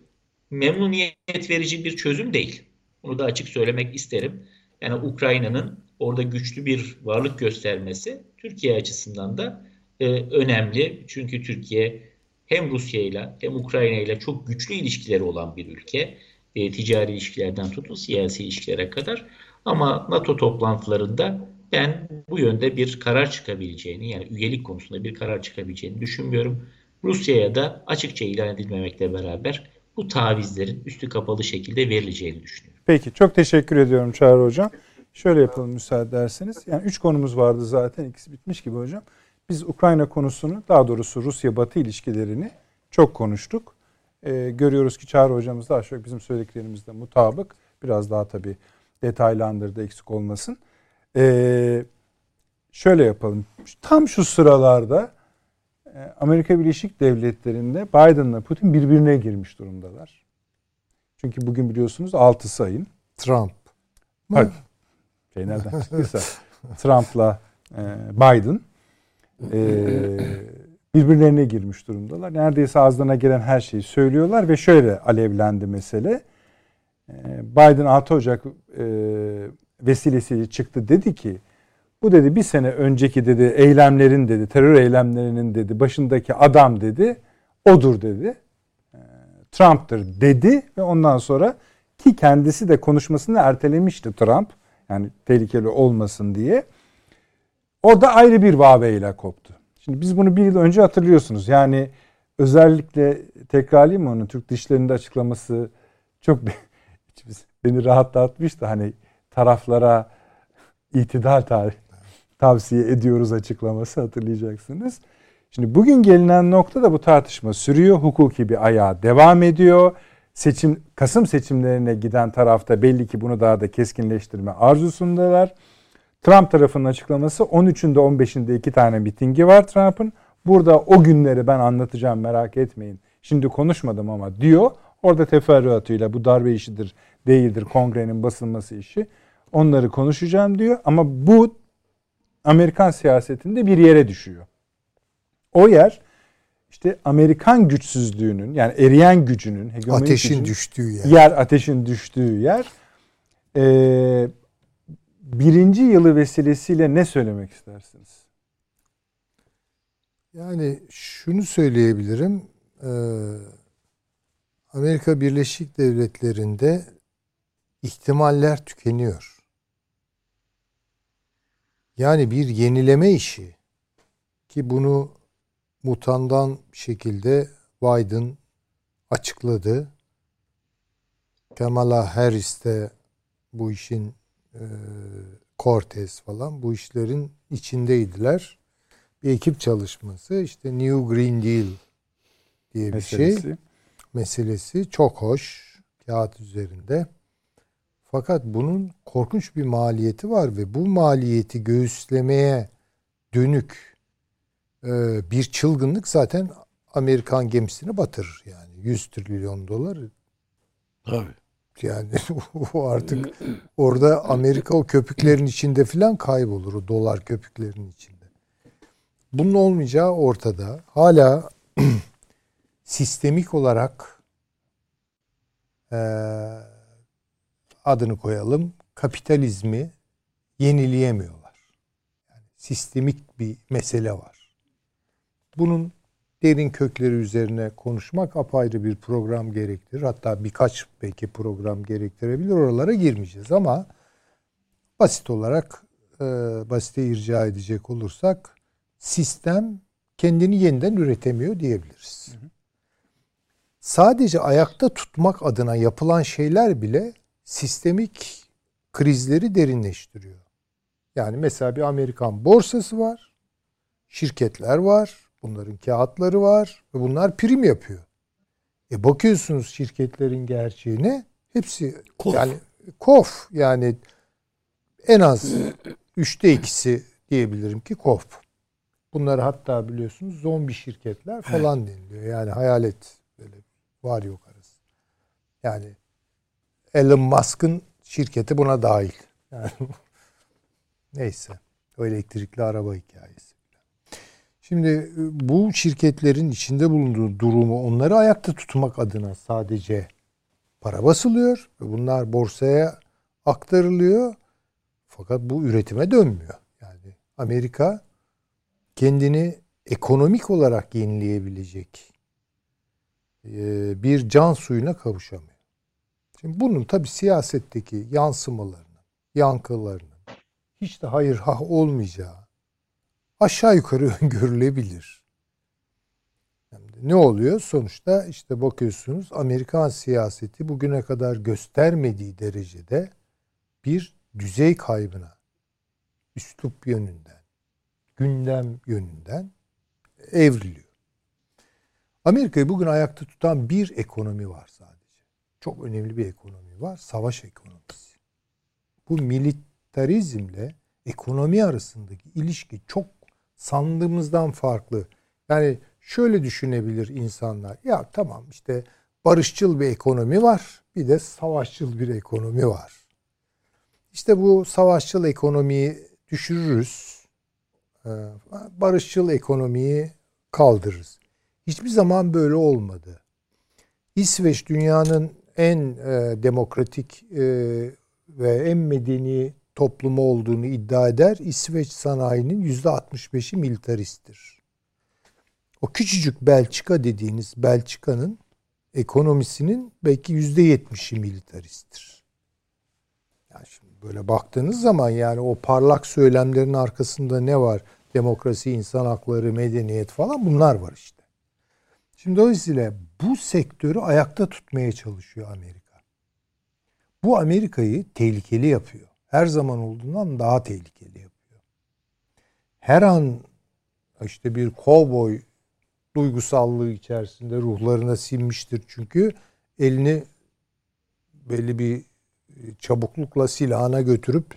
memnuniyet verici bir çözüm değil. Bunu da açık söylemek isterim. Yani Ukrayna'nın orada güçlü bir varlık göstermesi Türkiye açısından da e, önemli. Çünkü Türkiye hem Rusya ile hem Ukrayna ile çok güçlü ilişkileri olan bir ülke. E, ticari ilişkilerden tutun siyasi ilişkilere kadar. Ama NATO toplantılarında ben bu yönde bir karar çıkabileceğini, yani üyelik konusunda bir karar çıkabileceğini düşünmüyorum. Rusya'ya da açıkça ilan edilmemekle beraber bu tavizlerin üstü kapalı şekilde verileceğini düşünüyorum. Peki, çok teşekkür ediyorum Çağrı Hocam. Şöyle yapalım müsaade ederseniz. Yani üç konumuz vardı zaten, ikisi bitmiş gibi hocam. Biz Ukrayna konusunu, daha doğrusu Rusya-Batı ilişkilerini çok konuştuk. Ee, görüyoruz ki Çağrı Hocamız daha çok bizim söylediklerimizle mutabık. Biraz daha tabii detaylandırdı, eksik olmasın. Ee, şöyle yapalım. Tam şu sıralarda Amerika Birleşik Devletleri'nde Biden'la Putin birbirine girmiş durumdalar. Çünkü bugün biliyorsunuz altısı ayın. Trump. Hayır. Şey nereden çıktıysa Trump'la e, Biden e, birbirlerine girmiş durumdalar. Neredeyse ağızlarına gelen her şeyi söylüyorlar ve şöyle alevlendi mesele. E, Biden altı Ocak e, vesilesiyle çıktı, dedi ki bu dedi bir sene önceki dedi eylemlerin dedi terör eylemlerinin dedi başındaki adam dedi odur dedi. E, Trump'tır dedi ve ondan sonra ki kendisi de konuşmasını ertelemişti Trump. Yani tehlikeli olmasın diye. O da ayrı bir vaveyle koptu. Şimdi biz bunu bir yıl önce hatırlıyorsunuz. Yani özellikle tekrarlayayım mı onu? Türk Dışişleri'nde açıklaması çok beni rahatlatmıştı. Hani taraflara itidal tarih tavsiye ediyoruz açıklaması, hatırlayacaksınız. Şimdi bugün gelinen noktada bu tartışma sürüyor. Hukuki bir ayağı devam ediyor. Seçim Kasım seçimlerine giden tarafta belli ki bunu daha da keskinleştirme arzusundalar. Trump tarafının açıklaması on üçünde on beşinde iki tane mitingi var Trump'ın. Burada o günleri ben anlatacağım, merak etmeyin. Şimdi konuşmadım ama diyor. Orada teferruatıyla bu darbe işidir, değildir, kongrenin basılması işi. Onları konuşacağım diyor ama bu Amerikan siyasetinde bir yere düşüyor. O yer İşte Amerikan güçsüzlüğünün, yani eriyen gücünün, ateşin gücünün, düştüğü yer. yer, ateşin düştüğü yer. Ee, birinci yılı vesilesiyle ne söylemek istersiniz? Yani şunu söyleyebilirim. Ee, Amerika Birleşik Devletleri'nde ihtimaller tükeniyor. Yani bir yenileme işi ki bunu mutandan şekilde Biden açıkladı. Kamala Harris de bu işin e, Cortez falan bu işlerin içindeydiler. Bir ekip çalışması, işte New Green Deal diye bir meselesi. şey meselesi çok hoş kağıt üzerinde. Fakat bunun korkunç bir maliyeti var ve bu maliyeti göğüslemeye dönük bir çılgınlık zaten Amerikan gemisini batırır yani. yüz trilyon dolar. Tabii. Yani o artık orada Amerika o köpüklerin içinde filan kaybolur. O dolar köpüklerin içinde. Bunun olmayacağı ortada. Hala sistemik olarak e, adını koyalım, kapitalizmi yenileyemiyorlar. Yani sistemik bir mesele var. Bunun derin kökleri üzerine konuşmak apayrı bir program gerektirir. Hatta birkaç belki program gerektirebilir. Oralara girmeyeceğiz ama basit olarak e, basite irca edecek olursak sistem kendini yeniden üretemiyor diyebiliriz. Hı hı. Sadece ayakta tutmak adına yapılan şeyler bile sistemik krizleri derinleştiriyor. Yani mesela bir Amerikan borsası var, şirketler var, bunların kağıtları var ve bunlar prim yapıyor. E bakıyorsunuz şirketlerin gerçeğine, hepsi Kof. yani kof, yani en az üçte ikisi diyebilirim ki kof. Bunları hatta biliyorsunuz zombi şirketler falan deniliyor. Yani hayalet, böyle var yok arası. Yani Elon Musk'ın şirketi buna dahil. Yani neyse, o elektrikli araba hikayesi. Şimdi bu şirketlerin içinde bulunduğu durumu, onları ayakta tutmak adına sadece para basılıyor ve bunlar borsaya aktarılıyor. Fakat bu üretime dönmüyor. Yani Amerika kendini ekonomik olarak yenileyebilecek bir can suyuna kavuşamıyor. Şimdi bunun tabii siyasetteki yansımalarının, yankılarının hiç de hayır ha olmayacağı aşağı yukarı öngörülebilir. Yani ne oluyor? Sonuçta işte bakıyorsunuz, Amerikan siyaseti bugüne kadar göstermediği derecede bir düzey kaybına, üslup yönünden, gündem yönünden evriliyor. Amerika'yı bugün ayakta tutan bir ekonomi var sadece. Çok önemli bir ekonomi var. Savaş ekonomisi. Bu militarizmle ekonomi arasındaki ilişki çok sandığımızdan farklı. Yani şöyle düşünebilir insanlar. Ya tamam, işte barışçıl bir ekonomi var. Bir de savaşçıl bir ekonomi var. İşte bu savaşçıl ekonomiyi düşürürüz. Barışçıl ekonomiyi kaldırırız. Hiçbir zaman böyle olmadı. İsveç dünyanın en e, demokratik e, ve en medeni toplumu olduğunu iddia eder. İsveç sanayinin yüzde altmış beşi militaristtir. O küçücük Belçika dediğiniz Belçika'nın ekonomisinin belki yüzde yetmişi militaristtir. Yani şimdi böyle baktığınız zaman, yani o parlak söylemlerin arkasında ne var? Demokrasi, insan hakları, medeniyet falan, bunlar var işte. Şimdi dolayısıyla bu sektörü ayakta tutmaya çalışıyor Amerika. Bu Amerika'yı tehlikeli yapıyor. Her zaman olduğundan daha tehlikeli yapıyor. Her an işte bir kovboy duygusallığı içerisinde ruhlarına sinmiştir. Çünkü elini belli bir çabuklukla silahına götürüp,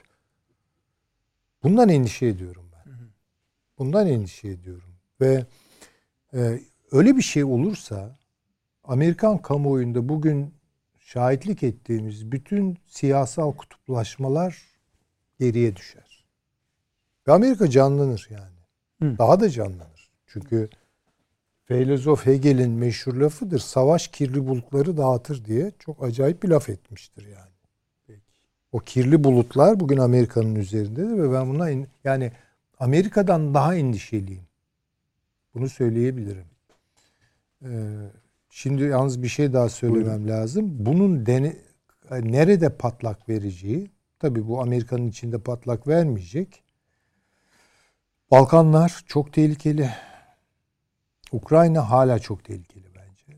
bundan endişe ediyorum ben. Bundan endişe ediyorum. Ve e, öyle bir şey olursa Amerikan kamuoyunda bugün şahitlik ettiğimiz bütün siyasal kutuplaşmalar geriye düşer. Ve Amerika canlanır yani. Hı. Daha da canlanır. Çünkü filozof Hegel'in meşhur lafıdır. Savaş kirli bulutları dağıtır diye çok acayip bir laf etmiştir yani. Peki. O kirli bulutlar bugün Amerika'nın üzerindedir ve ben buna yani Amerika'dan daha endişeliyim. Bunu söyleyebilirim. Ee, şimdi yalnız bir şey daha söylemem Buyurun. lazım. Bunun dene, nerede patlak vereceği, tabii bu Amerika'nın içinde patlak vermeyecek. Balkanlar çok tehlikeli. Ukrayna hala çok tehlikeli bence.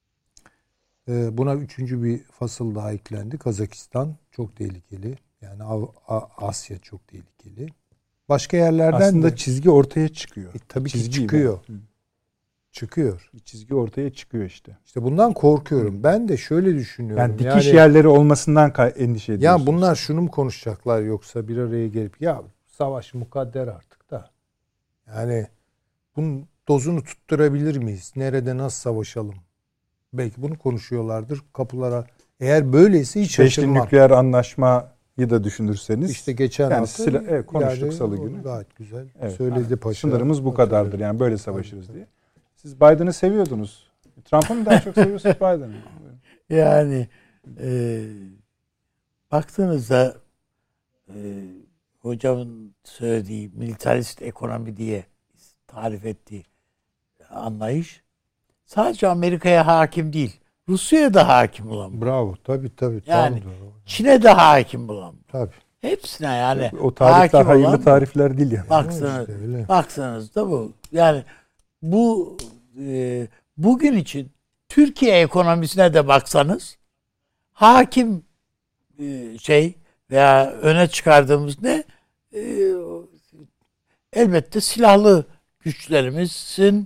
Ee, buna üçüncü bir fasıl daha eklendi. Kazakistan çok tehlikeli. Yani Asya çok tehlikeli. Başka yerlerden aslında de çizgi ortaya çıkıyor. E, tabii çizgi ki çıkıyor. Hı. Çıkıyor. Bir çizgi ortaya çıkıyor işte. İşte bundan korkuyorum. Ben de şöyle düşünüyorum. Yani dikiş yani, yerleri olmasından endişe ediyorsunuz. Ya bunlar şunu mu konuşacaklar, yoksa bir araya gelip ya savaş mukadder artık da. Yani bunun dozunu tutturabilir miyiz? Nerede nasıl savaşalım? Belki bunu konuşuyorlardır kapılara. Eğer böyleyse hiç şaşırmam. Beşli nükleer anlaşmayı da düşünürseniz. İşte geçen yani hafta silah, evet, konuştuk yani, salı günü. Gayet güzel. Evet, söyledi yani, paşa. sınırımız bu kadardır. Yani böyle savaşırız diye. Siz Biden'ı seviyordunuz. Trump'ı mı daha çok seviyorsunuz, Biden'ı? Yani e, baktığınızda e, hocamın söylediği militarist ekonomi diye tarif ettiği anlayış sadece Amerika'ya hakim değil, Rusya'ya da hakim olan. Bravo. Tabii tabii. Yani Çin'e de hakim bulan. Tabii. Hepsine yani o tarifler hayırlı olan, tarifler değil yani. Baksanız, işte baksanız da bu. Yani bu e, bugün için Türkiye ekonomisine de baksanız hakim e, şey veya öne çıkardığımız ne? E, elbette silahlı güçlerimizin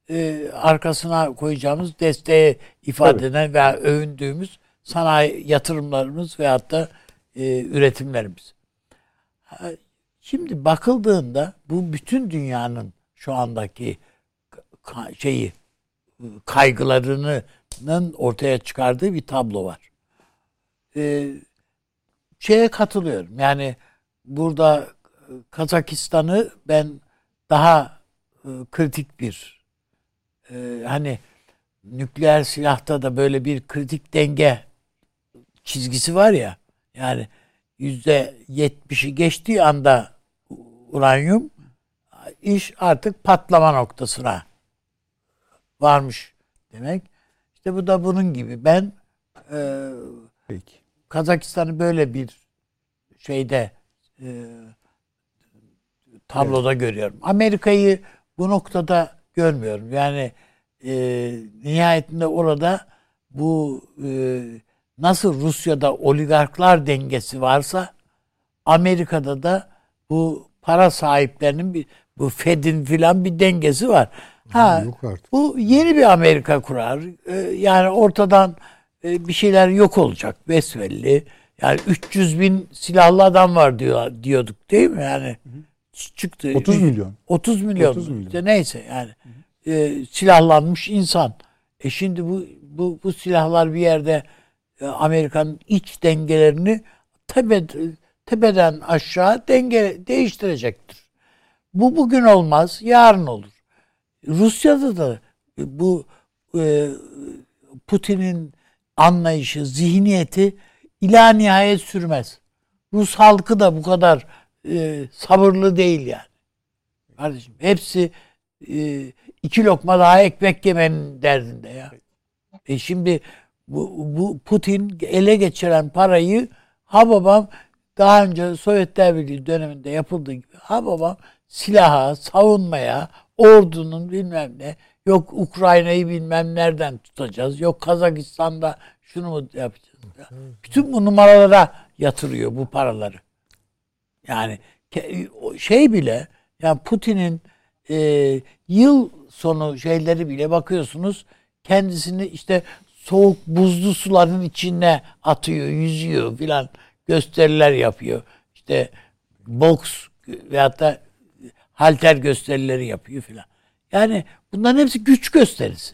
e, arkasına koyacağımız desteği ifade eden veya övündüğümüz sanayi yatırımlarımız veyahut da e, üretimlerimiz. Şimdi bakıldığında bu bütün dünyanın şu andaki şeyi kaygılarının ortaya çıkardığı bir tablo var. Ee, şeye katılıyorum. Yani burada Kazakistan'ı ben daha e, kritik bir e, hani nükleer silahta da böyle bir kritik denge çizgisi var ya, yani yüzde yetmişi geçtiği anda uranyum iş artık patlama noktasına varmış demek. İşte bu da bunun gibi. Ben e, Peki. Kazakistan'ı böyle bir şeyde e, tabloda evet. görüyorum. Amerika'yı bu noktada görmüyorum. Yani e, nihayetinde orada bu e, nasıl Rusya'da oligarklar dengesi varsa Amerika'da da bu para sahiplerinin bir, bu Fed'in filan bir dengesi var. Ha, bu yeni bir Amerika kurar. Ee, yani ortadan e, bir şeyler yok olacak besbelli. Yani üç yüz bin silahlı adam var diyor diyorduk değil mi? Yani çıktı. otuz milyon. otuz milyon. otuz milyon. İşte neyse yani. E, silahlanmış insan. E şimdi bu bu bu silahlar bir yerde e, Amerika'nın iç dengelerini tepe, tepeden aşağı denge değiştirecektir. Bu bugün olmaz, yarın olur. Rusya'da da bu e, Putin'in anlayışı, zihniyeti ila nihayet sürmez. Rus halkı da bu kadar e, sabırlı değil yani. Kardeşim hepsi e, iki lokma daha ekmek yemenin derdinde ya. E şimdi bu, bu Putin ele geçiren parayı ha babam daha önce Sovyetler Birliği döneminde yapıldığı gibi ha babam silaha, savunmaya, ordunun bilmem ne, yok Ukrayna'yı bilmem nereden tutacağız, yok Kazakistan'da şunu mu yapacağız. Bütün bu numaralara yatırıyor bu paraları. Yani şey bile, yani Putin'in e, yıl sonu şeyleri bile bakıyorsunuz, kendisini işte soğuk buzlu suların içine atıyor, yüzüyor filan, gösteriler yapıyor. İşte boks veyahut da halter gösterileri yapıyor filan. Yani bunların hepsi güç gösterisi.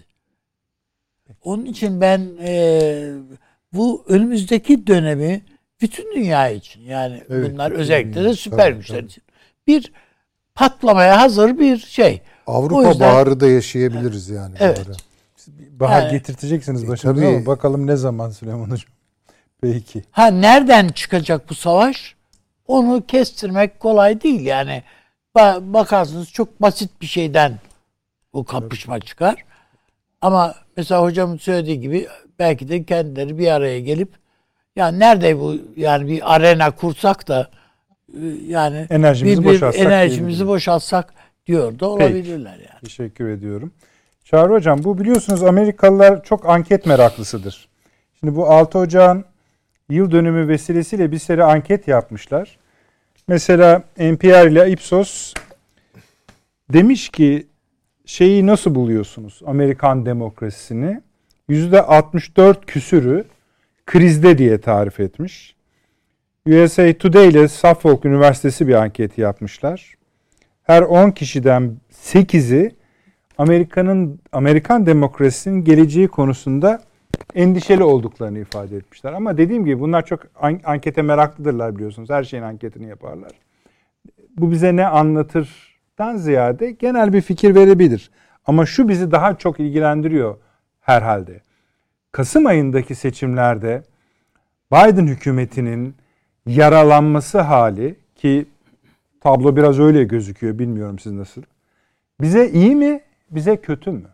Onun için ben e, bu önümüzdeki dönemi bütün dünya için, yani evet, bunlar özellikle de süper tabii, güçler tabii. için bir patlamaya hazır bir şey. Avrupa yüzden, baharı da yaşayabiliriz yani. Evet. Baharı. Bahar yani, getirteceksiniz başımıza ama bakalım ne zaman Süleyman Hocam. Peki. Ha nereden çıkacak bu savaş? Onu kestirmek kolay değil yani. Bakarsınız çok basit bir şeyden bu kapışma çıkar. Ama mesela hocamın söylediği gibi belki de kendileri bir araya gelip yani nerede bu, yani bir arena kursak da yani enerjimizi bir, bir boşaltsak enerjimizi boşaltsak diyor da olabilirler yani. Teşekkür ediyorum. Çağrı Hocam, bu biliyorsunuz Amerikalılar çok anket meraklısıdır. Şimdi bu altı Ocak'ın yıl dönümü vesilesiyle bir seri anket yapmışlar. Mesela N P R ile Ipsos demiş ki şeyi nasıl buluyorsunuz Amerikan demokrasisini? yüzde altmış dört küsürü krizde diye tarif etmiş. U S A Today ile Suffolk Üniversitesi bir anket yapmışlar. Her on kişiden sekizi Amerika'nın Amerikan demokrasisinin geleceği konusunda endişeli olduklarını ifade etmişler. Ama dediğim gibi bunlar çok ankete meraklıdırlar biliyorsunuz. Her şeyin anketini yaparlar. Bu bize ne anlatırdan ziyade genel bir fikir verebilir. Ama şu bizi daha çok ilgilendiriyor herhalde. Kasım ayındaki seçimlerde Biden hükümetinin yaralanması hali, ki tablo biraz öyle gözüküyor, bilmiyorum siz nasıl. Bize iyi mi, bize kötü mü?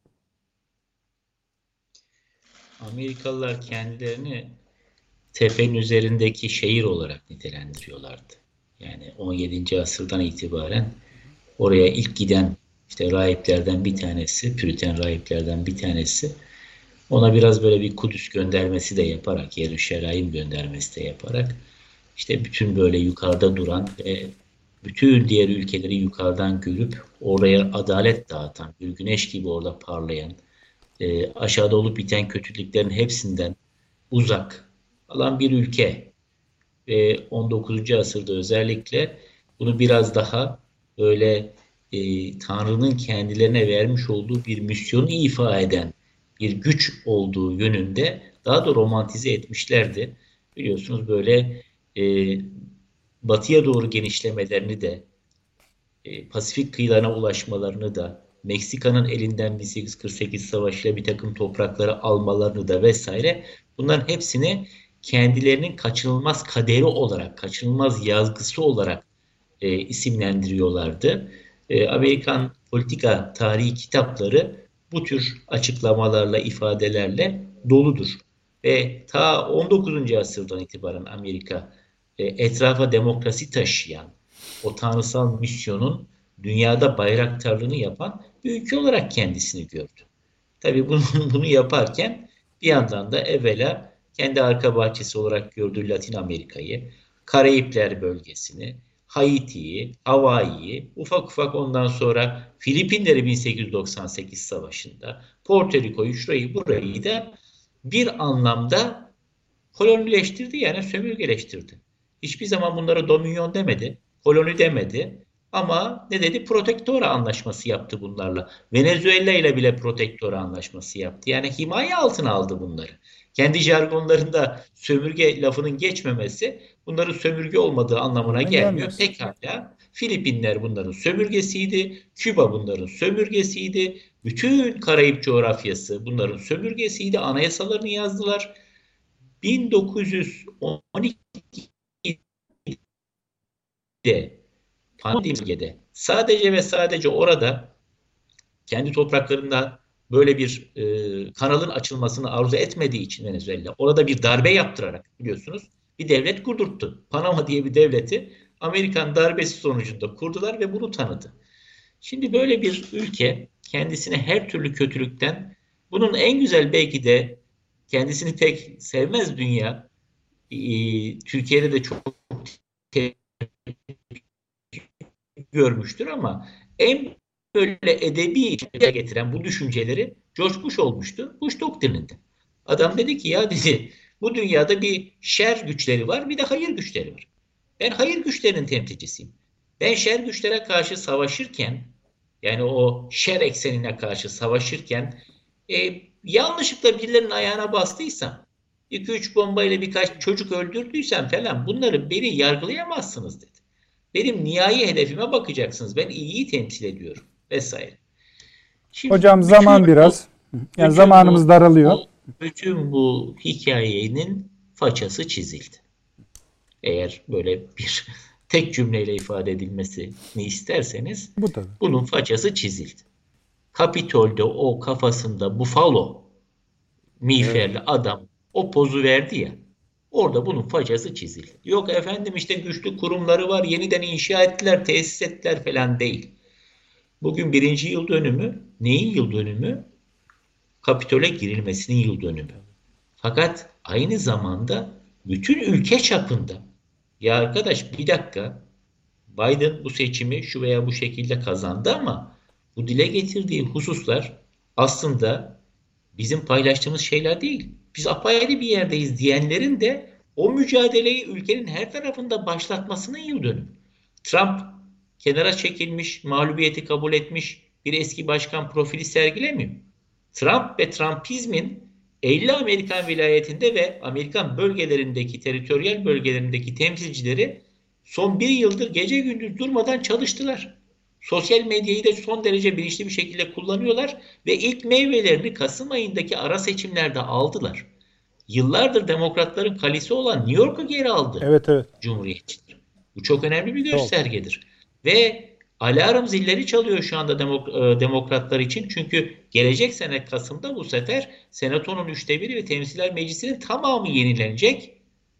Amerikalılar kendilerini tepenin üzerindeki şehir olarak nitelendiriyorlardı. Yani on yedinci asırdan itibaren oraya ilk giden işte rahiplerden bir tanesi, Püriten rahiplerden bir tanesi, ona biraz böyle bir Kudüs göndermesi de yaparak, Yeruşalayim göndermesi de yaparak, işte bütün böyle yukarıda duran ve bütün diğer ülkeleri yukarıdan görüp oraya adalet dağıtan, bir güneş gibi orada parlayan, e, aşağıda olup biten kötülüklerin hepsinden uzak olan bir ülke. Ve on dokuzuncu asırda özellikle bunu biraz daha böyle e, Tanrı'nın kendilerine vermiş olduğu bir misyonu ifa eden bir güç olduğu yönünde daha da romantize etmişlerdi. Biliyorsunuz böyle e, batıya doğru genişlemelerini de e, Pasifik kıyılarına ulaşmalarını da Meksika'nın elinden bin sekiz yüz kırk sekiz savaşıyla bir takım toprakları almalarını da vesaire bunların hepsini kendilerinin kaçınılmaz kaderi olarak, kaçınılmaz yazgısı olarak e, isimlendiriyorlardı. E, Amerikan politika tarihi kitapları bu tür açıklamalarla, ifadelerle doludur. Ve ta on dokuzuncu asırdan itibaren Amerika e, etrafa demokrasi taşıyan, o tanrısal misyonun dünyada bayraktarlığını yapan bir ülke olarak kendisini gördü. Tabii bunu, bunu yaparken bir yandan da evvela kendi arka bahçesi olarak gördüğü Latin Amerika'yı, Karayipler bölgesini, Haiti'yi, Hawaii'yi, ufak ufak ondan sonra Filipinleri bin sekiz yüz doksan sekiz savaşında, Porto Rico'yu, şurayı burayı da bir anlamda kolonileştirdi, yani sömürgeleştirdi. Hiçbir zaman bunlara dominion demedi, koloni demedi. Ama ne dedi? Protektora anlaşması yaptı bunlarla. Venezuela ile bile protektora anlaşması yaptı. Yani himaye altına aldı bunları. Kendi jargonlarında sömürge lafının geçmemesi bunların sömürge olmadığı anlamına gelmiyor. Pekala Filipinler bunların sömürgesiydi. Küba bunların sömürgesiydi. Bütün Karayip coğrafyası bunların sömürgesiydi. Anayasalarını yazdılar. bin dokuz yüz on ikide Pandemiye'de sadece ve sadece orada kendi topraklarında böyle bir e, kanalın açılmasını arzu etmediği için Venezuela orada bir darbe yaptırarak biliyorsunuz bir devlet kurdurttu. Panama diye bir devleti Amerikan darbesi sonucunda kurdular ve bunu tanıdı. Şimdi böyle bir ülke kendisine her türlü kötülükten bunun en güzel belki de kendisini pek sevmez dünya e, Türkiye'de de çok görmüştür ama en böyle edebi içine getiren bu düşünceleri George Bush olmuştu. Bush doktrininde. Adam dedi ki ya dedi bu dünyada bir şer güçleri var bir de hayır güçleri var. Ben hayır güçlerinin temsilcisiyim. Ben şer güçlere karşı savaşırken yani o şer eksenine karşı savaşırken e, yanlışlıkla birilerinin ayağına bastıysam iki üç bombayla birkaç çocuk öldürdüysem falan bunları beni yargılayamazsınız dedi. Benim nihai hedefime bakacaksınız. Ben iyiyi temsil ediyorum vesaire. Şimdi Hocam zaman bütün biraz bu, yani bütün zamanımız bu, daralıyor. Bu, bütün bu hikayenin façası çizildi. Eğer böyle bir tek cümleyle ifade edilmesini isterseniz Bu tabii. bunun façası çizildi. Kapitol'de o kafasında bufalo miğferli evet. adam o pozu verdi ya. Orada bunun façası çizildi. Yok efendim işte güçlü kurumları var, yeniden inşa ettiler, tesis ettiler falan değil. Bugün birinci yıl dönümü, neyin yıl dönümü? Kapitol'e girilmesinin yıl dönümü. Fakat aynı zamanda bütün ülke çapında, ya arkadaş bir dakika, Biden bu seçimi şu veya bu şekilde kazandı ama bu dile getirdiği hususlar aslında bizim paylaştığımız şeyler değil. Biz apayrı bir yerdeyiz diyenlerin de o mücadeleyi ülkenin her tarafında başlatmasının yıl dönümü. Trump kenara çekilmiş, mağlubiyeti kabul etmiş bir eski başkan profili sergilemiyor. Trump ve Trumpizmin elli Amerikan vilayetinde ve Amerikan bölgelerindeki, teritoryal bölgelerindeki temsilcileri son bir yıldır gece gündüz durmadan çalıştılar. Sosyal medyayı da son derece bilinçli bir şekilde kullanıyorlar ve ilk meyvelerini Kasım ayındaki ara seçimlerde aldılar. Yıllardır demokratların kalesi olan New York'u geri aldı. Evet evet. Cumhuriyetçiler. Bu çok önemli bir göstergedir. Ve alarm zilleri çalıyor şu anda demok- demokratlar için. Çünkü gelecek sene Kasım'da bu sefer Senato'nun üçte biri ve Temsiller Meclisi'nin tamamı yenilenecek.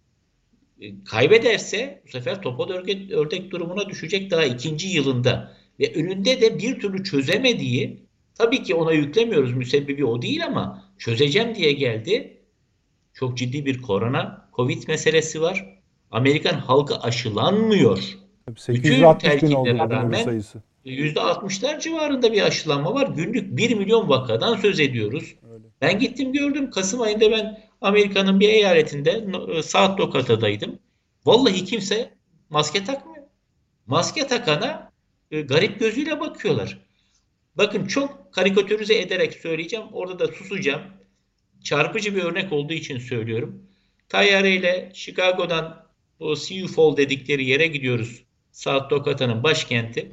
Kaybederse bu sefer topa ördek, ördek durumuna düşecek daha ikinci yılında. Ve önünde de bir türlü çözemediği, tabii ki ona yüklemiyoruz, müsebbibi o değil ama çözeceğim diye geldi. Çok ciddi bir korona, Covid meselesi var. Amerikan halkı aşılanmıyor. sekiz yüz altmış bin Bütün oldu telkinlere bunların rağmen sayısı. yüzde altmışlar civarında bir aşılanma var. Günlük bir milyon vakadan söz ediyoruz. Öyle. Ben gittim gördüm. Kasım ayında ben Amerika'nın bir eyaletinde South Dakota'daydım. Vallahi kimse maske takmıyor. Maske takana e, garip gözüyle bakıyorlar. Bakın çok karikatürize ederek söyleyeceğim. Orada da susacağım. Çarpıcı bir örnek olduğu için söylüyorum. Tayyareyle Chicago'dan o Sioux Falls dedikleri yere gidiyoruz. South Dakota'nın başkenti.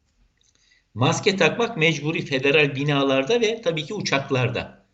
Maske takmak mecburi federal binalarda ve tabii ki uçaklarda.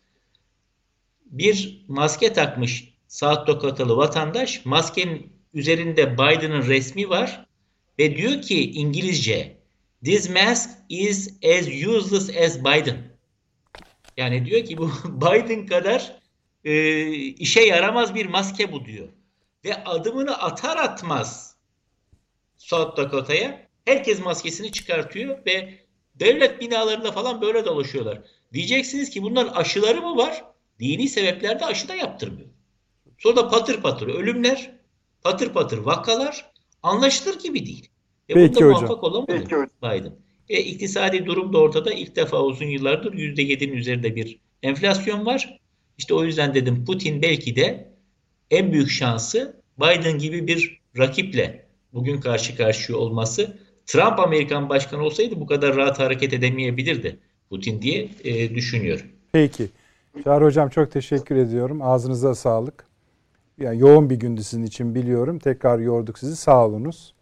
Bir maske takmış South Dakota'lı vatandaş, maskenin üzerinde Biden'ın resmi var ve diyor ki İngilizce, "This mask is as useless as Biden." Yani diyor ki bu Biden kadar e, işe yaramaz bir maske bu diyor. Ve adımını atar atmaz South Dakota'ya herkes maskesini çıkartıyor ve devlet binalarında falan böyle dolaşıyorlar. Diyeceksiniz ki bunların aşıları mı var? Dini sebeplerde aşı da yaptırmıyor. Sonra da patır patır ölümler, patır patır vakalar anlaşılır gibi değil. Ve Peki bunda hocam. muvaffak olamadı Biden. E, iktisadi durum da ortada. İlk defa uzun yıllardır yüzde yedinin üzerinde bir enflasyon var. İşte o yüzden dedim Putin belki de en büyük şansı Biden gibi bir rakiple bugün karşı karşıya olması. Trump Amerikan başkanı olsaydı bu kadar rahat hareket edemeyebilirdi Putin diye e, düşünüyorum. Peki. Çağrı Hocam çok teşekkür ediyorum. Ağzınıza sağlık. Yani yoğun bir gündü sizin için biliyorum. Tekrar yorduk sizi. Sağ olunuz.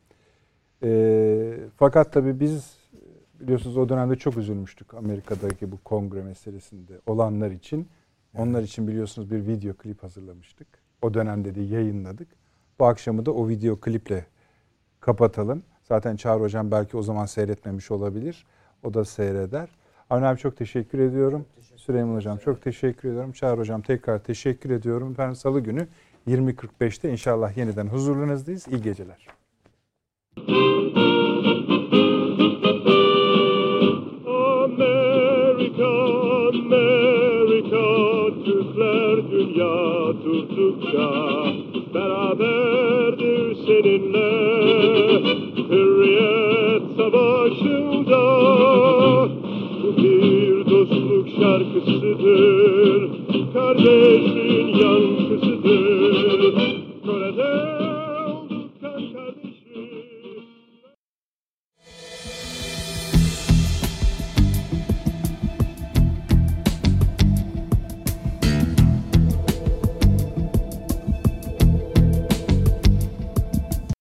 E, fakat tabii biz biliyorsunuz o dönemde çok üzülmüştük Amerika'daki bu kongre meselesinde olanlar için. Onlar için biliyorsunuz bir video klip hazırlamıştık. O dönemde de yayınladık. Bu akşamı da o video kliple kapatalım. Zaten Çağrı Hocam belki o zaman seyretmemiş olabilir. O da seyreder. Avni abi çok teşekkür ediyorum. Teşekkür Süleyman Hocam çok teşekkür ediyorum. Çağrı Hocam tekrar teşekkür ediyorum. Efendim Salı günü yirmi kırk beşte inşallah yeniden huzurlarınızdayız. İyi geceler. Amerika, Amerika, Türkler dünya tuttukça beraberdir seninle. Hürriyet sabah